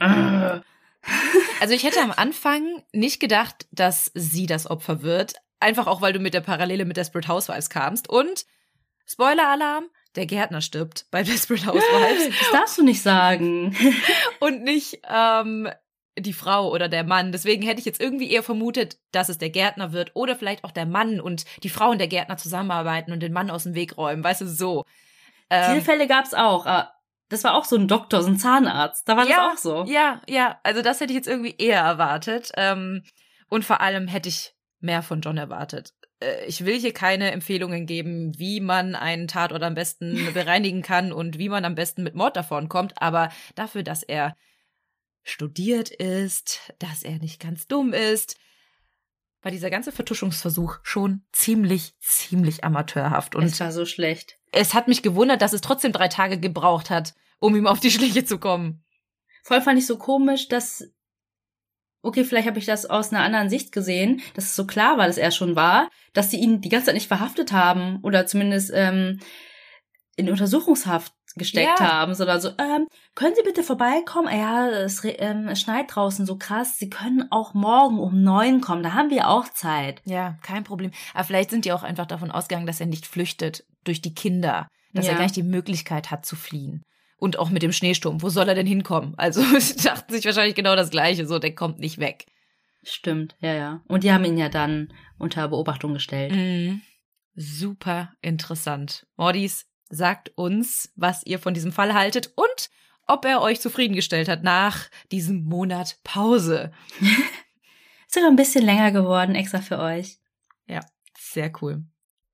Also ich hätte am Anfang nicht gedacht, dass sie das Opfer wird. Einfach auch, weil du mit der Parallele mit Desperate Housewives kamst. Und, Spoiler-Alarm, der Gärtner stirbt bei Desperate Housewives. Das darfst du nicht sagen. Und nicht, ähm, die Frau oder der Mann. Deswegen hätte ich jetzt irgendwie eher vermutet, dass es der Gärtner wird oder vielleicht auch der Mann und die Frau und der Gärtner zusammenarbeiten und den Mann aus dem Weg räumen. Weißt du, so. Diese Ähm, Fälle gab's auch. Das war auch so ein Doktor, so ein Zahnarzt. Da war ja, das auch so. Ja, ja. Also das hätte ich jetzt irgendwie eher erwartet. Ähm, und vor allem hätte ich mehr von John erwartet. Äh, ich will hier keine Empfehlungen geben, wie man einen Tatort am besten bereinigen kann und wie man am besten mit Mord davon kommt. Aber dafür, dass er studiert ist, dass er nicht ganz dumm ist, war dieser ganze Vertuschungsversuch schon ziemlich, ziemlich amateurhaft. Und Es war so schlecht. es hat mich gewundert, dass es trotzdem drei Tage gebraucht hat, um ihm auf die Schliche zu kommen. Vor allem fand ich so komisch, dass, okay, vielleicht habe ich das aus einer anderen Sicht gesehen, dass es so klar war, dass er schon war, dass sie ihn die ganze Zeit nicht verhaftet haben oder zumindest ähm, in Untersuchungshaft gesteckt Ja. haben, sondern so, ähm, können Sie bitte vorbeikommen? Ja, es, re- ähm, es schneit draußen so krass. Sie können auch morgen um neun kommen, da haben wir auch Zeit. Ja, kein Problem. Aber vielleicht sind die auch einfach davon ausgegangen, dass er nicht flüchtet durch die Kinder, dass Ja. er gleich die Möglichkeit hat zu fliehen. Und auch mit dem Schneesturm. Wo soll er denn hinkommen? Also sie dachten sich wahrscheinlich genau das Gleiche. So, der kommt nicht weg. Stimmt, ja, ja. Und die haben ihn ja dann unter Beobachtung gestellt. Mhm. Super interessant. Mordis, sagt uns, was ihr von diesem Fall haltet und ob er euch zufriedengestellt hat nach diesem Monat Pause. Ist sogar ein bisschen länger geworden, extra für euch. Ja, sehr cool.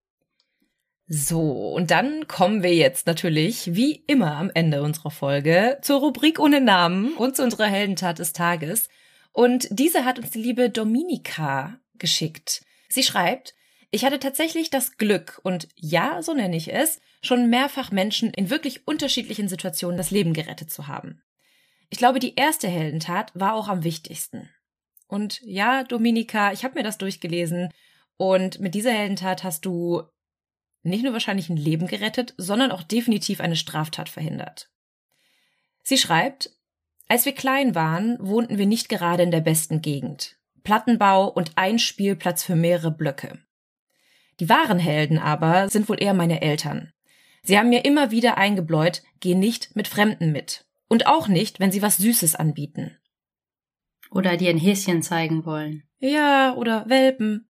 So, und dann kommen wir jetzt natürlich, wie immer am Ende unserer Folge, zur Rubrik ohne Namen und zu unserer Heldentat des Tages. Und diese hat uns die liebe Dominika geschickt. Sie schreibt, ich hatte tatsächlich das Glück, und ja, so nenne ich es, schon mehrfach Menschen in wirklich unterschiedlichen Situationen das Leben gerettet zu haben. Ich glaube, die erste Heldentat war auch am wichtigsten. Und ja, Dominika, ich habe mir das durchgelesen und mit dieser Heldentat hast du nicht nur wahrscheinlich ein Leben gerettet, sondern auch definitiv eine Straftat verhindert. Sie schreibt, als wir klein waren, wohnten wir nicht gerade in der besten Gegend. Plattenbau und ein Spielplatz für mehrere Blöcke. Die wahren Helden aber sind wohl eher meine Eltern. Sie haben mir immer wieder eingebläut, geh nicht mit Fremden mit. Und auch nicht, wenn sie was Süßes anbieten. Oder dir ein Häschen zeigen wollen. Ja, oder Welpen.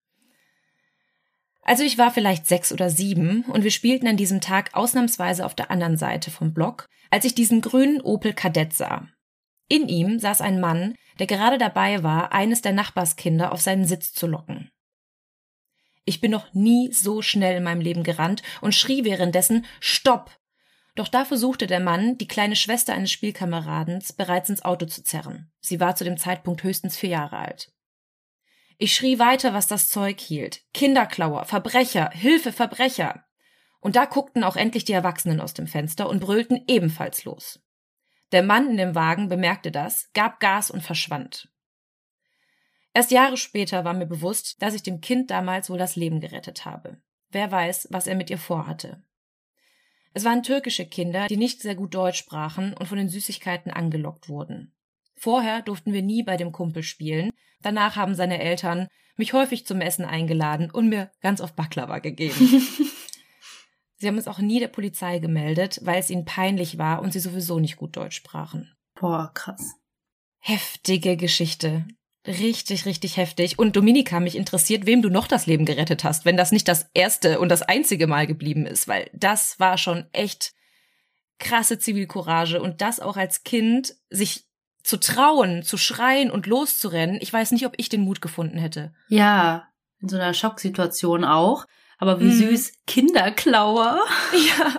Also ich war vielleicht sechs oder sieben und wir spielten an diesem Tag ausnahmsweise auf der anderen Seite vom Block, als ich diesen grünen Opel Kadett sah. In ihm saß ein Mann, der gerade dabei war, eines der Nachbarskinder auf seinen Sitz zu locken. Ich bin noch nie so schnell in meinem Leben gerannt und schrie währenddessen »Stopp!« Doch da versuchte der Mann, die kleine Schwester eines Spielkameradens bereits ins Auto zu zerren. Sie war zu dem Zeitpunkt höchstens vier Jahre alt. Ich schrie weiter, was das Zeug hielt. Kinderklauer, Verbrecher, Hilfe, Verbrecher. Und da guckten auch endlich die Erwachsenen aus dem Fenster und brüllten ebenfalls los. Der Mann in dem Wagen bemerkte das, gab Gas und verschwand. Erst Jahre später war mir bewusst, dass ich dem Kind damals wohl das Leben gerettet habe. Wer weiß, was er mit ihr vorhatte. Es waren türkische Kinder, die nicht sehr gut Deutsch sprachen und von den Süßigkeiten angelockt wurden. Vorher durften wir nie bei dem Kumpel spielen, danach haben seine Eltern mich häufig zum Essen eingeladen und mir ganz oft Baklava gegeben. Sie haben es auch nie der Polizei gemeldet, weil es ihnen peinlich war und sie sowieso nicht gut Deutsch sprachen. Boah, krass. Heftige Geschichte. Richtig, richtig heftig. Und Dominika, mich interessiert, wem du noch das Leben gerettet hast, wenn das nicht das erste und das einzige Mal geblieben ist, weil das war schon echt krasse Zivilcourage und das auch als Kind, sich zu trauen, zu schreien und loszurennen. Ich weiß nicht, ob ich den Mut gefunden hätte. Ja, in so einer Schocksituation auch. Aber wie Mhm. süß, Kinderklauer. Ja.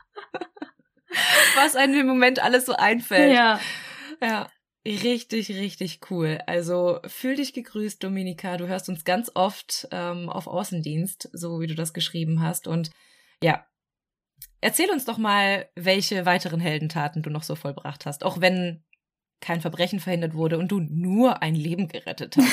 Was einem im Moment alles so einfällt. Ja. Ja. Richtig, richtig cool. Also fühl dich gegrüßt, Dominika. Du hörst uns ganz oft ähm, auf Außendienst, so wie du das geschrieben hast. Und ja, erzähl uns doch mal, welche weiteren Heldentaten du noch so vollbracht hast. Auch wenn kein Verbrechen verhindert wurde und du nur ein Leben gerettet hast.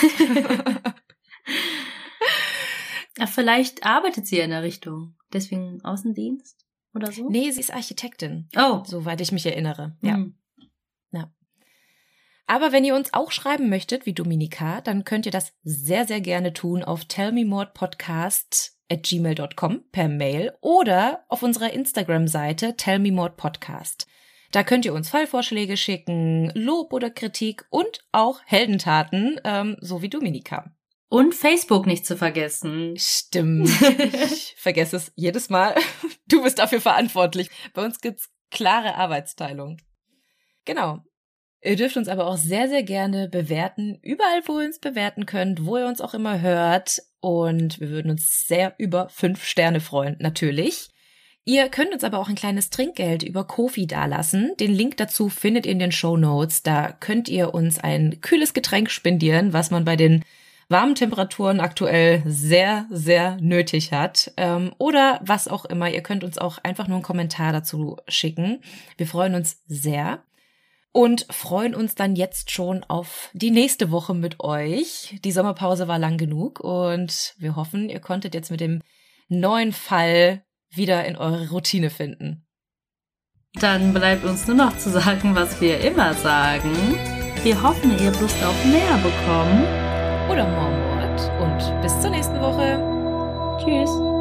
Ja, vielleicht arbeitet sie ja in der Richtung. Deswegen Außendienst oder so? Nee, sie ist Architektin. Oh. Soweit ich mich erinnere. Ja. Hm. Ja. Aber wenn ihr uns auch schreiben möchtet, wie Dominika, dann könnt ihr das sehr, sehr gerne tun auf tellmemordpodcast at gmail dot com per Mail oder auf unserer Instagram-Seite tellmemordpodcast. Da könnt ihr uns Fallvorschläge schicken, Lob oder Kritik und auch Heldentaten, ähm, so wie Dominika. Und Facebook nicht zu vergessen. Stimmt. Ich vergesse es jedes Mal. Du bist dafür verantwortlich. Bei uns gibt's klare Arbeitsteilung. Genau. Ihr dürft uns aber auch sehr, sehr gerne bewerten, überall, wo ihr uns bewerten könnt, wo ihr uns auch immer hört. Und wir würden uns sehr über fünf Sterne freuen, natürlich. Ihr könnt uns aber auch ein kleines Trinkgeld über Ko-fi dalassen. Den Link dazu findet ihr in den Shownotes. Da könnt ihr uns ein kühles Getränk spendieren, was man bei den warmen Temperaturen aktuell sehr, sehr nötig hat. Ähm, oder was auch immer. Ihr könnt uns auch einfach nur einen Kommentar dazu schicken. Wir freuen uns sehr. Und freuen uns dann jetzt schon auf die nächste Woche mit euch. Die Sommerpause war lang genug und wir hoffen, ihr konntet jetzt mit dem neuen Fall wieder in eure Routine finden. Dann bleibt uns nur noch zu sagen, was wir immer sagen. Wir hoffen, ihr habt Lust auf mehr bekommen. Oder Mormort. Und bis zur nächsten Woche. Tschüss.